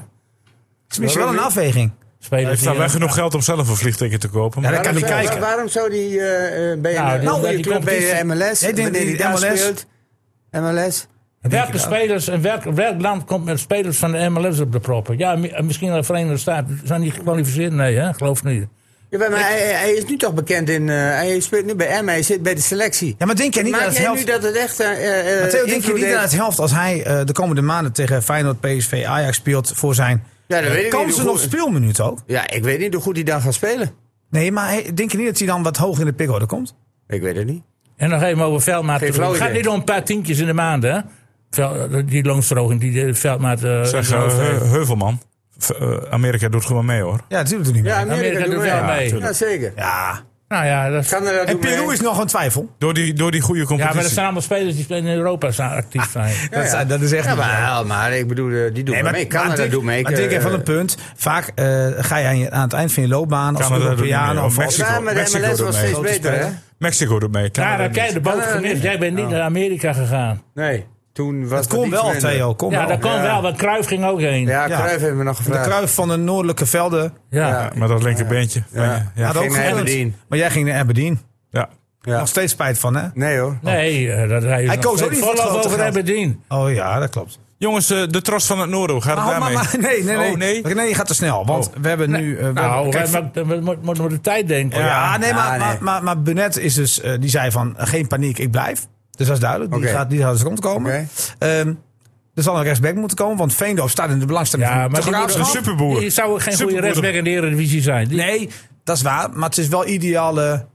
[SPEAKER 1] is misschien wel een afweging.
[SPEAKER 2] Spelen
[SPEAKER 5] Hij heeft
[SPEAKER 2] die,
[SPEAKER 5] daar wel
[SPEAKER 2] eh,
[SPEAKER 5] genoeg geld om zelf een vliegticket te kopen.
[SPEAKER 1] Ja,
[SPEAKER 5] Maar
[SPEAKER 1] dat kan
[SPEAKER 3] Waarom
[SPEAKER 1] niet
[SPEAKER 3] zou-
[SPEAKER 1] kijken.
[SPEAKER 3] Waarom zou die eh, eh, bij een
[SPEAKER 2] Nou, die-
[SPEAKER 3] goede
[SPEAKER 2] die
[SPEAKER 3] club bij
[SPEAKER 2] competitie-
[SPEAKER 3] de M L S,
[SPEAKER 1] Ik denk
[SPEAKER 3] wanneer
[SPEAKER 1] die
[SPEAKER 3] hij daar
[SPEAKER 1] M L S
[SPEAKER 3] speelt? M L S?
[SPEAKER 2] Welke spelers en welk, welk land komt met spelers van de M L S op de proppen? Ja, mi- misschien de Verenigde Staten. Zijn die gekwalificeerd? Nee, hè? Geloof ik niet.
[SPEAKER 3] Ja, maar hij, hij is nu toch bekend in... eh, hij speelt nu bij Emmen, hij zit bij de selectie.
[SPEAKER 1] Ja, maar denk jij niet
[SPEAKER 3] Maak
[SPEAKER 1] dat het
[SPEAKER 3] jij
[SPEAKER 1] helft...
[SPEAKER 3] nu dat het echt... eh eh,
[SPEAKER 1] Maar Theo, denk je
[SPEAKER 3] invloed
[SPEAKER 1] niet
[SPEAKER 3] heeft?
[SPEAKER 1] dat het helft als hij eh, de komende maanden tegen Feyenoord, P S V, Ajax speelt voor zijn
[SPEAKER 3] Ja, dat weet ik
[SPEAKER 1] kansen
[SPEAKER 3] niet.
[SPEAKER 1] op speelminuut ook?
[SPEAKER 3] Ja, ik weet niet hoe goed hij dan gaat spelen.
[SPEAKER 1] Nee, maar hij- denk je niet dat hij dan wat hoog in de pickorde komt?
[SPEAKER 3] Ik weet het niet.
[SPEAKER 2] En nog even over Veldmaat.
[SPEAKER 3] Geen
[SPEAKER 2] Het
[SPEAKER 3] flauw
[SPEAKER 2] gaat
[SPEAKER 3] idee.
[SPEAKER 2] niet om een paar tientjes in de maand, hè? Vel- Die loonsverhoging die de Veldmaat... eh,
[SPEAKER 5] zeg,
[SPEAKER 2] in zijn
[SPEAKER 5] uh,
[SPEAKER 2] hoofd heeft.
[SPEAKER 5] He- Heuvelman. V- uh, Amerika doet gewoon mee, hoor.
[SPEAKER 1] Ja, natuurlijk doet hij niet
[SPEAKER 3] Ja,
[SPEAKER 1] mee.
[SPEAKER 3] Amerika,
[SPEAKER 2] Amerika
[SPEAKER 3] doet
[SPEAKER 2] doet
[SPEAKER 3] mee.
[SPEAKER 2] wel mee.
[SPEAKER 3] Ja, ja, zeker.
[SPEAKER 1] Ja.
[SPEAKER 2] Nou ja, dat is,
[SPEAKER 3] Canada
[SPEAKER 1] En
[SPEAKER 3] doet
[SPEAKER 1] Peru
[SPEAKER 3] mee.
[SPEAKER 1] is nog een twijfel.
[SPEAKER 5] Door die, door die goede
[SPEAKER 2] ja, maar
[SPEAKER 5] competitie.
[SPEAKER 2] dat zijn allemaal spelers die in Europa zijn, actief zijn.
[SPEAKER 3] Ja, ja.
[SPEAKER 1] Dat is echt
[SPEAKER 3] Ja,
[SPEAKER 1] niet zo.
[SPEAKER 3] maar, maar ik bedoel, eh, die doen
[SPEAKER 1] Nee,
[SPEAKER 3] mee. Canada
[SPEAKER 1] Dick-
[SPEAKER 3] doet mee.
[SPEAKER 1] Maar Dick,
[SPEAKER 3] Eh,
[SPEAKER 1] even een punt. Vaak eh, ga je aan, je aan het eind van je loopbaan als
[SPEAKER 5] Canada doet
[SPEAKER 1] Europeaan
[SPEAKER 5] niet mee,
[SPEAKER 1] of
[SPEAKER 5] of
[SPEAKER 1] als...
[SPEAKER 5] Mexico.
[SPEAKER 3] Ja, maar de
[SPEAKER 5] Mexico
[SPEAKER 3] M L S
[SPEAKER 5] doet
[SPEAKER 3] was
[SPEAKER 5] mee.
[SPEAKER 3] steeds beter, hè?
[SPEAKER 5] Mexico doet mee.
[SPEAKER 2] Daar
[SPEAKER 5] Canada
[SPEAKER 2] heb jij
[SPEAKER 5] niet.
[SPEAKER 2] de boot
[SPEAKER 3] Canada
[SPEAKER 2] gemist.
[SPEAKER 3] niet.
[SPEAKER 2] Jij bent niet naar Amerika gegaan.
[SPEAKER 3] Nee, toen was
[SPEAKER 1] Het kon
[SPEAKER 3] iets
[SPEAKER 1] wel,
[SPEAKER 3] minder.
[SPEAKER 1] Theo. Kon
[SPEAKER 2] Ja,
[SPEAKER 1] wel.
[SPEAKER 2] dat kon
[SPEAKER 3] Ja.
[SPEAKER 2] wel, want Cruijff ging ook heen. Ja,
[SPEAKER 3] Ja,
[SPEAKER 1] Ja.
[SPEAKER 3] Cruijff heeft me nog
[SPEAKER 1] De
[SPEAKER 3] gevraagd.
[SPEAKER 1] kruif van de noordelijke velden.
[SPEAKER 2] ja.
[SPEAKER 3] Ja.
[SPEAKER 5] Met dat linkerbeentje.
[SPEAKER 3] Ja.
[SPEAKER 5] Ja. Ja.
[SPEAKER 1] Had ook
[SPEAKER 3] ging naar
[SPEAKER 1] gekund.
[SPEAKER 3] Aberdeen.
[SPEAKER 1] Maar jij ging naar Aberdeen.
[SPEAKER 5] Ja.
[SPEAKER 3] Ja.
[SPEAKER 1] Nog steeds spijt van, hè?
[SPEAKER 3] Nee hoor.
[SPEAKER 2] Nee, eh, dat hij,
[SPEAKER 1] Hij koos ook niet voor het
[SPEAKER 2] volop
[SPEAKER 1] grote
[SPEAKER 2] over
[SPEAKER 1] geld.
[SPEAKER 2] Aberdeen.
[SPEAKER 1] Oh ja, dat klopt.
[SPEAKER 5] Jongens, uh, de Tros van het Noorden, hoe gaat het
[SPEAKER 1] Maar, maar,
[SPEAKER 5] daarmee?
[SPEAKER 1] maar nee, nee, nee.
[SPEAKER 5] Oh, nee?
[SPEAKER 1] Nee, je gaat te snel. Want we hebben nu... eh, we
[SPEAKER 2] Nou,
[SPEAKER 1] hebben- kijk,
[SPEAKER 2] wij we, we, we moeten op de tijd denken.
[SPEAKER 1] ja, nee, maar,
[SPEAKER 3] Ja, nee.
[SPEAKER 1] maar, maar, maar Burnett is dus, eh, die zei van eh, geen paniek, ik blijf. Dus dat is duidelijk. Die
[SPEAKER 3] Oké.
[SPEAKER 1] gaat, die gaat dus rondkomen.
[SPEAKER 3] Oké.
[SPEAKER 1] Ehm, er zal een rechtsback moeten komen, want Veendorp staat in de belangstelling
[SPEAKER 2] Ja,
[SPEAKER 1] van
[SPEAKER 2] maar
[SPEAKER 1] de
[SPEAKER 2] die
[SPEAKER 1] Graafschap.
[SPEAKER 5] Een superboer.
[SPEAKER 2] Die zou geen goede
[SPEAKER 5] Superboer.
[SPEAKER 2] rechtsback in de Eredivisie zijn. Die,
[SPEAKER 1] Nee, dat is waar. Maar het is wel ideale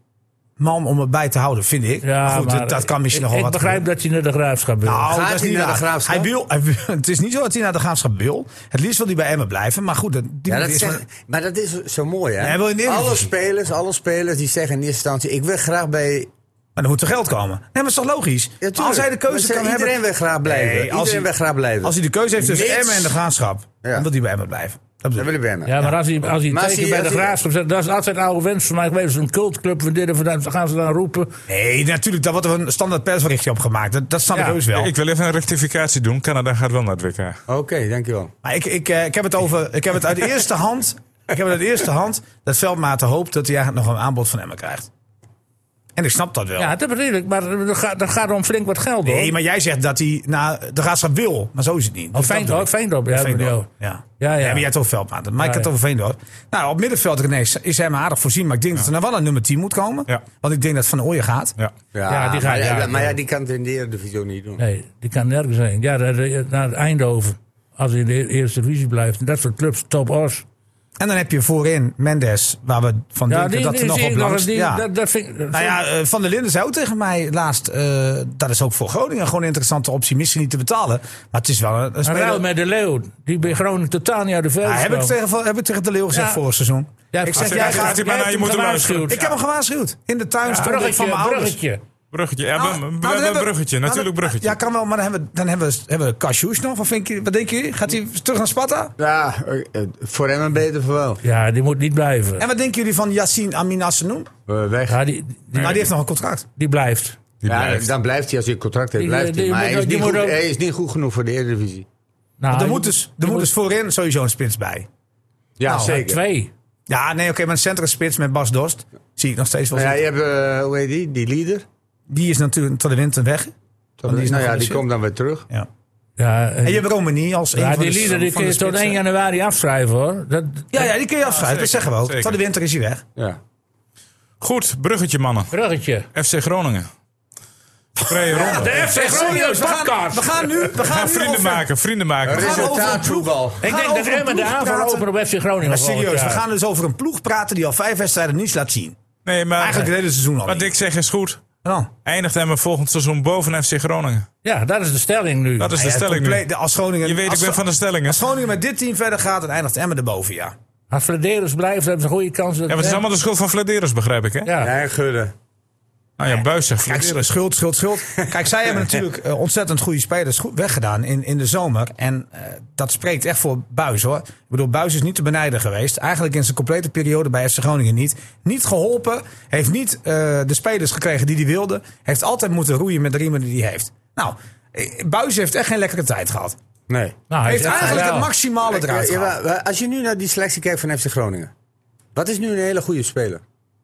[SPEAKER 1] man om erbij te houden, vind ik.
[SPEAKER 2] Ja,
[SPEAKER 1] maar goed,
[SPEAKER 2] maar
[SPEAKER 1] dat, dat kan misschien
[SPEAKER 2] ik,
[SPEAKER 1] nog wel
[SPEAKER 2] ik
[SPEAKER 1] wat
[SPEAKER 2] begrijp dat hij naar de Graafschap wil.
[SPEAKER 1] Nou,
[SPEAKER 3] Gaat
[SPEAKER 1] dat is
[SPEAKER 3] hij
[SPEAKER 1] niet
[SPEAKER 3] naar de
[SPEAKER 1] waar.
[SPEAKER 3] Graafschap?
[SPEAKER 1] Hij wil, hij wil- het is niet zo dat hij naar de Graafschap wil. Het liefst wil hij bij Emmen blijven. Maar goed, dat- die
[SPEAKER 3] Ja,
[SPEAKER 1] moet
[SPEAKER 3] dat
[SPEAKER 1] eerst
[SPEAKER 3] zeg,
[SPEAKER 1] maar-
[SPEAKER 3] maar dat is zo mooi, hè?
[SPEAKER 1] hij wil in de Eredivisie.
[SPEAKER 3] alle spelers, alle spelers die zeggen in eerste instantie... ik wil graag bij...
[SPEAKER 1] Maar dan moet er geld komen. Nee, maar dat is toch logisch?
[SPEAKER 3] Ja, tuurlijk.
[SPEAKER 1] als hij de keuze
[SPEAKER 3] Maar
[SPEAKER 1] kan
[SPEAKER 3] iedereen
[SPEAKER 1] hebben...
[SPEAKER 3] wil graag blijven.
[SPEAKER 1] Nee, als
[SPEAKER 3] iedereen
[SPEAKER 1] hij-
[SPEAKER 3] wil graag blijven.
[SPEAKER 1] Als hij de keuze heeft tussen
[SPEAKER 3] Mits-
[SPEAKER 1] Emmen en de Graafschap,
[SPEAKER 3] Ja.
[SPEAKER 1] dan wil hij bij Emmen blijven. Dat
[SPEAKER 3] Dan
[SPEAKER 1] bedoel
[SPEAKER 3] wil
[SPEAKER 1] ik.
[SPEAKER 3] ik bij hem.
[SPEAKER 2] Ja, maar als hij, als hij
[SPEAKER 3] Maar als
[SPEAKER 2] tekent
[SPEAKER 3] hij-
[SPEAKER 2] bij de
[SPEAKER 3] als hij-
[SPEAKER 2] Graafschap... zegt, dat is altijd oude wens van mij geweest. Een cultclub van dit en van dat. Dan gaan ze dan roepen.
[SPEAKER 1] Nee, natuurlijk. Daar wordt er een standaard persberichtje op gemaakt. Dat, dat snap
[SPEAKER 2] Ja.
[SPEAKER 1] ik heus wel.
[SPEAKER 5] Ik wil even een rectificatie doen. Canada gaat wel naar het W K.
[SPEAKER 3] Oké, dankjewel.
[SPEAKER 1] Maar ik, ik, eh, ik heb het over... Ik heb het uit de eerste hand... Ik heb het uit de eerste hand dat Veldmaten hoopt dat hij eigenlijk nog een aanbod van Emmen krijgt. En ik snap dat wel.
[SPEAKER 2] Ja, dat bedoel ik. Maar er gaat, er gaat om flink wat geld, hoor.
[SPEAKER 1] Nee, maar jij zegt dat hij naar de Graafschap wil. Maar zo is het niet.
[SPEAKER 2] Oh,
[SPEAKER 1] Dus dat
[SPEAKER 2] Fijn-
[SPEAKER 1] bedoel
[SPEAKER 2] oh,
[SPEAKER 1] ik.
[SPEAKER 2] Veendorp, ja,
[SPEAKER 1] Veendorp,
[SPEAKER 2] bedoel.
[SPEAKER 1] ja.
[SPEAKER 2] Ja, ja.
[SPEAKER 1] Ja, maar jij hebt over Veldmaten. Maar ik
[SPEAKER 2] Ja,
[SPEAKER 1] heb het
[SPEAKER 2] ja.
[SPEAKER 1] over Veendorp. Nou, op middenveld René, is hij maar aardig voorzien. Maar ik denk dat er nou wel een nummer tien moet komen.
[SPEAKER 5] Ja.
[SPEAKER 1] Want ik denk dat Van der Ooyen gaat.
[SPEAKER 5] Ja.
[SPEAKER 3] Ja,
[SPEAKER 2] Ja, die gaat-
[SPEAKER 3] maar, ja,
[SPEAKER 2] ja,
[SPEAKER 3] maar
[SPEAKER 2] ja.
[SPEAKER 3] ja, die kan het in de Eredivisie ook niet doen.
[SPEAKER 2] Nee, die kan nergens heen. Ja, naar, de- naar Eindhoven. Als hij in de eerste divisie blijft. En dat soort clubs, top os.
[SPEAKER 1] En dan heb je voorin Mendes, waar we van
[SPEAKER 2] Ja,
[SPEAKER 1] denken
[SPEAKER 2] die,
[SPEAKER 1] dat
[SPEAKER 2] die
[SPEAKER 1] er nog
[SPEAKER 2] zie
[SPEAKER 1] op
[SPEAKER 2] ik nog
[SPEAKER 1] langs...
[SPEAKER 2] eens. Die,
[SPEAKER 1] ja.
[SPEAKER 2] dat, dat vind, ik-
[SPEAKER 1] Nou ja, eh, Van der Linden zei ook tegen mij laatst... eh, dat is ook voor Groningen gewoon een interessante optie. Misschien niet te betalen. Maar het is wel een, een
[SPEAKER 2] een
[SPEAKER 1] speler...
[SPEAKER 2] ruil met de Leeuw. Die bij Groningen totaal niet uit de veld
[SPEAKER 1] Ja, heb, ik
[SPEAKER 2] kwam.
[SPEAKER 1] tegen, heb ik tegen de Leeuw gezegd
[SPEAKER 2] Ja.
[SPEAKER 1] vorig seizoen.
[SPEAKER 2] Ja,
[SPEAKER 1] ik zeg,
[SPEAKER 2] als-
[SPEAKER 1] jij
[SPEAKER 2] als-
[SPEAKER 1] gaat...
[SPEAKER 5] gaat hij maar
[SPEAKER 2] jij
[SPEAKER 5] naar je
[SPEAKER 2] hebt
[SPEAKER 5] moet
[SPEAKER 2] hem
[SPEAKER 5] hem luisteren.
[SPEAKER 2] gewaarschuwd.
[SPEAKER 1] Ik heb hem gewaarschuwd. In de tuin
[SPEAKER 2] Ja,
[SPEAKER 1] stond ik van
[SPEAKER 2] bruggetje,
[SPEAKER 1] mijn ouders.
[SPEAKER 2] bruggetje.
[SPEAKER 5] Bruggetje. Ja,
[SPEAKER 1] Nou,
[SPEAKER 5] we, we,
[SPEAKER 1] nou,
[SPEAKER 5] we
[SPEAKER 1] dan
[SPEAKER 5] hebben een
[SPEAKER 1] hebben-
[SPEAKER 5] bruggetje.
[SPEAKER 1] nou,
[SPEAKER 5] Natuurlijk
[SPEAKER 1] dan-
[SPEAKER 5] bruggetje.
[SPEAKER 1] Ja, kan wel. Maar dan hebben we, dan hebben we, hebben we Cassius nog. Wat, vind je, wat denken jullie? Gaat hij terug naar Sparta?
[SPEAKER 3] Ja, eh, voor hem een beter voor wel.
[SPEAKER 2] Ja, die moet niet blijven.
[SPEAKER 1] En wat denken jullie van Yassine Amin Assenoun?
[SPEAKER 3] Eh, weg.
[SPEAKER 2] Ja, die, die,
[SPEAKER 1] Maar die heeft nog een contract.
[SPEAKER 2] die blijft.
[SPEAKER 5] Die
[SPEAKER 3] Ja,
[SPEAKER 5] blijft.
[SPEAKER 3] dan blijft hij als hij een contract heeft.
[SPEAKER 2] Die-
[SPEAKER 3] Blijft hij.
[SPEAKER 2] die
[SPEAKER 3] Maar
[SPEAKER 2] moet
[SPEAKER 3] hij is,
[SPEAKER 2] ook- die
[SPEAKER 3] niet
[SPEAKER 2] moet
[SPEAKER 3] goed,
[SPEAKER 2] ook-
[SPEAKER 3] hij is niet goed genoeg voor de Eredivisie.
[SPEAKER 2] Nou,
[SPEAKER 1] er
[SPEAKER 2] die
[SPEAKER 1] moet dus, er moet dus voorin sowieso een spits bij.
[SPEAKER 3] Ja,
[SPEAKER 1] Nou,
[SPEAKER 3] zeker.
[SPEAKER 2] Twee.
[SPEAKER 1] Ja, nee, oké, maar een centrumspits met Bas Dost zie ik nog steeds wel
[SPEAKER 3] Maar ja,
[SPEAKER 1] zitten.
[SPEAKER 3] je hebt, eh, hoe heet die? Die leader.
[SPEAKER 1] Die is natuurlijk tot de winter weg. Want die is
[SPEAKER 3] nou
[SPEAKER 1] nog
[SPEAKER 3] ja, die
[SPEAKER 1] geblesseerd.
[SPEAKER 3] komt dan weer terug.
[SPEAKER 1] Ja.
[SPEAKER 2] Ja,
[SPEAKER 1] En je hebt Romani als een
[SPEAKER 2] ja,
[SPEAKER 1] van
[SPEAKER 2] die
[SPEAKER 1] de
[SPEAKER 2] lieder die
[SPEAKER 1] van
[SPEAKER 2] kun
[SPEAKER 1] de
[SPEAKER 2] je tot
[SPEAKER 1] spitsen.
[SPEAKER 2] één januari afschrijven, hoor. Dat,
[SPEAKER 1] Ja, ja, die kun je afschrijven. dat
[SPEAKER 5] zeker,
[SPEAKER 1] zeggen we ook.
[SPEAKER 5] zeker.
[SPEAKER 1] Tot de winter is hij weg.
[SPEAKER 3] Ja.
[SPEAKER 5] Goed, bruggetje mannen.
[SPEAKER 2] Bruggetje.
[SPEAKER 5] F C Groningen. Vrije ronde.
[SPEAKER 2] De F C Groningen
[SPEAKER 1] we gaan,
[SPEAKER 2] podcast.
[SPEAKER 1] we gaan nu... We
[SPEAKER 5] We
[SPEAKER 1] gaan
[SPEAKER 5] gaan
[SPEAKER 1] nu
[SPEAKER 5] vrienden
[SPEAKER 1] over-
[SPEAKER 5] maken, vrienden maken.
[SPEAKER 1] gaan over een
[SPEAKER 3] Resultaatvoetbal.
[SPEAKER 2] Ik
[SPEAKER 1] gaan
[SPEAKER 2] denk dat
[SPEAKER 1] over een
[SPEAKER 2] Emmen de
[SPEAKER 1] ploeg
[SPEAKER 2] aanval
[SPEAKER 1] praten.
[SPEAKER 2] open op F C Groningen.
[SPEAKER 1] Maar
[SPEAKER 2] volgend
[SPEAKER 1] serieus, we
[SPEAKER 2] jaar.
[SPEAKER 1] gaan dus over een ploeg praten die al vijf wedstrijden niets laat zien.
[SPEAKER 5] Nee, maar
[SPEAKER 1] Eigenlijk het hele seizoen al
[SPEAKER 5] wat
[SPEAKER 1] niet.
[SPEAKER 5] Dick zegt is goed.
[SPEAKER 1] En dan?
[SPEAKER 5] Eindigt Emmen volgend seizoen boven F C Groningen.
[SPEAKER 2] Ja, dat is de stelling nu.
[SPEAKER 5] Dat is de
[SPEAKER 1] Ja,
[SPEAKER 5] stelling nu.
[SPEAKER 1] compleet- Als Groningen,
[SPEAKER 5] Je weet, ik
[SPEAKER 1] als,
[SPEAKER 5] ben van de stellingen.
[SPEAKER 1] als Groningen met dit team verder gaat, dan eindigt Emmen erboven, ja.
[SPEAKER 2] Als Flederis blijft, hebben ze een goede kans. Dat
[SPEAKER 5] Ja, maar het is allemaal de schuld van Vladeris, begrijp ik, hè?
[SPEAKER 2] Ja.
[SPEAKER 3] Ja, en Gudde.
[SPEAKER 5] Nou ja, Buis zegt
[SPEAKER 1] Kijk,
[SPEAKER 5] Vladeris.
[SPEAKER 1] schuld, schuld, schuld. Kijk, zij hebben natuurlijk eh, ontzettend goede spelers goed weggedaan in, in de zomer. En eh, dat spreekt echt voor Buis, hoor. Ik bedoel, Buis is niet te benijden geweest. Eigenlijk in zijn complete periode bij F C Groningen niet. Niet geholpen. Heeft niet eh, de spelers gekregen die hij wilde. Heeft altijd moeten roeien met de riemen die hij heeft. Nou, eh, Buis heeft echt geen lekkere tijd gehad.
[SPEAKER 3] Nee.
[SPEAKER 2] Nou, hij
[SPEAKER 1] Heeft
[SPEAKER 2] echt
[SPEAKER 1] eigenlijk
[SPEAKER 2] wel.
[SPEAKER 1] het maximale eruit
[SPEAKER 3] Ja,
[SPEAKER 1] gehaald.
[SPEAKER 3] maar als je nu naar die selectie kijkt van F C Groningen. Wat is nu een hele goede speler?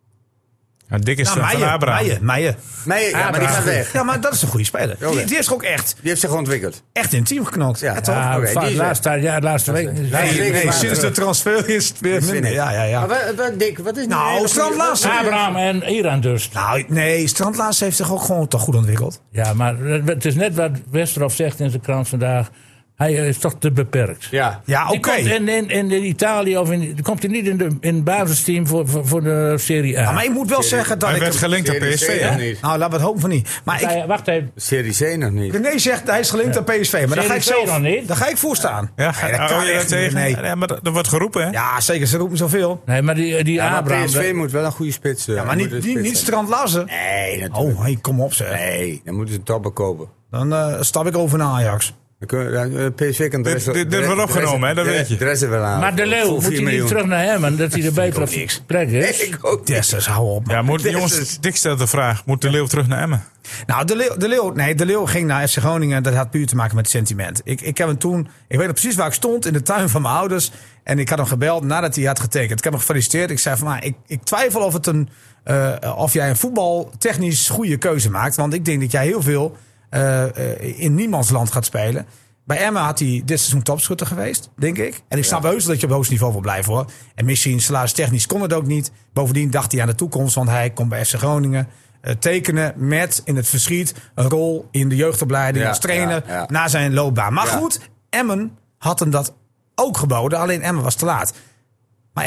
[SPEAKER 5] Ja, Dick is
[SPEAKER 1] Nou,
[SPEAKER 5] van
[SPEAKER 1] Meijer,
[SPEAKER 5] Abraham.
[SPEAKER 1] Meijer, Meijer.
[SPEAKER 3] Nee, ja, maar die gaat weg.
[SPEAKER 1] Ja, maar dat is een goede speler. Die, die heeft zich ook echt,
[SPEAKER 3] Die heeft zich ontwikkeld.
[SPEAKER 1] echt in het team geknokt.
[SPEAKER 3] Ja,
[SPEAKER 1] Ja, toch?
[SPEAKER 2] Ja,
[SPEAKER 3] Oké,
[SPEAKER 2] vaak
[SPEAKER 3] die is
[SPEAKER 2] de laatste, tijd, ja, de laatste week.
[SPEAKER 3] Nee,
[SPEAKER 1] Nee,
[SPEAKER 3] nee,
[SPEAKER 1] nee,
[SPEAKER 3] maar-
[SPEAKER 1] sinds de transfer is het weer minder. Ja, ja, ja.
[SPEAKER 3] Maar wat, wat, Dick, wat is nu
[SPEAKER 1] Nou,
[SPEAKER 3] een hele
[SPEAKER 1] Strand
[SPEAKER 3] goede-
[SPEAKER 1] Larsen.
[SPEAKER 2] Abraham en Iran dus.
[SPEAKER 1] Nou, nee, Strandlaas heeft zich ook gewoon toch goed ontwikkeld.
[SPEAKER 2] Ja, maar het is net wat Westerhof zegt in zijn krant vandaag. Hij is toch te beperkt.
[SPEAKER 3] Ja.
[SPEAKER 1] Ja,
[SPEAKER 2] Die
[SPEAKER 1] oké.
[SPEAKER 2] komt in, in, in Italië of in, die komt hij niet in, de, in het basisteam voor, voor, voor de Serie A.
[SPEAKER 1] Ja, maar ik moet wel zeggen dat
[SPEAKER 5] Hij
[SPEAKER 1] ik...
[SPEAKER 5] werd gelinkt aan
[SPEAKER 3] Serie
[SPEAKER 5] P S V,
[SPEAKER 3] C
[SPEAKER 5] hè?
[SPEAKER 3] nog niet.
[SPEAKER 1] Nou, laten we het hopen van niet. Maar ik,
[SPEAKER 2] Ja, wacht even.
[SPEAKER 3] Serie C nog niet.
[SPEAKER 1] René zegt hij is gelinkt aan P S V. Maar daar ga ik
[SPEAKER 2] Serie C
[SPEAKER 1] zelf...
[SPEAKER 2] nog niet?
[SPEAKER 1] Daar ga ik voor staan.
[SPEAKER 5] Ja,
[SPEAKER 1] Nee, dat
[SPEAKER 5] oh,
[SPEAKER 1] kan
[SPEAKER 5] je
[SPEAKER 1] echt
[SPEAKER 5] dat tegen?
[SPEAKER 1] niet, nee.
[SPEAKER 5] Ja, maar dat dat wordt geroepen, hè?
[SPEAKER 1] Ja, zeker. Ze roepen zoveel.
[SPEAKER 2] Nee, maar die, die
[SPEAKER 3] Ja, maar
[SPEAKER 2] Abraham...
[SPEAKER 3] P S V moet wel een goede spits.
[SPEAKER 1] Ja, maar niet, niet, niet Strand Larsen.
[SPEAKER 3] Nee, natuurlijk.
[SPEAKER 1] Oh, hey, kom op zeg.
[SPEAKER 3] Nee, dan moeten ze topper kopen.
[SPEAKER 1] Dan eh, stap ik over naar Ajax.
[SPEAKER 3] Dan kun, dan, eh, P S V kan de
[SPEAKER 5] Dit-
[SPEAKER 3] rest...
[SPEAKER 5] dit- dit
[SPEAKER 3] de rest-
[SPEAKER 5] wordt opgenomen,
[SPEAKER 3] de
[SPEAKER 5] hè, dat
[SPEAKER 3] rest-
[SPEAKER 5] weet je.
[SPEAKER 3] De rest er wel aan.
[SPEAKER 2] maar de Leeuw,
[SPEAKER 3] Voor
[SPEAKER 2] moet
[SPEAKER 3] vier
[SPEAKER 2] hij niet
[SPEAKER 3] miljoen.
[SPEAKER 2] terug naar Hemmen? Dat hij de betere plek is?
[SPEAKER 3] Ik ook niet.
[SPEAKER 1] Dessers, hou op. man.
[SPEAKER 5] Ja, moet,
[SPEAKER 3] Dit
[SPEAKER 5] jongens,
[SPEAKER 3] is-
[SPEAKER 5] Dick stelt de vraag. Moet de Leeuw terug naar Emmen?
[SPEAKER 1] Nou, de Leeuw, de, Leeuw, nee, de Leeuw ging naar F C Groningen. Dat had puur te maken met sentiment. Ik, ik heb hem toen... Ik weet nog precies waar ik stond. In de tuin van mijn ouders. En ik had hem gebeld nadat hij had getekend. Ik heb hem gefeliciteerd. Ik zei van... Nou, ik, ik twijfel of, het een, uh, of jij een voetbaltechnisch goede keuze maakt. Want ik denk dat jij heel veel uh, uh, in niemands land gaat spelen. Bij Emmen had hij dit seizoen topschutter geweest, denk ik. En ik snap heus dat je op hoogst niveau wil blijven, hoor. En misschien salaris-technisch kon het ook niet. Bovendien dacht hij aan de toekomst, want hij komt bij F C Groningen uh, tekenen met in het verschiet een rol in de jeugdopleiding
[SPEAKER 3] Ja,
[SPEAKER 1] als trainer
[SPEAKER 3] ja, ja.
[SPEAKER 1] na zijn loopbaan. Maar
[SPEAKER 3] Ja.
[SPEAKER 1] goed, Emmen had hem dat ook geboden, alleen Emmen was te laat. Maar Emmen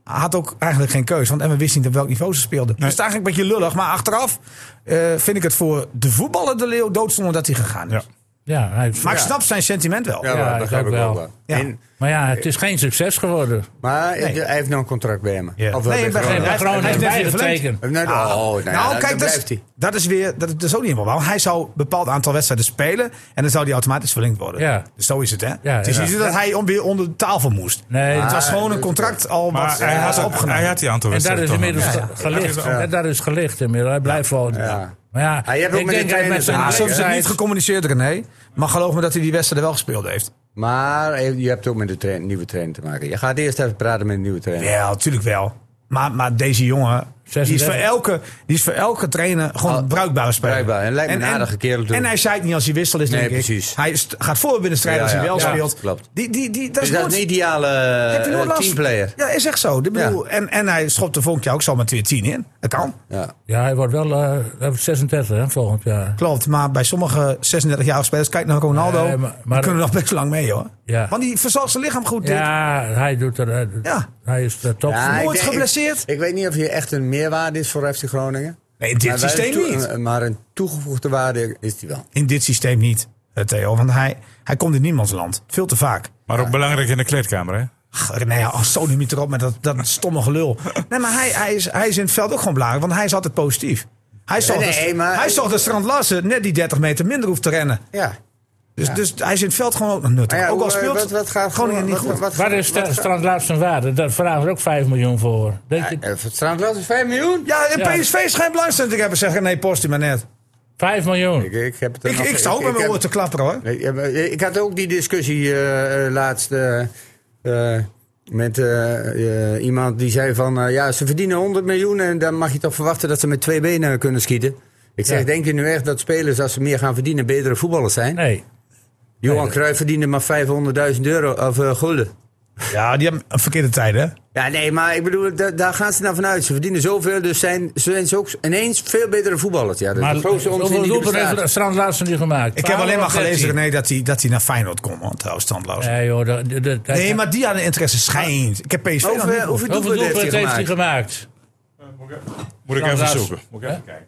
[SPEAKER 1] had ook eigenlijk geen keus. Want Emmen wist niet op welk niveau ze speelden.
[SPEAKER 5] Nee.
[SPEAKER 1] Dus het is eigenlijk een beetje lullig. Maar achteraf uh, vind ik het voor de voetballer de Leeuw doodzonde dat hij gegaan is.
[SPEAKER 5] Ja.
[SPEAKER 2] Ja, hij,
[SPEAKER 1] Maar ik
[SPEAKER 3] Ja.
[SPEAKER 1] snap zijn sentiment wel.
[SPEAKER 3] Ja,
[SPEAKER 2] Ja,
[SPEAKER 3] maar
[SPEAKER 2] ik
[SPEAKER 3] dat begrijp
[SPEAKER 2] ook
[SPEAKER 3] ik ook
[SPEAKER 2] wel.
[SPEAKER 3] wel.
[SPEAKER 1] Ja.
[SPEAKER 3] En-
[SPEAKER 2] maar ja, het is geen succes geworden.
[SPEAKER 3] maar
[SPEAKER 1] Nee.
[SPEAKER 3] hij heeft nog een contract bij hem.
[SPEAKER 1] Ja.
[SPEAKER 3] Of wel
[SPEAKER 1] Nee,
[SPEAKER 3] bij
[SPEAKER 1] bij
[SPEAKER 3] Groningen.
[SPEAKER 2] Geen
[SPEAKER 1] Groningen.
[SPEAKER 2] bij Groningen
[SPEAKER 1] hij heeft net weer
[SPEAKER 2] bijgetekend.
[SPEAKER 3] Nee,
[SPEAKER 1] Ah,
[SPEAKER 3] oh, nou, ja,
[SPEAKER 1] nou,
[SPEAKER 3] dan-
[SPEAKER 1] kijk,
[SPEAKER 3] dan
[SPEAKER 1] dat
[SPEAKER 3] blijft
[SPEAKER 1] is,
[SPEAKER 3] hij.
[SPEAKER 1] dat is weer dat is ook niet helemaal waar. Want hij zou een bepaald aantal wedstrijden spelen en dan zou die automatisch verlengd worden.
[SPEAKER 2] Ja.
[SPEAKER 1] Dus zo is het, hè?
[SPEAKER 2] Ja,
[SPEAKER 1] het is
[SPEAKER 2] ja.
[SPEAKER 1] niet zo dat hij om, weer onder de tafel moest.
[SPEAKER 2] Nee,
[SPEAKER 1] Het was
[SPEAKER 3] Ah,
[SPEAKER 1] gewoon een
[SPEAKER 3] dat is
[SPEAKER 1] contract al
[SPEAKER 5] Maar
[SPEAKER 1] wat
[SPEAKER 5] hij,
[SPEAKER 1] was
[SPEAKER 5] had, ook-
[SPEAKER 1] opgenomen.
[SPEAKER 5] hij had die aantal
[SPEAKER 2] en daar
[SPEAKER 5] wedstrijden
[SPEAKER 2] is
[SPEAKER 5] toch
[SPEAKER 2] inmiddels
[SPEAKER 5] nog.
[SPEAKER 2] ge- gelicht.
[SPEAKER 3] Ja.
[SPEAKER 2] En daar is gelicht inmiddels. Hij blijft wel.
[SPEAKER 3] Ja.
[SPEAKER 2] Maar ja,
[SPEAKER 3] Ah, je hebt ook
[SPEAKER 2] ik
[SPEAKER 3] met
[SPEAKER 2] denk
[SPEAKER 3] de
[SPEAKER 2] hij met
[SPEAKER 3] trainers
[SPEAKER 2] zijn
[SPEAKER 3] te
[SPEAKER 1] Ja,
[SPEAKER 3] maken,
[SPEAKER 1] soms is het
[SPEAKER 2] leeftijd-
[SPEAKER 1] niet gecommuniceerd, René. Maar geloof me dat hij die wedstrijd wel gespeeld heeft.
[SPEAKER 3] Maar je hebt ook met de train- nieuwe trainer te maken. Je gaat eerst even praten met een nieuwe trainer.
[SPEAKER 1] Ja, natuurlijk wel. Maar, maar deze jongen, die is, voor
[SPEAKER 2] zesendertig.
[SPEAKER 1] elke, die is voor elke trainer gewoon
[SPEAKER 3] Al-
[SPEAKER 1] een bruikbare speler.
[SPEAKER 3] bruikbaar. En lijkt me een aardige kerel toe.
[SPEAKER 1] En hij zei het niet als hij wissel is,
[SPEAKER 3] Nee,
[SPEAKER 1] denk ik.
[SPEAKER 3] precies.
[SPEAKER 1] Hij st- gaat voor binnen de strijd
[SPEAKER 3] Ja,
[SPEAKER 1] als hij
[SPEAKER 3] ja.
[SPEAKER 1] wel
[SPEAKER 3] Ja,
[SPEAKER 1] speelt.
[SPEAKER 3] klopt.
[SPEAKER 1] Die, die, die, dat
[SPEAKER 3] Dus
[SPEAKER 1] is
[SPEAKER 3] dat
[SPEAKER 1] nooit-
[SPEAKER 3] is een ideale
[SPEAKER 1] Heb je nooit
[SPEAKER 3] uh,
[SPEAKER 1] last-
[SPEAKER 3] teamplayer.
[SPEAKER 1] Ja, is echt zo. Ik bedoel, en, en hij schopt de volgend jaar ook zo met weer tien in. Dat kan.
[SPEAKER 3] Ja.
[SPEAKER 2] Ja, hij wordt wel uh, zesendertig hè, volgend jaar.
[SPEAKER 1] Klopt, maar bij sommige zesendertig-jarige spelers, kijk naar Ronaldo,
[SPEAKER 2] Nee, maar-
[SPEAKER 1] die
[SPEAKER 2] maar-
[SPEAKER 1] kunnen nog best lang mee, hoor.
[SPEAKER 2] Ja.
[SPEAKER 1] Want die verzorgt zijn lichaam goed. Dick.
[SPEAKER 2] Ja, hij doet er. Hij,
[SPEAKER 1] Ja.
[SPEAKER 2] hij is de top.
[SPEAKER 3] Ja, ik
[SPEAKER 1] Nooit
[SPEAKER 3] denk-
[SPEAKER 1] geblesseerd.
[SPEAKER 3] Ik, ik weet niet of hij echt een meerwaarde is voor F C Groningen.
[SPEAKER 1] Nee, in dit
[SPEAKER 3] Maar wel
[SPEAKER 1] systeem
[SPEAKER 3] een toe-
[SPEAKER 1] niet.
[SPEAKER 3] een- Maar een toegevoegde waarde is hij wel.
[SPEAKER 1] In dit systeem niet, eh, Theo. Want hij, hij komt in niemands land. Veel te vaak.
[SPEAKER 5] Maar ook belangrijk in de kleedkamer, hè?
[SPEAKER 1] Ach, nee, oh, zo niet erop met dat, dat stomme gelul. Nee, maar hij, hij, is, hij is in het veld ook gewoon belangrijk. Want hij is altijd positief. Hij zorgt
[SPEAKER 3] nee,
[SPEAKER 1] dat,
[SPEAKER 3] maar-
[SPEAKER 1] hij zorgt dat Strand Larsen net die dertig meter minder hoeft te rennen.
[SPEAKER 3] Ja.
[SPEAKER 1] Dus, dus hij is in het veld gewoon ook nog nuttig.
[SPEAKER 3] Maar ja,
[SPEAKER 1] ook al
[SPEAKER 3] hoe,
[SPEAKER 1] speelt
[SPEAKER 3] wat, wat gaat
[SPEAKER 1] Groningen niet
[SPEAKER 3] wat-
[SPEAKER 1] goed.
[SPEAKER 3] Wat,
[SPEAKER 2] Waar is
[SPEAKER 3] wat- wat-
[SPEAKER 2] Strand Larsen waarde? Daar vragen we ook vijf miljoen voor. Denk je,
[SPEAKER 3] Eh, Voor het Strandlas is vijf miljoen?
[SPEAKER 1] Ja, en
[SPEAKER 2] Ja.
[SPEAKER 1] P S V schijnt belangstelling te hebben. Zeggen nee, post hij maar net.
[SPEAKER 2] vijf miljoen.
[SPEAKER 3] Ik, ik, heb het er
[SPEAKER 1] Ik,
[SPEAKER 3] nog-
[SPEAKER 1] ik sta ook met mijn
[SPEAKER 3] heb-
[SPEAKER 1] oren te klapperen, hoor.
[SPEAKER 3] Ik, heb- ik had ook die discussie eh, eh, laatst eh, eh, met eh, eh, iemand die zei van... eh, ja, ze verdienen honderd miljoen en dan mag je toch verwachten dat ze met twee benen kunnen schieten. Ik zeg,
[SPEAKER 2] Ja.
[SPEAKER 3] denk je nu echt dat spelers als ze meer gaan verdienen betere voetballers zijn?
[SPEAKER 2] Nee.
[SPEAKER 3] Johan Cruijff verdiende maar vijfhonderdduizend euro of uh, gulden.
[SPEAKER 1] Ja, die hebben een verkeerde tijd, hè?
[SPEAKER 3] Ja, nee, maar ik bedoel, da- daar gaan ze nou vanuit. Ze verdienen zoveel, dus zijn, zijn ze ook ineens veel betere voetballers. Ja, dat is
[SPEAKER 2] Maar
[SPEAKER 3] de grootste onzin
[SPEAKER 2] hoeveel
[SPEAKER 3] die er
[SPEAKER 2] doelpunten
[SPEAKER 3] bestaat.
[SPEAKER 2] heeft Strand Larsen die gemaakt?
[SPEAKER 1] Ik heb alleen maar
[SPEAKER 2] twaalf of
[SPEAKER 1] gelezen,
[SPEAKER 2] dertien?
[SPEAKER 1] René, dat hij, dat hij naar Feyenoord kon. Want trouwens, standloos.
[SPEAKER 2] Nee, joh. Dat, dat, dat-
[SPEAKER 1] Nee, maar die hadden interesse schijnt. Ik heb P S V nog
[SPEAKER 3] Hoeveel,
[SPEAKER 1] niet.
[SPEAKER 3] hoeveel
[SPEAKER 2] Hoeveel
[SPEAKER 3] doelpunten heeft
[SPEAKER 2] doelpunten
[SPEAKER 3] hij
[SPEAKER 2] heeft hij
[SPEAKER 3] gemaakt?
[SPEAKER 2] gemaakt?
[SPEAKER 5] Moet ik
[SPEAKER 2] Nou,
[SPEAKER 5] even
[SPEAKER 2] laat-
[SPEAKER 5] zoeken. Moet ik even kijken.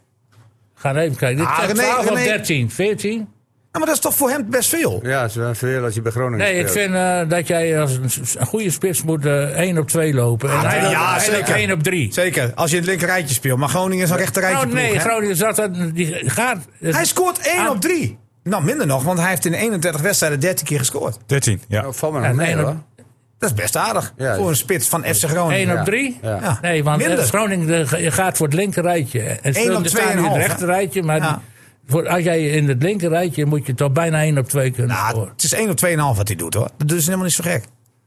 [SPEAKER 2] Ga even kijken. Dit
[SPEAKER 1] Ah,
[SPEAKER 2] is
[SPEAKER 1] René,
[SPEAKER 2] twaalf of
[SPEAKER 1] René.
[SPEAKER 2] dertien? veertien?
[SPEAKER 1] Ja, maar dat is toch voor hem best veel?
[SPEAKER 3] Ja, dat is wel veel als je bij Groningen
[SPEAKER 2] Nee, ik
[SPEAKER 3] speelt.
[SPEAKER 2] vind eh, dat jij als een, s- een goede spits moet eh, één op twee lopen. En
[SPEAKER 1] Ah,
[SPEAKER 2] hij loopt-
[SPEAKER 1] ja,
[SPEAKER 2] hij loopt
[SPEAKER 1] zeker.
[SPEAKER 2] één op drie.
[SPEAKER 1] Zeker, als je in het linker rijtje speelt. Maar Groningen is een rechter rijtje
[SPEAKER 2] Nou, nee,
[SPEAKER 1] ploeg, hè?
[SPEAKER 2] Groningen zat dat, die gaat.
[SPEAKER 1] Hij scoort één
[SPEAKER 2] Ah.
[SPEAKER 1] op drie. Nou, minder nog, want hij heeft in eenendertig wedstrijden dertien keer gescoord.
[SPEAKER 5] dertien, ja.
[SPEAKER 3] Oh, valt me
[SPEAKER 2] Ja,
[SPEAKER 3] nog mee,
[SPEAKER 2] nee,
[SPEAKER 3] hoor.
[SPEAKER 1] Dat is best aardig.
[SPEAKER 3] Ja,
[SPEAKER 1] voor
[SPEAKER 3] dus-
[SPEAKER 1] een spits van F C Groningen.
[SPEAKER 2] één
[SPEAKER 3] Ja.
[SPEAKER 2] op drie?
[SPEAKER 3] Ja.
[SPEAKER 1] Ja.
[SPEAKER 2] Nee, want
[SPEAKER 1] Minder.
[SPEAKER 2] eh, Groningen de- je gaat voor het linker rijtje. En
[SPEAKER 1] Eén op
[SPEAKER 2] er
[SPEAKER 1] twee
[SPEAKER 2] staan
[SPEAKER 1] en
[SPEAKER 2] nu
[SPEAKER 1] een
[SPEAKER 2] het
[SPEAKER 1] half,
[SPEAKER 2] rechter
[SPEAKER 1] hè?
[SPEAKER 2] rijtje. Maar
[SPEAKER 1] Ja.
[SPEAKER 2] die- voor, als jij in het linker rijtje moet je toch bijna één op twee kunnen
[SPEAKER 1] Nou,
[SPEAKER 2] scoren.
[SPEAKER 1] het is één op twee en een half wat hij doet, hoor. Dat is helemaal niet zo gek.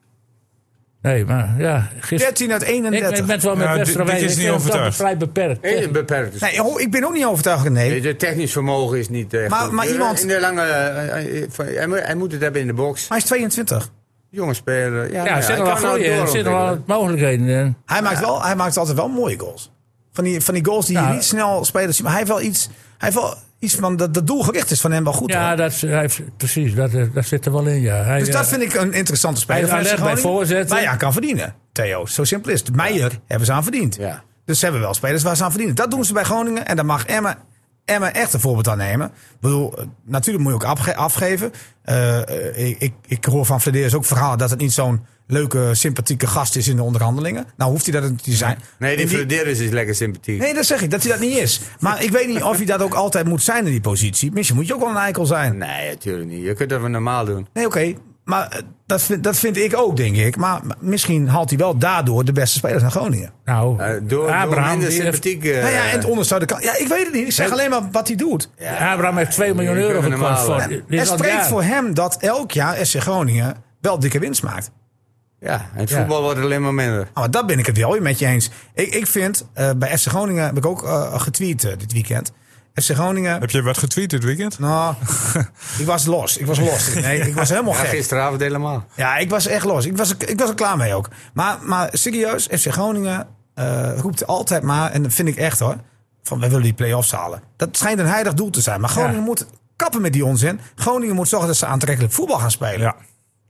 [SPEAKER 2] Nee, maar ja, gisteren.
[SPEAKER 1] dertien uit
[SPEAKER 2] Ik,
[SPEAKER 1] eenendertig.
[SPEAKER 2] ik ben het wel met
[SPEAKER 5] Ja, dit-
[SPEAKER 2] Westerwijk.
[SPEAKER 5] dit is
[SPEAKER 2] Ik
[SPEAKER 5] niet
[SPEAKER 2] vind het toch
[SPEAKER 5] overtuigd.
[SPEAKER 2] vrij beperkt.
[SPEAKER 3] Heel beperkt. Dus.
[SPEAKER 1] Nee, ho, ik ben ook niet overtuigd, nee.
[SPEAKER 3] Het technisch vermogen is niet echt
[SPEAKER 1] Maar-
[SPEAKER 3] goed.
[SPEAKER 1] maar
[SPEAKER 3] Eh,
[SPEAKER 1] iemand-
[SPEAKER 3] In de lange... eh, eh, van- hij, moet, hij moet het hebben in de box.
[SPEAKER 1] Hij is tweeëntwintig.
[SPEAKER 3] Jonge speler. Ja,
[SPEAKER 2] Ja,
[SPEAKER 3] nou
[SPEAKER 2] er zitten wel
[SPEAKER 3] hij kan nou
[SPEAKER 2] goeie, er zitten wel
[SPEAKER 3] doorontwikkelen.
[SPEAKER 2] mogelijkheden in.
[SPEAKER 1] Hij maakt, wel, hij maakt altijd wel mooie goals. Van die, van die goals die
[SPEAKER 2] Ja.
[SPEAKER 1] je niet snel spelers zien. Maar hij heeft wel iets, hij heeft wel iets van... Dat, dat doelgericht is van hem wel goed,
[SPEAKER 2] Ja,
[SPEAKER 1] hoor.
[SPEAKER 2] dat, is- hij heeft, precies, dat, is- dat zit er wel in, ja. Hij,
[SPEAKER 1] Dus dat
[SPEAKER 2] eh,
[SPEAKER 1] vind ik een interessante speler.
[SPEAKER 2] hij
[SPEAKER 1] van F C
[SPEAKER 2] legt bij
[SPEAKER 1] Groningen.
[SPEAKER 2] voorzetten.
[SPEAKER 1] Maar ja, kan verdienen, Theo. Zo simpel is het. Meijer hebben ze aan verdiend.
[SPEAKER 3] Ja.
[SPEAKER 1] Dus ze hebben wel spelers waar ze aan verdienen. Dat doen ze bij Groningen. En daar mag Emmen, Emmen echt een voorbeeld aan nemen. Ik bedoel, eh, natuurlijk moet je ook afge- afgeven. Eh, eh, ik, ik, ik hoor van Flederis ook verhalen dat het niet zo'n leuke, sympathieke gast is in de onderhandelingen. Nou hoeft hij dat niet te zijn.
[SPEAKER 3] Nee, die
[SPEAKER 1] In die-
[SPEAKER 3] Flederis is lekker sympathiek.
[SPEAKER 1] Nee, dat zeg ik, dat hij dat niet is. Maar ik weet niet of hij dat ook altijd moet zijn in die positie. Misschien moet je ook wel een eikel zijn.
[SPEAKER 3] Nee, natuurlijk niet. Je kunt dat wel normaal doen.
[SPEAKER 1] Nee, oké. Maar eh, dat vind, dat vind ik ook, denk ik. Maar maar misschien haalt hij wel daardoor de beste spelers naar Groningen.
[SPEAKER 2] nou,
[SPEAKER 3] Eh, door, door
[SPEAKER 2] Abraham,
[SPEAKER 3] minder
[SPEAKER 2] die heeft,
[SPEAKER 3] sympathiek... eh,
[SPEAKER 1] nou ja, en het onderste kan. Ja, ik weet het niet. Ik zeg alleen maar wat hij doet.
[SPEAKER 2] Abraham heeft twee miljoen
[SPEAKER 3] die
[SPEAKER 2] euro
[SPEAKER 3] kunnen we
[SPEAKER 2] gekost.
[SPEAKER 3] normaal,
[SPEAKER 2] voor-
[SPEAKER 3] hè.
[SPEAKER 2] dit is
[SPEAKER 1] Het
[SPEAKER 2] al
[SPEAKER 1] spreekt
[SPEAKER 2] jaar.
[SPEAKER 1] voor hem dat elk jaar F C Groningen wel dikke winst maakt.
[SPEAKER 3] Ja, en het
[SPEAKER 2] Ja.
[SPEAKER 3] voetbal wordt alleen maar minder.
[SPEAKER 1] Nou, maar dat ben ik het wel weer met je eens. Ik, ik vind, uh, bij F C Groningen heb ik ook uh, getweet uh, dit weekend. F C Groningen...
[SPEAKER 5] Heb je wat getweet dit weekend?
[SPEAKER 1] Nou, ik was los. Ik was los. Nee, ik was helemaal
[SPEAKER 3] Ja,
[SPEAKER 1] gek.
[SPEAKER 3] gisteravond helemaal.
[SPEAKER 1] Ja, ik was echt los. Ik was, er- ik was er klaar mee ook. Maar, maar serieus, F C Groningen uh, roept altijd maar, en dat vind ik echt hoor, van wij willen die play-offs halen. Dat schijnt een heilig doel te zijn. Maar Groningen
[SPEAKER 2] Ja.
[SPEAKER 1] moet kappen met die onzin. Groningen moet zorgen dat ze aantrekkelijk voetbal gaan spelen.
[SPEAKER 5] Ja.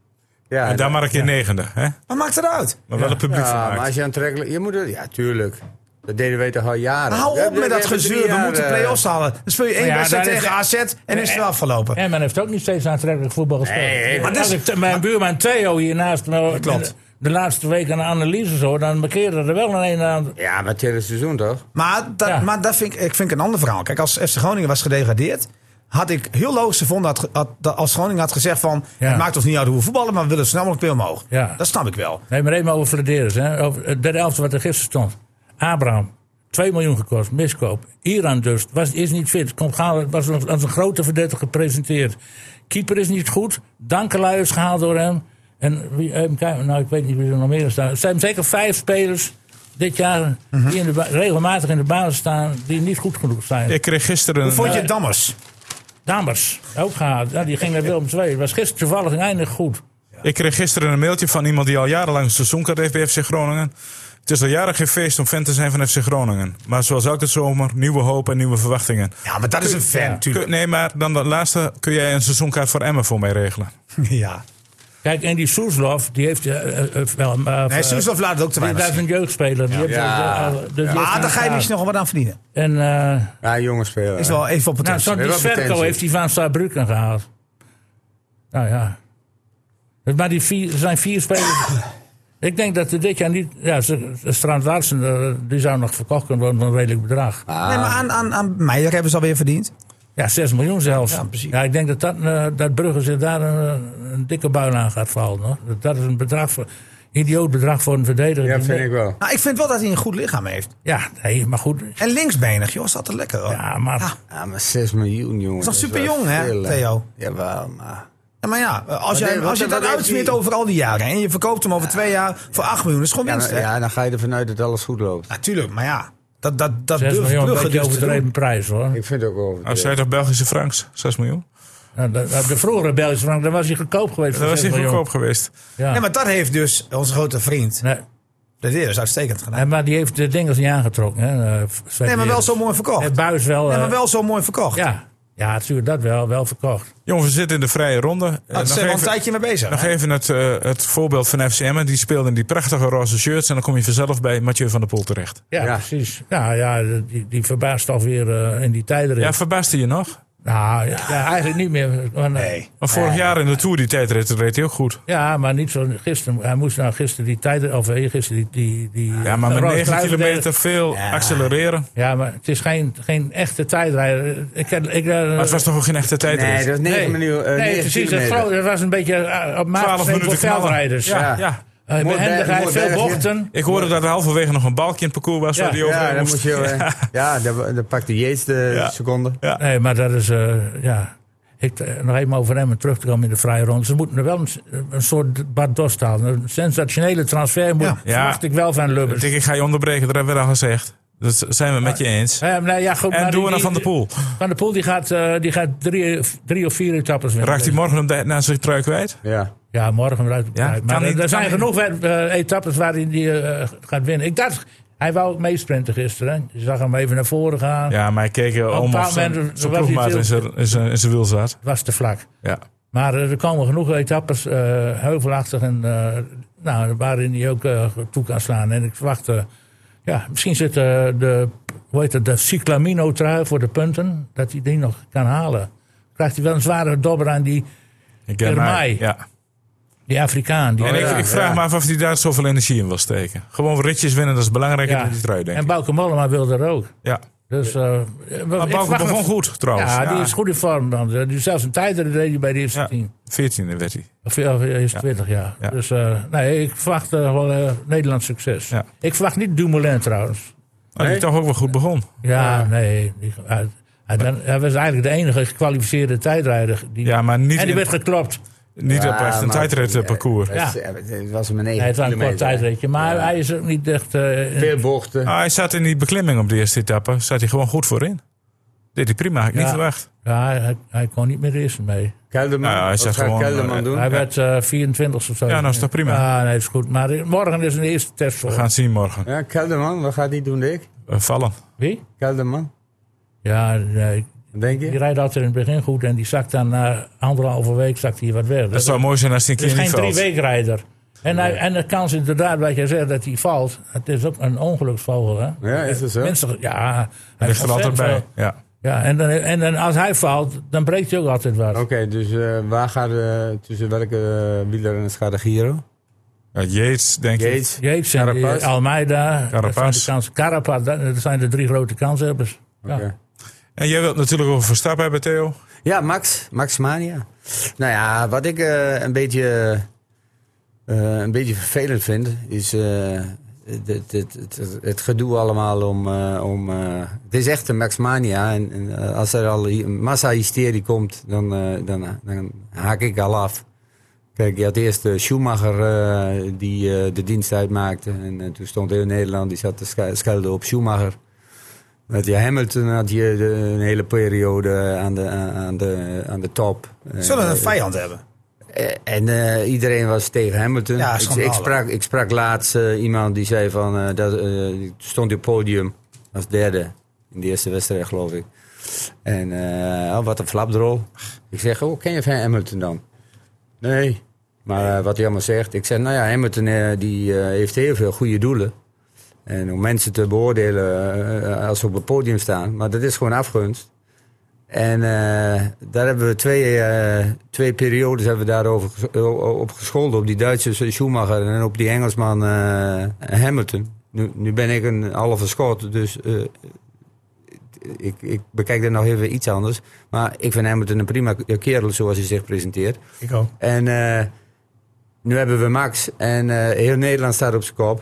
[SPEAKER 3] Ja,
[SPEAKER 5] En daar maar een keer negende. Hè?
[SPEAKER 1] Wat maakt het uit?
[SPEAKER 5] Maar wel een publiek
[SPEAKER 3] ja,
[SPEAKER 5] van
[SPEAKER 3] maar als je aantrekkelijk... Je moet het, ja, tuurlijk. Dat deden we toch al jaren.
[SPEAKER 1] Hou
[SPEAKER 3] We
[SPEAKER 1] op met
[SPEAKER 3] hebben-
[SPEAKER 1] dat
[SPEAKER 3] we hebben
[SPEAKER 1] gezeur.
[SPEAKER 3] drie
[SPEAKER 1] We
[SPEAKER 3] jaar,
[SPEAKER 1] moeten
[SPEAKER 3] eh,
[SPEAKER 1] play-offs halen. Dan speel je één
[SPEAKER 2] Ja,
[SPEAKER 1] wedstrijd
[SPEAKER 2] daar is-
[SPEAKER 1] tegen A Z en is het weer afgelopen.
[SPEAKER 2] En men heeft ook niet steeds aantrekkelijk voetbal gespeeld.
[SPEAKER 3] Nee, nee,
[SPEAKER 2] maar
[SPEAKER 1] maar
[SPEAKER 2] als
[SPEAKER 1] dus-
[SPEAKER 2] ik te- mijn buurman Theo hiernaast me
[SPEAKER 1] klopt.
[SPEAKER 2] de, de laatste week een analyse zo, dan markeerde er wel een een aan.
[SPEAKER 3] Ja, maar het hele seizoen toch?
[SPEAKER 1] Maar, dat,
[SPEAKER 2] Ja.
[SPEAKER 1] maar dat vind ik, ik vind ik een ander verhaal. Kijk, als F C Groningen was gedegradeerd, had ik heel logisch gevonden had, had, dat als Groningen had gezegd van,
[SPEAKER 2] Ja.
[SPEAKER 1] het maakt ons niet uit hoe we voetballen, maar we willen zo snel mogelijk weer omhoog.
[SPEAKER 2] Ja.
[SPEAKER 1] Dat snap ik wel.
[SPEAKER 2] Nee, maar even over Flederis. Hè. Over het derde elftal wat er gisteren stond. Abraham, twee miljoen gekost, miskoop. Iran dus, was, is niet fit. Komt gaan, was als als een grote verdediger gepresenteerd. Keeper is niet goed. Dankelui is gehaald door hem. En wie, even kijken, nou, ik weet niet wie er nog meer is staan. Er zijn zeker vijf spelers dit jaar die in de ba- regelmatig in de basis staan, die niet goed genoeg zijn.
[SPEAKER 5] Ik kreeg gisteren
[SPEAKER 1] Hoe
[SPEAKER 5] een...
[SPEAKER 1] vond je Dammers?
[SPEAKER 2] Damers, ook gehaald. Ja, die ging naar Willem twee. Was gisteren toevallig eindig goed.
[SPEAKER 5] Ik kreeg gisteren een mailtje van iemand die al jarenlang een seizoenkaart heeft bij F C Groningen. Het is al jaren geen feest om fan te zijn van F C Groningen. Maar zoals elke zomer, nieuwe hoop en nieuwe verwachtingen.
[SPEAKER 1] Ja, maar dat is een fan,
[SPEAKER 2] Ja.
[SPEAKER 1] natuurlijk.
[SPEAKER 5] Kun- nee, maar dan de laatste kun jij een seizoenkaart voor Emmen voor mij regelen.
[SPEAKER 1] Ja.
[SPEAKER 2] Kijk, en die Soeslof, die heeft uh, uh, uh, wel... uh,
[SPEAKER 1] Nee, Soeslof laat het ook te
[SPEAKER 2] die,
[SPEAKER 1] weinig
[SPEAKER 2] dat is
[SPEAKER 1] zien.
[SPEAKER 2] een jeugdspeler. Die heeft,
[SPEAKER 3] Ja.
[SPEAKER 2] uh, uh, dus die heeft
[SPEAKER 1] Maar
[SPEAKER 2] een
[SPEAKER 1] daar ga je
[SPEAKER 2] gaaf.
[SPEAKER 1] misschien nog wel wat aan verdienen.
[SPEAKER 2] En uh,
[SPEAKER 3] Ja, jonge speler.
[SPEAKER 1] Is wel even op het
[SPEAKER 2] nou,
[SPEAKER 1] tempo.
[SPEAKER 2] zo'n die
[SPEAKER 3] wel
[SPEAKER 2] Sverko
[SPEAKER 3] potentie.
[SPEAKER 2] heeft hij van Saarbrücken gehaald. Nou ja. Dus maar die vier, er zijn vier spelers... Ik denk dat er dit jaar niet... Ja, Strand Larsen, uh, die zou nog verkocht kunnen worden voor een redelijk bedrag.
[SPEAKER 3] Ah,
[SPEAKER 1] Nee, maar aan, aan, aan Meijer hebben ze alweer verdiend.
[SPEAKER 2] Ja, zes miljoen zelfs.
[SPEAKER 1] Ja, precies.
[SPEAKER 2] Ja, ik denk dat, dat, uh, dat Brugge zich daar een, een dikke buil aan gaat vallen. Hoor. Dat, dat is een bedrag voor, idioot bedrag voor een verdediger.
[SPEAKER 3] ja,
[SPEAKER 2] die
[SPEAKER 3] vind
[SPEAKER 2] ne-
[SPEAKER 3] ik wel.
[SPEAKER 1] Nou, ik vind wel dat hij een goed lichaam heeft.
[SPEAKER 2] Ja, nee, maar goed.
[SPEAKER 1] En linksbenig, joh, is altijd lekker hoor.
[SPEAKER 2] Ja, maar...
[SPEAKER 1] Ja.
[SPEAKER 3] Ja, maar zes miljoen, jongen.
[SPEAKER 1] Dat is toch
[SPEAKER 3] wel
[SPEAKER 1] super jong, hè,
[SPEAKER 3] veel,
[SPEAKER 1] Theo?
[SPEAKER 3] Jawel, maar...
[SPEAKER 1] Ja, maar ja, als,
[SPEAKER 3] Wat
[SPEAKER 1] jij,
[SPEAKER 3] heeft-
[SPEAKER 1] als je
[SPEAKER 3] wat-
[SPEAKER 1] dat
[SPEAKER 3] wat heeft
[SPEAKER 1] uitsmeert
[SPEAKER 3] hij-
[SPEAKER 1] over al die jaren en je verkoopt hem over twee jaar voor acht miljoen, dat is gewoon
[SPEAKER 3] Ja,
[SPEAKER 1] winst,
[SPEAKER 3] maar-
[SPEAKER 1] hè?
[SPEAKER 3] ja, dan ga je ervan uit dat alles goed loopt.
[SPEAKER 1] Natuurlijk, maar ja, dat, dat, dat
[SPEAKER 2] zes
[SPEAKER 1] durft
[SPEAKER 2] miljoen, een
[SPEAKER 1] Brugge
[SPEAKER 2] beetje
[SPEAKER 1] dus te
[SPEAKER 2] overdreven
[SPEAKER 1] doen.
[SPEAKER 2] prijs hoor.
[SPEAKER 3] Ik vind het ook wel
[SPEAKER 5] Als
[SPEAKER 3] overdreven.
[SPEAKER 5] zij toch Belgische francs, zes miljoen.
[SPEAKER 2] Nou, de, de vroegere Belgische frank, daar was hij goedkoop geweest.
[SPEAKER 5] Dat
[SPEAKER 2] voor
[SPEAKER 5] was
[SPEAKER 2] zes
[SPEAKER 5] niet
[SPEAKER 2] miljoen.
[SPEAKER 5] goedkoop geweest.
[SPEAKER 2] Ja.
[SPEAKER 1] Nee, maar dat heeft dus onze grote vriend,
[SPEAKER 2] Nee,
[SPEAKER 1] de Deer, is uitstekend gedaan.
[SPEAKER 2] nee, maar die heeft de dingen niet aangetrokken. Hè, uh,
[SPEAKER 1] Nee, maar wel zo mooi verkocht.
[SPEAKER 2] Het buis wel.
[SPEAKER 1] Nee,
[SPEAKER 2] uh,
[SPEAKER 1] maar wel zo mooi verkocht.
[SPEAKER 2] Ja, ja, natuurlijk dat wel, wel verkocht.
[SPEAKER 5] Jongens, we zitten in de vrije ronde. Eh,
[SPEAKER 1] Nou, daar
[SPEAKER 5] nog
[SPEAKER 1] zijn we al een
[SPEAKER 5] even,
[SPEAKER 1] tijdje mee bezig.
[SPEAKER 5] nog
[SPEAKER 1] hè?
[SPEAKER 5] even het, eh, het voorbeeld van F C Emmen. Die speelde in die prachtige roze shirts. En dan kom je vanzelf bij Mathieu van der Poel terecht.
[SPEAKER 2] Ja,
[SPEAKER 3] Ja.
[SPEAKER 2] precies. Ja, ja, die, die verbaast alweer uh, in die tijden.
[SPEAKER 5] Ja, verbaasde je nog?
[SPEAKER 2] Nou, ja, ja, eigenlijk niet meer. Maar,
[SPEAKER 1] Nee.
[SPEAKER 5] Maar vorig jaar in de Tour, die tijdrit, reed hij ook goed.
[SPEAKER 2] Ja, maar niet zo gisteren. Hij moest nou gisteren die tijd, of eh, gisteren die... die, die
[SPEAKER 5] Ja, maar met
[SPEAKER 2] roze
[SPEAKER 5] negen
[SPEAKER 2] trui
[SPEAKER 5] kilometer veel
[SPEAKER 1] Ja.
[SPEAKER 5] accelereren.
[SPEAKER 2] Ja, maar het is geen, geen echte tijdrijder. Ik, ken- ik, uh,
[SPEAKER 5] Maar het was toch ook geen echte tijdrit?
[SPEAKER 3] Nee, dat is negen minuten.
[SPEAKER 2] nee,
[SPEAKER 3] negen
[SPEAKER 2] precies. Het,
[SPEAKER 3] kilometer.
[SPEAKER 2] groot- het was een beetje uh, op maat
[SPEAKER 5] twaalf
[SPEAKER 2] voor
[SPEAKER 5] minuten knallen.
[SPEAKER 2] veldrijders.
[SPEAKER 5] Ja,
[SPEAKER 3] Ja.
[SPEAKER 5] ja.
[SPEAKER 2] Uh,
[SPEAKER 3] Mooi
[SPEAKER 2] behendigheid,
[SPEAKER 3] berg-
[SPEAKER 2] veel
[SPEAKER 3] mooi bergje.
[SPEAKER 2] bochten.
[SPEAKER 5] Ik hoorde dat er halverwege nog een balkje in het parcours was
[SPEAKER 2] Ja.
[SPEAKER 5] waar die over
[SPEAKER 3] Ja, dan
[SPEAKER 5] moest.
[SPEAKER 3] moet je... eh, Ja, dan, dan pakte Yates de
[SPEAKER 5] Ja.
[SPEAKER 3] seconde.
[SPEAKER 5] Ja.
[SPEAKER 2] Nee, maar dat is... Uh, ja. Ik, uh, nog even over hem terug te komen in de vrije ronde. Ze moeten er wel een, een soort Bart Dost halen. Een sensationele transfer moet,
[SPEAKER 1] Ja.
[SPEAKER 2] verwacht ik wel van Lubbers.
[SPEAKER 5] Ik, ik ga je onderbreken, dat hebben we al gezegd. Dat zijn we met je eens.
[SPEAKER 2] Ja, nee, ja, goed,
[SPEAKER 5] En
[SPEAKER 2] maar
[SPEAKER 5] doen we
[SPEAKER 2] die-
[SPEAKER 5] naar Van der Poel.
[SPEAKER 2] Van der Poel die gaat, uh, die gaat drie, drie of vier etappes winnen.
[SPEAKER 5] Raakt hij morgen hem de- naar zijn trui kwijt?
[SPEAKER 3] Ja.
[SPEAKER 2] Ja, morgen eruit.
[SPEAKER 5] Ja,
[SPEAKER 2] maar
[SPEAKER 5] kan
[SPEAKER 2] er,
[SPEAKER 5] niet-
[SPEAKER 2] er zijn
[SPEAKER 5] kan
[SPEAKER 2] genoeg uh, etappes waarin hij uh, gaat winnen. Ik dacht, hij wou ook meesprinten gisteren. Hè. Je zag hem even naar voren gaan.
[SPEAKER 5] Ja, maar hij keek er
[SPEAKER 2] een
[SPEAKER 5] om
[SPEAKER 2] paar
[SPEAKER 5] of zijn
[SPEAKER 2] momenten
[SPEAKER 5] zijn
[SPEAKER 2] was hij
[SPEAKER 5] ploegmaat in
[SPEAKER 2] veel-
[SPEAKER 5] zijn- in zijn in zijn wiel zat.
[SPEAKER 2] Het was te vlak.
[SPEAKER 5] Ja.
[SPEAKER 2] Maar uh, er komen genoeg etappes, uh, heuvelachtig, en, uh, nou, waarin hij ook uh, toe kan slaan. En ik verwacht, uh, ja, misschien zit uh, de, hoe heet het, de Cyclamino-trui voor de punten, dat hij die nog kan halen. Krijgt hij wel een zware dobber aan die,
[SPEAKER 5] Ik ken
[SPEAKER 2] Kermai.
[SPEAKER 5] mij. Ja.
[SPEAKER 2] die Afrikaan. Die
[SPEAKER 5] En ik,
[SPEAKER 3] ja,
[SPEAKER 5] ik vraag
[SPEAKER 3] ja.
[SPEAKER 5] me af of hij daar zoveel energie in wil steken. Gewoon ritjes winnen, dat is belangrijker
[SPEAKER 2] Ja.
[SPEAKER 5] dan die trui, denk
[SPEAKER 2] En
[SPEAKER 5] ik.
[SPEAKER 2] Bauke Mollema wilde er ook.
[SPEAKER 5] Ja.
[SPEAKER 2] Dus, uh,
[SPEAKER 5] Maar
[SPEAKER 2] ik
[SPEAKER 5] Bauke
[SPEAKER 2] verwacht
[SPEAKER 5] begon
[SPEAKER 2] nog-
[SPEAKER 5] goed, trouwens.
[SPEAKER 2] Ja, die is goed in vorm dan. Die is zelfs een tijd deed hij bij de eerste
[SPEAKER 5] Ja.
[SPEAKER 2] tien.
[SPEAKER 5] veertiende werd hij.
[SPEAKER 2] Of ja, of is twintig jaar.
[SPEAKER 5] Ja.
[SPEAKER 2] Dus uh, nee, ik verwacht uh, wel uh, Nederlands succes.
[SPEAKER 5] Ja.
[SPEAKER 2] Ik verwacht niet Dumoulin trouwens.
[SPEAKER 5] Maar die toch ook wel goed begon.
[SPEAKER 2] Ja, nee. Die, hij, hij, dan- hij was eigenlijk de enige gekwalificeerde tijdrijder. Die,
[SPEAKER 5] Ja, maar niet,
[SPEAKER 2] en die
[SPEAKER 5] in-
[SPEAKER 2] werd geklopt.
[SPEAKER 5] niet
[SPEAKER 3] Ja,
[SPEAKER 5] op echt een
[SPEAKER 3] maar-
[SPEAKER 5] tijdritparcours.
[SPEAKER 3] Ja.
[SPEAKER 2] Ja.
[SPEAKER 3] Het, het was maar negen
[SPEAKER 2] Nee, het was een kort
[SPEAKER 3] kilometer. hè.
[SPEAKER 2] tijdritje. Maar
[SPEAKER 3] Ja.
[SPEAKER 2] hij is ook niet echt... Uh, in-
[SPEAKER 3] Veel bochten.
[SPEAKER 5] Ah, hij zat in die beklimming op de eerste etappe. Zat hij gewoon goed voorin. Deed hij prima, had ik
[SPEAKER 2] Ja.
[SPEAKER 5] niet verwacht.
[SPEAKER 2] ja, hij, hij kon niet meer de eerste mee.
[SPEAKER 3] Kelderman.
[SPEAKER 5] Nou, hij
[SPEAKER 3] Wat
[SPEAKER 5] zat
[SPEAKER 3] gaat
[SPEAKER 5] gewoon,
[SPEAKER 3] Kelderman
[SPEAKER 5] eh,
[SPEAKER 3] doen?
[SPEAKER 2] Hij werd uh, vierentwintigste of zo.
[SPEAKER 5] Ja, nou is toch prima.
[SPEAKER 2] Ja, nee, dat is goed. Maar uh, morgen is een eerste test voor.
[SPEAKER 5] We gaan het zien morgen.
[SPEAKER 3] Ja, Kelderman. Wat gaat hij doen, Dick?
[SPEAKER 5] Uh, vallen.
[SPEAKER 2] Wie?
[SPEAKER 3] Kelderman.
[SPEAKER 2] Ja, nee,
[SPEAKER 3] Denk je?
[SPEAKER 2] Die rijdt altijd in het begin goed en die zakt dan na anderhalve week zakt hij wat weg.
[SPEAKER 5] Dat zou mooi zijn als hij een
[SPEAKER 2] Het
[SPEAKER 5] keer
[SPEAKER 2] is
[SPEAKER 5] niet
[SPEAKER 2] geen
[SPEAKER 5] valt.
[SPEAKER 2] drie-weekrijder. En, hij, en de kans inderdaad, wat jij zegt, dat hij valt. Het is ook een ongeluksvogel. Hè?
[SPEAKER 3] Ja, is dat zo?
[SPEAKER 2] Mensen, ja, hij
[SPEAKER 5] Hij ligt er altijd bij.
[SPEAKER 2] veel.
[SPEAKER 5] Ja.
[SPEAKER 2] Ja, en, dan, en dan als hij valt, dan breekt hij ook altijd wat.
[SPEAKER 3] Oké, okay, dus uh, waar gaat de, tussen welke uh, wielrenners gaat de Giro?
[SPEAKER 5] Ja, Yates, denk ik.
[SPEAKER 3] Yates,
[SPEAKER 2] Yates en die,
[SPEAKER 3] Carapaz.
[SPEAKER 2] Almeida.
[SPEAKER 5] Carapaz.
[SPEAKER 2] Carapaz, dat zijn de drie grote kanshebbers. Ja.
[SPEAKER 3] Okay.
[SPEAKER 5] En jij wilt natuurlijk over Verstappen hebben, Theo.
[SPEAKER 3] Ja, Max. Max Mania. Nou ja, wat ik uh, een beetje... Uh, een beetje vervelend vind, is uh, het, het, het, het gedoe allemaal om... Uh, om uh, het is echt een Maxmania. En, en uh, als er al massa-hysterie komt, dan, uh, dan, dan haak ik al af. Kijk, je had eerst uh, Schumacher uh, die uh, de dienst uitmaakte. En uh, toen stond heel Nederland, die zat te schelden op Schumacher. Met je Hamilton had je de, een hele periode aan de, aan de, aan de top.
[SPEAKER 1] Zullen we een
[SPEAKER 3] uh,
[SPEAKER 1] vijand hebben?
[SPEAKER 3] En uh, iedereen was tegen Hamilton.
[SPEAKER 1] Ja,
[SPEAKER 3] ik, ik, sprak, ik sprak laatst uh, iemand die zei van... Uh, dat, uh, stond op het podium als derde in de eerste wedstrijd, geloof ik. En uh, oh, wat een flapdrol. Ik zeg, oh, ken je van Hamilton dan? Nee. Maar uh, wat hij allemaal zegt. Ik zeg, nou ja, Hamilton uh, die, uh, heeft heel veel goede doelen. En om mensen te beoordelen uh, als ze op het podium staan. Maar dat is gewoon afgunst. En uh, daar hebben we twee, uh, twee periodes hebben we daarover ges- op gescholden. Op die Duitse Schumacher en op die Engelsman uh, Hamilton. Nu, nu ben ik een halve Schot, dus uh, ik, ik bekijk dat nog even iets anders. Maar ik vind Hamilton een prima kerel zoals hij zich presenteert.
[SPEAKER 1] Ik ook.
[SPEAKER 3] En uh, nu hebben we Max en uh, heel Nederland staat op zijn kop.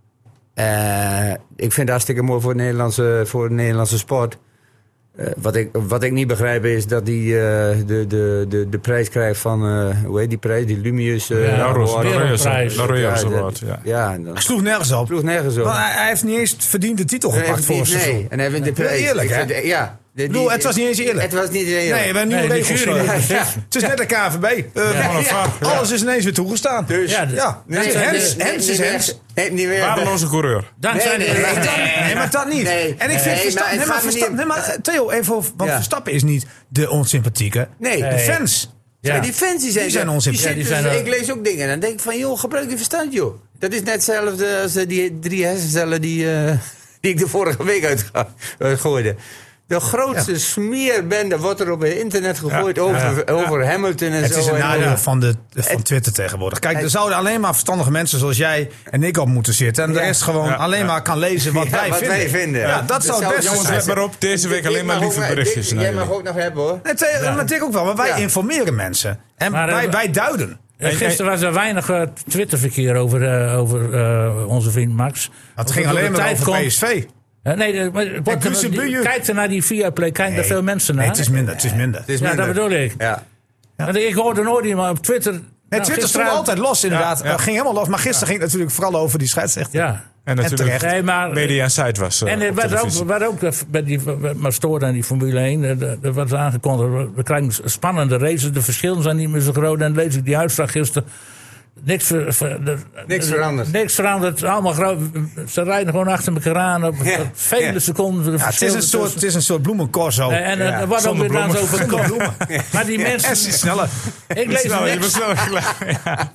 [SPEAKER 3] Uh, ik vind het hartstikke mooi voor, het Nederlandse, voor de Nederlandse sport. Uh, wat, ik, wat ik niet begrijp is dat hij uh, de, de, de, de prijs krijgt van, uh, hoe heet die prijs? Die Lumius uh,
[SPEAKER 2] Ja,
[SPEAKER 5] Laureus
[SPEAKER 3] Award.
[SPEAKER 2] Wereldprijs.
[SPEAKER 5] Laureus
[SPEAKER 3] Ja,
[SPEAKER 5] Award, ja.
[SPEAKER 3] Ja, en dan
[SPEAKER 1] Hij sloeg nergens op.
[SPEAKER 3] sloeg nergens op.
[SPEAKER 1] Want hij, hij heeft niet eens verdiend de titel
[SPEAKER 3] Nee,
[SPEAKER 1] gepakt voor een
[SPEAKER 3] nee,
[SPEAKER 1] seizoen.
[SPEAKER 3] en hij wint de
[SPEAKER 1] Heel
[SPEAKER 3] prijs.
[SPEAKER 1] eerlijk,
[SPEAKER 3] Ik
[SPEAKER 1] hè?
[SPEAKER 3] vind- Ja. De,
[SPEAKER 1] Ik bedoel, het was niet eens eerlijk.
[SPEAKER 3] Het was niet eens eerlijk.
[SPEAKER 1] Nee, we hebben nieuwe
[SPEAKER 2] Nee, de
[SPEAKER 1] regels.
[SPEAKER 2] jury
[SPEAKER 1] uh,
[SPEAKER 2] moet
[SPEAKER 3] ja.
[SPEAKER 1] Het is net de K N V B. Uh,
[SPEAKER 5] Gewoon een
[SPEAKER 3] Ja.
[SPEAKER 5] vak, ja.
[SPEAKER 1] Alles is ineens weer toegestaan.
[SPEAKER 3] Dus,
[SPEAKER 2] Ja,
[SPEAKER 1] Ja,
[SPEAKER 3] Nee,
[SPEAKER 1] Hens,
[SPEAKER 3] nee,
[SPEAKER 1] Hens,
[SPEAKER 3] nee,
[SPEAKER 1] Hens
[SPEAKER 3] niet
[SPEAKER 1] is
[SPEAKER 3] meer.
[SPEAKER 1] Hens.
[SPEAKER 3] Nee, niet meer.
[SPEAKER 5] Waardeloze coureur.
[SPEAKER 2] Dankzij
[SPEAKER 3] Nee,
[SPEAKER 2] de...
[SPEAKER 3] nee,
[SPEAKER 1] Nee, nee, maar dat niet.
[SPEAKER 3] Nee.
[SPEAKER 1] En ik vind
[SPEAKER 3] Nee,
[SPEAKER 1] Verstappen...
[SPEAKER 3] maar
[SPEAKER 1] Nee,
[SPEAKER 3] het
[SPEAKER 1] maar
[SPEAKER 3] gaat me
[SPEAKER 1] Verstappen-
[SPEAKER 3] niet-
[SPEAKER 1] nee, maar Theo, even over... Want
[SPEAKER 3] Ja.
[SPEAKER 1] Verstappen is niet de onsympathieke.
[SPEAKER 3] Nee.
[SPEAKER 1] De
[SPEAKER 2] Nee.
[SPEAKER 1] fans.
[SPEAKER 2] Ja.
[SPEAKER 3] Ja, die fans die zijn,
[SPEAKER 1] Die zijn onsympathiek.
[SPEAKER 3] die
[SPEAKER 2] Ja, die
[SPEAKER 3] zitten-
[SPEAKER 2] zijn,
[SPEAKER 3] dus ik lees ook dingen en dan denk ik van, joh, gebruik je verstand, joh. Dat is net hetzelfde als uh, die drie hersencellen die, uh, die ik de vorige week uitgooide. De grootste smeerbende wordt er op het internet gegooid
[SPEAKER 5] Ja,
[SPEAKER 3] over,
[SPEAKER 5] ja, ja.
[SPEAKER 3] over Hamilton en
[SPEAKER 1] Het
[SPEAKER 3] zo.
[SPEAKER 1] is een
[SPEAKER 3] en
[SPEAKER 1] nadeel
[SPEAKER 3] over-
[SPEAKER 1] van, de, van
[SPEAKER 3] Het-
[SPEAKER 1] Twitter tegenwoordig. Kijk, er
[SPEAKER 3] Het-
[SPEAKER 1] zouden alleen maar verstandige mensen zoals jij en ik op moeten zitten. En de
[SPEAKER 3] Ja.
[SPEAKER 1] rest gewoon
[SPEAKER 5] Ja,
[SPEAKER 1] alleen
[SPEAKER 5] ja.
[SPEAKER 1] maar kan lezen wat,
[SPEAKER 3] Ja,
[SPEAKER 1] wij,
[SPEAKER 3] wat
[SPEAKER 1] vinden.
[SPEAKER 3] wij vinden.
[SPEAKER 1] Ja,
[SPEAKER 3] Ja,
[SPEAKER 1] dat
[SPEAKER 3] dat
[SPEAKER 1] zou het
[SPEAKER 3] zou-
[SPEAKER 1] beste
[SPEAKER 5] Jongens,
[SPEAKER 1] zijn.
[SPEAKER 5] let maar op. Deze week alleen maar
[SPEAKER 3] mag
[SPEAKER 5] lieve
[SPEAKER 3] ook-
[SPEAKER 5] berichtjes.
[SPEAKER 3] Dick,
[SPEAKER 5] naar
[SPEAKER 3] Jij mag
[SPEAKER 5] jullie.
[SPEAKER 3] ook nog hebben, hoor.
[SPEAKER 1] Nee, Theo, maar Dick ook wel, maar wij
[SPEAKER 3] Ja.
[SPEAKER 1] informeren mensen. En
[SPEAKER 2] Maar,
[SPEAKER 1] wij,
[SPEAKER 2] eh,
[SPEAKER 1] wij duiden.
[SPEAKER 2] En gisteren was er weinig uh, Twitterverkeer over, uh, over uh, onze vriend Max.
[SPEAKER 1] Het ging
[SPEAKER 2] Of
[SPEAKER 1] alleen
[SPEAKER 2] de
[SPEAKER 1] maar
[SPEAKER 2] tijd
[SPEAKER 1] over
[SPEAKER 2] komt-
[SPEAKER 1] P S V.
[SPEAKER 2] Uh, nee, de- maar wordt er-
[SPEAKER 1] Guus de
[SPEAKER 2] die-
[SPEAKER 1] Buur-
[SPEAKER 2] kijk er naar die Viaplay, kijken er
[SPEAKER 1] Nee.
[SPEAKER 2] veel mensen naar.
[SPEAKER 1] Nee, het is minder. Het is minder.
[SPEAKER 3] Het is
[SPEAKER 2] ja,
[SPEAKER 3] minder.
[SPEAKER 2] dat bedoel ik.
[SPEAKER 3] Ja.
[SPEAKER 2] Want ik hoorde nooit iemand op Twitter...
[SPEAKER 1] Nee,
[SPEAKER 2] nou,
[SPEAKER 1] Twitter stond
[SPEAKER 2] gisteravond-
[SPEAKER 1] altijd los, inderdaad.
[SPEAKER 5] Ja, ja.
[SPEAKER 1] Het ging helemaal los. Maar gisteren ging het natuurlijk vooral over die scheidsrechter.
[SPEAKER 2] Ja.
[SPEAKER 5] En natuurlijk
[SPEAKER 1] terecht.
[SPEAKER 2] Nee, maar...
[SPEAKER 5] Media Site was uh,
[SPEAKER 2] En er
[SPEAKER 5] op
[SPEAKER 2] werd ook,
[SPEAKER 5] televisie.
[SPEAKER 2] werd ook eh, bij die maar stoorde aan die Formule één. Er, er was aangekondigd, we- we krijgen spannende races. De verschillen zijn niet meer zo groot. En dan lees ik die uitslag gisteren. Niks, ver, ver- de-
[SPEAKER 3] Niks
[SPEAKER 2] de-
[SPEAKER 3] veranderd.
[SPEAKER 2] Niks veranderd. Allemaal groot. Ze rijden gewoon achter elkaar aan. Op
[SPEAKER 3] Ja,
[SPEAKER 2] op vele
[SPEAKER 3] ja.
[SPEAKER 2] seconden. de
[SPEAKER 1] Ja, het, is
[SPEAKER 2] verschillen
[SPEAKER 1] een soort,
[SPEAKER 2] tussen-
[SPEAKER 1] het is een soort bloemencorso.
[SPEAKER 2] Eh, En eh,
[SPEAKER 3] Ja,
[SPEAKER 2] er wordt ook
[SPEAKER 5] zonder
[SPEAKER 2] weer dans
[SPEAKER 5] bloemen.
[SPEAKER 2] over gekomen. Maar die
[SPEAKER 1] En ze
[SPEAKER 2] mensen...
[SPEAKER 1] is sneller.
[SPEAKER 2] Ik lees
[SPEAKER 5] Nou, je
[SPEAKER 2] niks.
[SPEAKER 5] bent sneller klaar. Ja.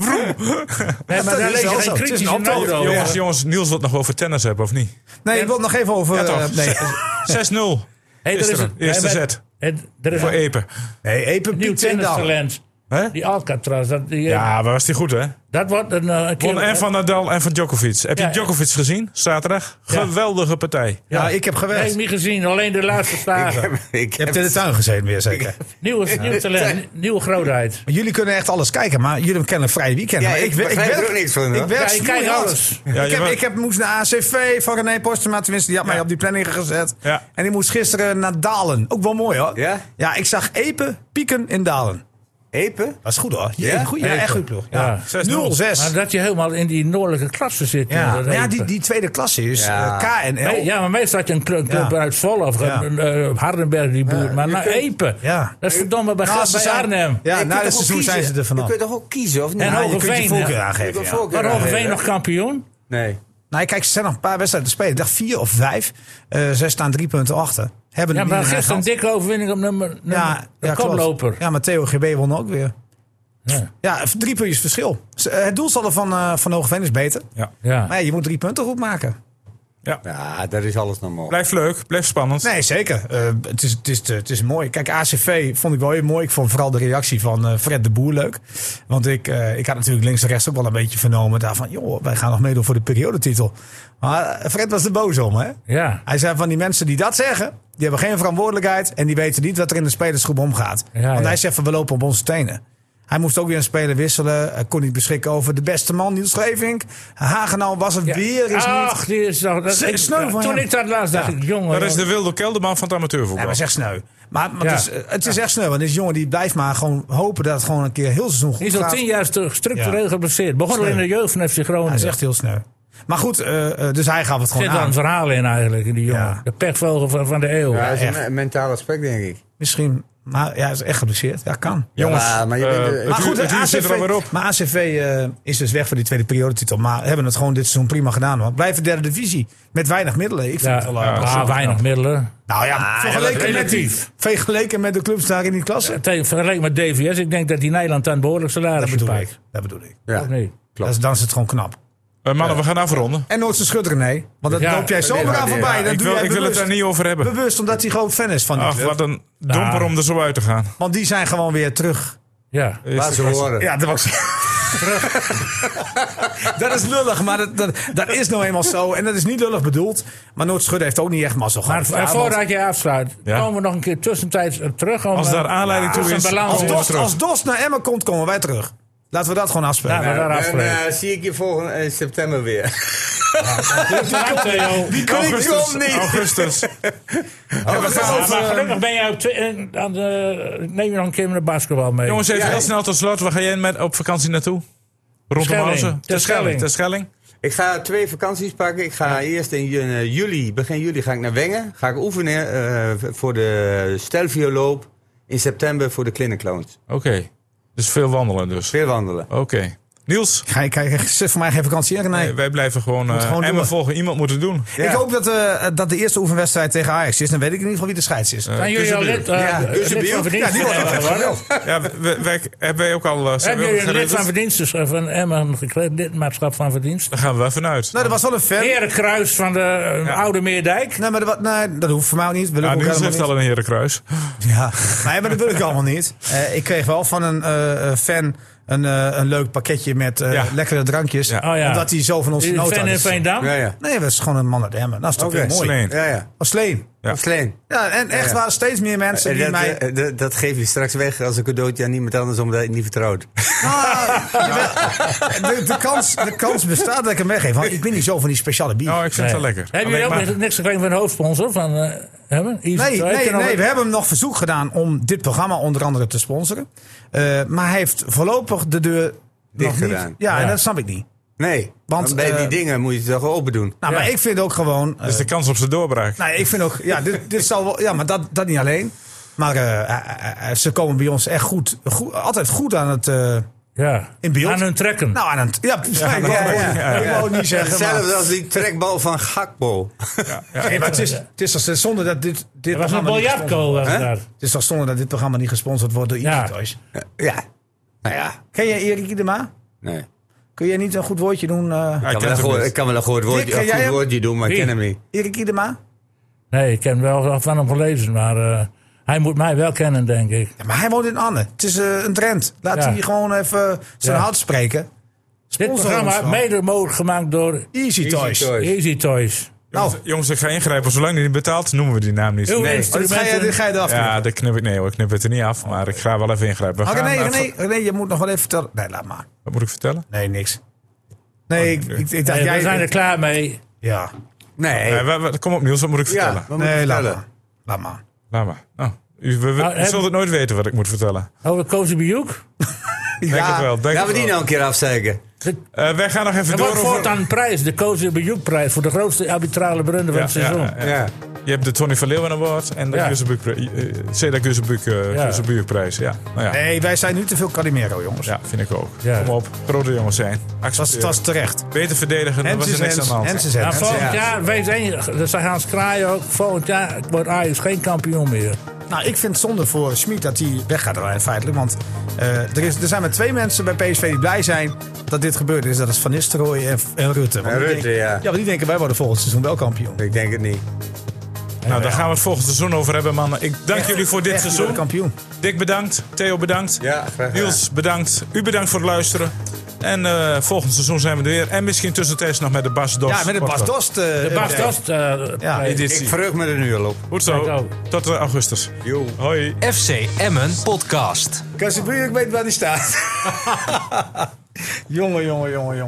[SPEAKER 2] Nee, maar daar
[SPEAKER 1] is
[SPEAKER 2] lees je
[SPEAKER 1] wel
[SPEAKER 2] geen
[SPEAKER 1] zo. Het is
[SPEAKER 2] kritische
[SPEAKER 1] een optocht.
[SPEAKER 2] noot over.
[SPEAKER 5] Jongens, jongens, Niels wil het nog over tennis hebben, of niet?
[SPEAKER 1] Nee, ik wil het nog even over...
[SPEAKER 5] Ja,
[SPEAKER 1] eh,
[SPEAKER 5] toch?
[SPEAKER 1] nee.
[SPEAKER 5] zes nul.
[SPEAKER 2] Hey, er is
[SPEAKER 5] Gisteren,
[SPEAKER 2] een-
[SPEAKER 5] eerste
[SPEAKER 2] nee, maar-
[SPEAKER 5] set.
[SPEAKER 2] het- Er is
[SPEAKER 5] Voor
[SPEAKER 2] een
[SPEAKER 5] Epe.
[SPEAKER 1] nee, Epe
[SPEAKER 2] nieuw
[SPEAKER 1] Piet Tindaal.
[SPEAKER 2] tennistalent.
[SPEAKER 5] Hè?
[SPEAKER 2] Die Alcatraz. Dat, die,
[SPEAKER 5] Ja, maar was die goed, hè?
[SPEAKER 2] dat wordt een, eh, een keer...
[SPEAKER 5] Won en van Nadal en van Djokovic. Heb je
[SPEAKER 2] Ja,
[SPEAKER 5] Djokovic gezien, zaterdag?
[SPEAKER 2] Ja.
[SPEAKER 5] Geweldige partij.
[SPEAKER 1] Ja, ik heb
[SPEAKER 2] Nee,
[SPEAKER 1] gewerkt.
[SPEAKER 2] niet gezien. Alleen de laatste dagen.
[SPEAKER 3] Ik
[SPEAKER 1] Je hebt in de tuin gezeten weer zeker.
[SPEAKER 2] Nieuwe, nieuw talent. Nieuwe grootheid.
[SPEAKER 1] Maar jullie kunnen echt alles kijken, maar jullie hebben kennen vrij weekend.
[SPEAKER 3] Ja,
[SPEAKER 1] Maar
[SPEAKER 3] ik
[SPEAKER 1] wer-
[SPEAKER 3] begrijp er
[SPEAKER 1] werk-
[SPEAKER 3] ook niks van, hoor.
[SPEAKER 1] Ik werk
[SPEAKER 2] Ja, ik kijk
[SPEAKER 1] snoeihard.
[SPEAKER 2] alles.
[SPEAKER 5] Ja,
[SPEAKER 1] ik,
[SPEAKER 5] je
[SPEAKER 1] heb,
[SPEAKER 5] wa-
[SPEAKER 1] ik heb, moest naar A C V van René Postema, tenminste, die had mij op die planning gezet.
[SPEAKER 5] Ja.
[SPEAKER 1] En die moest gisteren naar Dalen. Ook wel mooi hoor.
[SPEAKER 3] Ja?
[SPEAKER 1] Ja, ik zag Epe pieken in Dalen.
[SPEAKER 3] Epe?
[SPEAKER 1] Dat is goed hoor. Ja,
[SPEAKER 3] Ja?
[SPEAKER 1] goed, ja echt goed ploeg. Ja.
[SPEAKER 2] Ja.
[SPEAKER 5] zes nul.
[SPEAKER 1] nul zes.
[SPEAKER 2] Maar dat je helemaal in die noordelijke klasse zit.
[SPEAKER 1] Ja,
[SPEAKER 2] dat
[SPEAKER 1] maar ja
[SPEAKER 2] even.
[SPEAKER 1] die, die tweede klasse is
[SPEAKER 3] Ja.
[SPEAKER 1] eh, K N L.
[SPEAKER 2] Nee, ja, maar meestal had je een club, club
[SPEAKER 1] Ja.
[SPEAKER 2] uit Zwolle of
[SPEAKER 1] Ja.
[SPEAKER 2] een, eh, Hardenberg die boert. maar naar
[SPEAKER 3] kunt-
[SPEAKER 2] Epe.
[SPEAKER 1] Ja.
[SPEAKER 2] Dat is verdomme bij,
[SPEAKER 1] Nou, ze
[SPEAKER 2] bij
[SPEAKER 1] zijn-
[SPEAKER 2] Arnhem.
[SPEAKER 1] Ja,
[SPEAKER 3] Je
[SPEAKER 1] na
[SPEAKER 3] kunt
[SPEAKER 1] het
[SPEAKER 3] toch ook
[SPEAKER 1] seizoen zijn
[SPEAKER 3] kiezen?
[SPEAKER 1] ze er vanaf.
[SPEAKER 3] Je kunt toch ook kiezen, of niet?
[SPEAKER 2] En
[SPEAKER 1] Ja, je kunt je
[SPEAKER 2] Hogeveen,
[SPEAKER 1] voorkeur
[SPEAKER 2] hè?
[SPEAKER 1] aangeven.
[SPEAKER 3] Je kunt
[SPEAKER 1] Ja.
[SPEAKER 3] voorkeur
[SPEAKER 2] Maar Hogeveen
[SPEAKER 3] aangeven.
[SPEAKER 2] nog kampioen?
[SPEAKER 3] Nee.
[SPEAKER 1] Nou, kijk, ze zijn nog een paar wedstrijden te spelen. Ik dacht vier of vijf. Uh, zij staan drie punten achter. Hebben
[SPEAKER 2] Ja,
[SPEAKER 1] het
[SPEAKER 2] maar
[SPEAKER 1] niet in
[SPEAKER 2] gisteren een
[SPEAKER 1] eigen
[SPEAKER 2] dikke overwinning op nummer, nummer
[SPEAKER 1] Ja,
[SPEAKER 2] de
[SPEAKER 1] ja,
[SPEAKER 2] koploper.
[SPEAKER 1] klopt. Ja, maar Theo G B won ook weer.
[SPEAKER 2] Ja.
[SPEAKER 1] Ja, drie puntjes verschil. Het doelsaldo van, uh, van Hoogeveen is beter.
[SPEAKER 5] Ja.
[SPEAKER 2] Ja.
[SPEAKER 1] Maar ja, je moet drie punten goed maken.
[SPEAKER 3] Ja, dat is alles normaal.
[SPEAKER 5] Blijft leuk, blijft spannend.
[SPEAKER 1] Nee, zeker. Uh, het, is, het, is, het is mooi. Kijk, A C V vond ik wel heel mooi. Ik vond vooral de reactie van uh, Fred de Boer leuk. Want ik, uh, ik had natuurlijk links en rechts ook wel een beetje vernomen daarvan... joh, wij gaan nog meedoen voor de periodetitel. Maar uh, Fred was er boos om, hè?
[SPEAKER 2] Ja.
[SPEAKER 1] Hij zei van die mensen die dat zeggen... die hebben geen verantwoordelijkheid... en die weten niet wat er in de spelersgroep omgaat.
[SPEAKER 2] Ja,
[SPEAKER 1] Want
[SPEAKER 2] ja.
[SPEAKER 1] hij zegt van we lopen op onze tenen. Hij moest ook weer een speler wisselen. Hij kon niet beschikken over de beste man, Niels Schrevink. Hagenau was er
[SPEAKER 2] Ja.
[SPEAKER 1] weer eens
[SPEAKER 2] Ach,
[SPEAKER 1] niet.
[SPEAKER 2] die is toch... Dat,
[SPEAKER 1] Sneu
[SPEAKER 2] ik,
[SPEAKER 1] van
[SPEAKER 2] toen
[SPEAKER 1] hem.
[SPEAKER 2] ik dat laatst dacht
[SPEAKER 1] Ja.
[SPEAKER 2] ik, jongen...
[SPEAKER 5] Dat is de Wilde Kelderman van het amateurvoetbal.
[SPEAKER 1] Ja, maar zeg sneu. Maar, maar
[SPEAKER 2] Ja.
[SPEAKER 1] het, is, het is echt sneu. Want deze jongen die blijft maar gewoon hopen dat het gewoon een keer heel seizoen goed
[SPEAKER 2] Die is al
[SPEAKER 1] gaat.
[SPEAKER 2] tien jaar stu- structureel
[SPEAKER 1] Ja.
[SPEAKER 2] geblesseerd. Begon al
[SPEAKER 1] Sneu.
[SPEAKER 2] in de jeugd van F C Groningen.
[SPEAKER 1] Hij is echt heel sneu. Maar goed, uh, uh, dus hij gaf het
[SPEAKER 2] Er
[SPEAKER 1] gewoon
[SPEAKER 2] zit wel
[SPEAKER 1] aan.
[SPEAKER 2] een verhaal in eigenlijk, in die jongen.
[SPEAKER 1] Ja.
[SPEAKER 2] De pechvogel van, van de eeuw.
[SPEAKER 3] Ja, dat is
[SPEAKER 1] echt.
[SPEAKER 3] een me- mentaal aspect, denk ik.
[SPEAKER 1] Misschien. Maar ja, hij is echt geblesseerd. Ja, kan.
[SPEAKER 5] Jongens,
[SPEAKER 3] Ja, maar je
[SPEAKER 5] eh,
[SPEAKER 3] bent, uh,
[SPEAKER 5] het
[SPEAKER 1] Maar
[SPEAKER 5] uur-
[SPEAKER 1] goed,
[SPEAKER 5] het uur zit er alweer op.
[SPEAKER 1] maar A C V uh, is dus weg voor die tweede periodetitel. Maar hebben het gewoon dit seizoen prima gedaan. Hoor. Blijven derde divisie. Met weinig middelen. Ik vind
[SPEAKER 2] Ja,
[SPEAKER 1] het wel... uh,
[SPEAKER 2] ja,
[SPEAKER 1] wel
[SPEAKER 2] weinig
[SPEAKER 1] knap.
[SPEAKER 2] middelen.
[SPEAKER 1] Nou ja, vergeleken, met die,
[SPEAKER 2] relatief.
[SPEAKER 1] vergeleken met de clubs daar in die klasse.
[SPEAKER 2] Tegen- Vergeleken met D V S, ik denk dat die Nederland aan behoorlijk
[SPEAKER 1] Dat
[SPEAKER 2] salaris
[SPEAKER 1] bedoel
[SPEAKER 2] pakt.
[SPEAKER 1] ik. Dat bedoel ik.
[SPEAKER 3] ja.
[SPEAKER 2] Of niet?
[SPEAKER 1] Dat is, dan is het gewoon knap.
[SPEAKER 5] Uh, mannen, we gaan afronden.
[SPEAKER 1] En Noordse Schudder, nee. Want dat
[SPEAKER 2] Ja,
[SPEAKER 1] loop jij
[SPEAKER 3] nee,
[SPEAKER 1] zomaar
[SPEAKER 3] maar
[SPEAKER 1] aan
[SPEAKER 3] die-
[SPEAKER 1] voorbij.
[SPEAKER 3] ja,
[SPEAKER 1] Dat
[SPEAKER 5] Ik
[SPEAKER 1] doe
[SPEAKER 5] wil,
[SPEAKER 1] jij
[SPEAKER 5] ik wil het
[SPEAKER 1] bewust.
[SPEAKER 5] er niet over hebben.
[SPEAKER 1] Bewust, omdat hij groot fan is van die
[SPEAKER 5] Ach,
[SPEAKER 1] club.
[SPEAKER 5] wat een domper om er zo uit te gaan.
[SPEAKER 1] Want die zijn gewoon weer terug.
[SPEAKER 2] Ja.
[SPEAKER 3] Laat ze horen.
[SPEAKER 1] Ja, dat was... dat is lullig, maar dat, dat, dat is nou eenmaal zo. En dat is niet lullig bedoeld. Maar Noord Schudder heeft ook niet echt mazzel
[SPEAKER 2] Maar
[SPEAKER 1] gehad.
[SPEAKER 2] v-
[SPEAKER 1] Ja, want
[SPEAKER 2] voordat je afsluit,
[SPEAKER 5] Ja.
[SPEAKER 2] komen we nog een keer tussentijds eh, terug. Om,
[SPEAKER 5] Als daar
[SPEAKER 2] eh,
[SPEAKER 5] aanleiding toe
[SPEAKER 2] als een
[SPEAKER 5] is,
[SPEAKER 2] balans
[SPEAKER 1] als,
[SPEAKER 2] in
[SPEAKER 5] komen we
[SPEAKER 1] Dos,
[SPEAKER 5] terug.
[SPEAKER 1] als Dos naar Emmen komt, komen wij terug. Laten we dat gewoon afspelen.
[SPEAKER 2] Ja, maar daar
[SPEAKER 3] Dan
[SPEAKER 2] afspreken.
[SPEAKER 3] uh, zie ik je volgende in september weer.
[SPEAKER 2] Die
[SPEAKER 5] Augustus.
[SPEAKER 3] komt niet.
[SPEAKER 5] Augustus.
[SPEAKER 1] Ja, we gaan
[SPEAKER 2] maar
[SPEAKER 1] over, eh,
[SPEAKER 2] gelukkig ben jij op twee, eh, dan eh, neem je nog een keer met de basketbal mee.
[SPEAKER 5] Jongens, even
[SPEAKER 3] Ja,
[SPEAKER 5] heel
[SPEAKER 3] ja.
[SPEAKER 5] snel tot slot. Waar ga jij met op vakantie naartoe? Rondom
[SPEAKER 2] Schelling.
[SPEAKER 5] Housen?
[SPEAKER 2] Ter Schelling.
[SPEAKER 5] Ter Schelling.
[SPEAKER 3] Ik ga twee vakanties pakken. Ik ga eerst in uh, juli, begin juli, ga ik naar Wengen. Ga ik oefenen uh, voor de Stelvio-loop. In september voor de Klinnenclowns.
[SPEAKER 5] Oké. Okay. Dus veel wandelen dus.
[SPEAKER 3] Veel wandelen.
[SPEAKER 5] Oké. Okay. Niels?
[SPEAKER 1] Ga je kijken, zet voor mij geen vakantie in, nee.
[SPEAKER 5] Nee, wij blijven gewoon... Uh,
[SPEAKER 1] gewoon
[SPEAKER 5] en we
[SPEAKER 1] doen.
[SPEAKER 5] volgen. Iemand moet het doen.
[SPEAKER 3] Ja.
[SPEAKER 1] Ik hoop dat, uh, dat de eerste oefenwedstrijd tegen Ajax is. Dan weet ik in ieder geval wie de scheids is.
[SPEAKER 5] Uh,
[SPEAKER 2] Zijn jullie al lid, uh,
[SPEAKER 3] Ja, dus
[SPEAKER 2] lid
[SPEAKER 3] de
[SPEAKER 2] van
[SPEAKER 3] Biel-
[SPEAKER 2] verdiensten?
[SPEAKER 1] ja, die wordt ook echt
[SPEAKER 2] geworden?
[SPEAKER 1] geweldig.
[SPEAKER 5] Ja, wij, wij, hebben wij ook al... Uh,
[SPEAKER 2] Hebben jullie een lid van
[SPEAKER 5] geregeld?
[SPEAKER 2] verdiensten van Emmen gekregen? Lidmaatschap van verdienst?
[SPEAKER 5] Daar gaan we even uit.
[SPEAKER 1] Nou, er was wel een fan.
[SPEAKER 2] Herenkruis van de uh,
[SPEAKER 5] Ja.
[SPEAKER 2] Oude Meerdijk.
[SPEAKER 1] Nee, maar dat, nee, dat hoeft voor mij ook niet. Wil ik
[SPEAKER 5] Ja,
[SPEAKER 1] ook
[SPEAKER 5] Niels
[SPEAKER 1] helemaal
[SPEAKER 5] heeft
[SPEAKER 1] niet.
[SPEAKER 5] al een herenkruis.
[SPEAKER 1] Ja, nee, maar dat wil ik allemaal niet. Uh, ik kreeg wel van een uh, fan een, uh, een leuk pakketje met uh,
[SPEAKER 5] Ja.
[SPEAKER 1] lekkere drankjes.
[SPEAKER 5] Ja.
[SPEAKER 2] Oh ja.
[SPEAKER 1] Omdat hij zo van ons
[SPEAKER 2] Die
[SPEAKER 1] genoten
[SPEAKER 2] fan in
[SPEAKER 1] had.
[SPEAKER 2] Veendam?
[SPEAKER 3] Ja, ja.
[SPEAKER 1] Nee, dat is gewoon een man uit Emmen. Dat is toch
[SPEAKER 3] Oké,
[SPEAKER 1] weer mooi.
[SPEAKER 5] Sleen.
[SPEAKER 3] Ja, ja.
[SPEAKER 1] Of Sleen.
[SPEAKER 5] Ja.
[SPEAKER 3] Sleen.
[SPEAKER 1] Ja, en echt
[SPEAKER 3] Ja, ja.
[SPEAKER 1] waren steeds meer mensen
[SPEAKER 3] En
[SPEAKER 1] die
[SPEAKER 3] dat,
[SPEAKER 1] mij...
[SPEAKER 3] eh, dat, dat geef je straks weg als een cadeautje aan niemand anders omdat je het niet vertrouwt.
[SPEAKER 1] Ah, jawel. de, de, kans, de kans bestaat dat ik hem weggeef. Want ik ben niet zo van die speciale bier.
[SPEAKER 5] Oh, ik vind het wel lekker.
[SPEAKER 2] Hebben jullie
[SPEAKER 5] Alleen
[SPEAKER 2] ook
[SPEAKER 5] maar-
[SPEAKER 2] niks gekregen van de hoofdsponsor van uh, Emmen? Easy
[SPEAKER 1] Nee,
[SPEAKER 2] Trade? Heb
[SPEAKER 1] nee,
[SPEAKER 2] je nog
[SPEAKER 1] nee,
[SPEAKER 2] wat-
[SPEAKER 1] we hebben hem nog verzoek gedaan om dit programma onder andere te sponsoren. Uh, maar hij heeft voorlopig de deur
[SPEAKER 3] Dicht
[SPEAKER 1] nog niet.
[SPEAKER 3] gedaan.
[SPEAKER 1] Ja,
[SPEAKER 2] Ja.
[SPEAKER 1] en dat snap ik niet.
[SPEAKER 3] Nee,
[SPEAKER 1] Want,
[SPEAKER 3] want bij
[SPEAKER 1] eh,
[SPEAKER 3] die dingen moet je het toch open doen.
[SPEAKER 1] Nou,
[SPEAKER 2] Ja.
[SPEAKER 1] maar ik vind ook gewoon... uh,
[SPEAKER 5] Dat is de kans op zijn doorbraak.
[SPEAKER 1] nou, ik vind ook... Ja, dit, dit zal wel... Ja, maar dat, dat niet alleen. Maar uh, uh, uh, ze komen bij ons echt goed, goed altijd goed aan het... Uh,
[SPEAKER 2] Ja,
[SPEAKER 1] in beeld.
[SPEAKER 2] aan hun trekken.
[SPEAKER 1] nou, aan het... Ja, ja, ik wou
[SPEAKER 3] ja,
[SPEAKER 1] het
[SPEAKER 3] ja,
[SPEAKER 1] niet-
[SPEAKER 3] ja,
[SPEAKER 1] ik
[SPEAKER 3] ja.
[SPEAKER 1] wou het niet zeggen, maar...
[SPEAKER 3] Hetzelfde als die trekbal van Gakpo.
[SPEAKER 1] Nee, maar het is, het is toch zonde dat dit, dit
[SPEAKER 2] er was een
[SPEAKER 1] programma niet gesponsord
[SPEAKER 2] biljartkool
[SPEAKER 1] wordt.
[SPEAKER 2] was
[SPEAKER 3] Hè?
[SPEAKER 2] daar.
[SPEAKER 1] Het is toch zonde dat dit programma niet gesponsord wordt door
[SPEAKER 2] Ja.
[SPEAKER 1] Easy Toys.
[SPEAKER 3] Ja. Nou ja,
[SPEAKER 1] Ken jij Erik Iedema?
[SPEAKER 3] nee.
[SPEAKER 1] Kun jij niet een goed woordje doen? Uh,
[SPEAKER 5] Hij
[SPEAKER 3] Ik kan,
[SPEAKER 5] kent
[SPEAKER 3] wel
[SPEAKER 5] hem
[SPEAKER 3] een goed,
[SPEAKER 5] niet.
[SPEAKER 3] ik kan wel een goed woordje,
[SPEAKER 1] Dick, ken
[SPEAKER 3] een
[SPEAKER 1] jij
[SPEAKER 3] goed
[SPEAKER 1] hem?
[SPEAKER 3] woordje doen, maar ik
[SPEAKER 2] Wie?
[SPEAKER 3] ken hem niet.
[SPEAKER 1] Erik Iedema?
[SPEAKER 2] Nee, ik heb wel van hem gelezen, maar uh, hij moet mij wel kennen, denk ik.
[SPEAKER 1] Ja, maar hij woont in Anne. Het is uh, een trend. Laat
[SPEAKER 2] Ja.
[SPEAKER 1] hij gewoon even zijn
[SPEAKER 2] Ja.
[SPEAKER 1] hout spreken.
[SPEAKER 2] Dit
[SPEAKER 1] Sponsor
[SPEAKER 2] programma
[SPEAKER 1] ons wel.
[SPEAKER 2] mede mogelijk gemaakt door
[SPEAKER 1] Easy Toys.
[SPEAKER 3] Toys.
[SPEAKER 2] Easy Toys.
[SPEAKER 5] Jongens,
[SPEAKER 1] Nou.
[SPEAKER 5] jongens, ik ga ingrijpen. Zolang hij niet betaalt, noemen we die naam niet.
[SPEAKER 2] Uw
[SPEAKER 3] Nee.
[SPEAKER 1] Oh, dit ga je,
[SPEAKER 2] instrumenten.
[SPEAKER 1] dit ga je eraf
[SPEAKER 5] Ja,
[SPEAKER 1] knippen.
[SPEAKER 5] dat knip ik. Nee hoor, ik knip het er niet af. Maar ik ga wel even ingrijpen. We
[SPEAKER 1] Oh,
[SPEAKER 5] gaan,
[SPEAKER 1] René,
[SPEAKER 5] eh,
[SPEAKER 1] René, René, je moet nog wel even vertellen. Nee, laat maar.
[SPEAKER 5] Wat moet ik vertellen?
[SPEAKER 1] Nee, niks. Nee, ik, ik, ik dacht
[SPEAKER 2] Nee,
[SPEAKER 1] jij...
[SPEAKER 2] we zijn er klaar mee.
[SPEAKER 1] Ja.
[SPEAKER 3] Nee.
[SPEAKER 5] Nee, wa- wa- kom op Niels, wat moet ik vertellen?
[SPEAKER 3] Ja, wat moet
[SPEAKER 1] Nee,
[SPEAKER 3] ik
[SPEAKER 1] laat
[SPEAKER 3] vertellen?
[SPEAKER 1] maar. Laat maar.
[SPEAKER 5] Laat maar. Oh, u, we, we,
[SPEAKER 2] Nou,
[SPEAKER 5] u
[SPEAKER 2] heb-
[SPEAKER 5] zult het nooit weten wat ik moet vertellen.
[SPEAKER 2] Over Cozy Bioek.
[SPEAKER 5] Denk het wel. Denk
[SPEAKER 3] Gaan we
[SPEAKER 5] het
[SPEAKER 3] die
[SPEAKER 5] wel.
[SPEAKER 3] nou een keer afzeiken?
[SPEAKER 5] Eh, wij gaan nog even
[SPEAKER 2] Er
[SPEAKER 5] door
[SPEAKER 2] wordt
[SPEAKER 5] over...
[SPEAKER 2] voortaan een prijs, de Cozy Bioek prijs, voor de grootste arbitrale brunnen van
[SPEAKER 5] Ja,
[SPEAKER 2] het seizoen.
[SPEAKER 5] ja, ja.
[SPEAKER 3] Ja.
[SPEAKER 5] Je hebt de Tony van Leeuwen Award en de
[SPEAKER 2] Ja.
[SPEAKER 5] Seda Guzebuurprijs. Ja. Nou ja.
[SPEAKER 1] Nee, wij zijn nu te veel Calimero, jongens.
[SPEAKER 5] ja, vind ik ook.
[SPEAKER 2] Ja.
[SPEAKER 5] Kom op, grote jongens zijn.
[SPEAKER 1] Dat was,
[SPEAKER 5] Accepteer.
[SPEAKER 1] dat was terecht.
[SPEAKER 5] Beter verdedigen, dan was er niks aan de hand.
[SPEAKER 1] Hens is
[SPEAKER 2] Ja,
[SPEAKER 1] Hens.
[SPEAKER 2] volgend
[SPEAKER 1] Ja.
[SPEAKER 2] jaar, weet één, dat zei Hans Kraaij ook. Volgend jaar wordt Ajax geen kampioen meer.
[SPEAKER 1] Nou, ik vind het zonde voor Schmid dat hij weggaat eruit, feitelijk. Want uh, er, is, er zijn maar twee mensen bij P S V die blij zijn dat dit gebeurd is. Dat is Van Nistelrooy en, en Rutte. Want
[SPEAKER 3] En
[SPEAKER 1] die
[SPEAKER 3] Rutte,
[SPEAKER 1] denken,
[SPEAKER 3] ja.
[SPEAKER 1] Ja, maar die denken wij worden volgend seizoen wel kampioen.
[SPEAKER 3] Ik denk het niet.
[SPEAKER 5] Nou, daar gaan we het volgende seizoen over hebben, mannen. Ik dank
[SPEAKER 1] Echt,
[SPEAKER 5] jullie voor dit
[SPEAKER 1] echt, die
[SPEAKER 5] seizoen.
[SPEAKER 1] worden kampioen.
[SPEAKER 5] Dick bedankt, Theo bedankt,
[SPEAKER 3] Ja, graag gedaan.
[SPEAKER 5] Niels bedankt, u bedankt voor het luisteren. En uh, volgend seizoen zijn we er weer. En misschien tussentijds nog met de Bas Dost.
[SPEAKER 1] Ja, met de Bas
[SPEAKER 5] podcast.
[SPEAKER 1] Dost. Uh,
[SPEAKER 2] De Bas
[SPEAKER 1] uh,
[SPEAKER 2] Dost. uh,
[SPEAKER 1] Ja,
[SPEAKER 2] play.
[SPEAKER 5] editie.
[SPEAKER 3] Ik verheug me er nu al op.
[SPEAKER 5] Goed
[SPEAKER 2] Ik
[SPEAKER 5] zo.
[SPEAKER 2] ook.
[SPEAKER 5] Tot uh, augustus.
[SPEAKER 3] Jo.
[SPEAKER 5] Hoi.
[SPEAKER 4] F C Emmen Podcast.
[SPEAKER 1] Casemiro, ik weet waar die staat. jongen, jongen, jongen, jongen.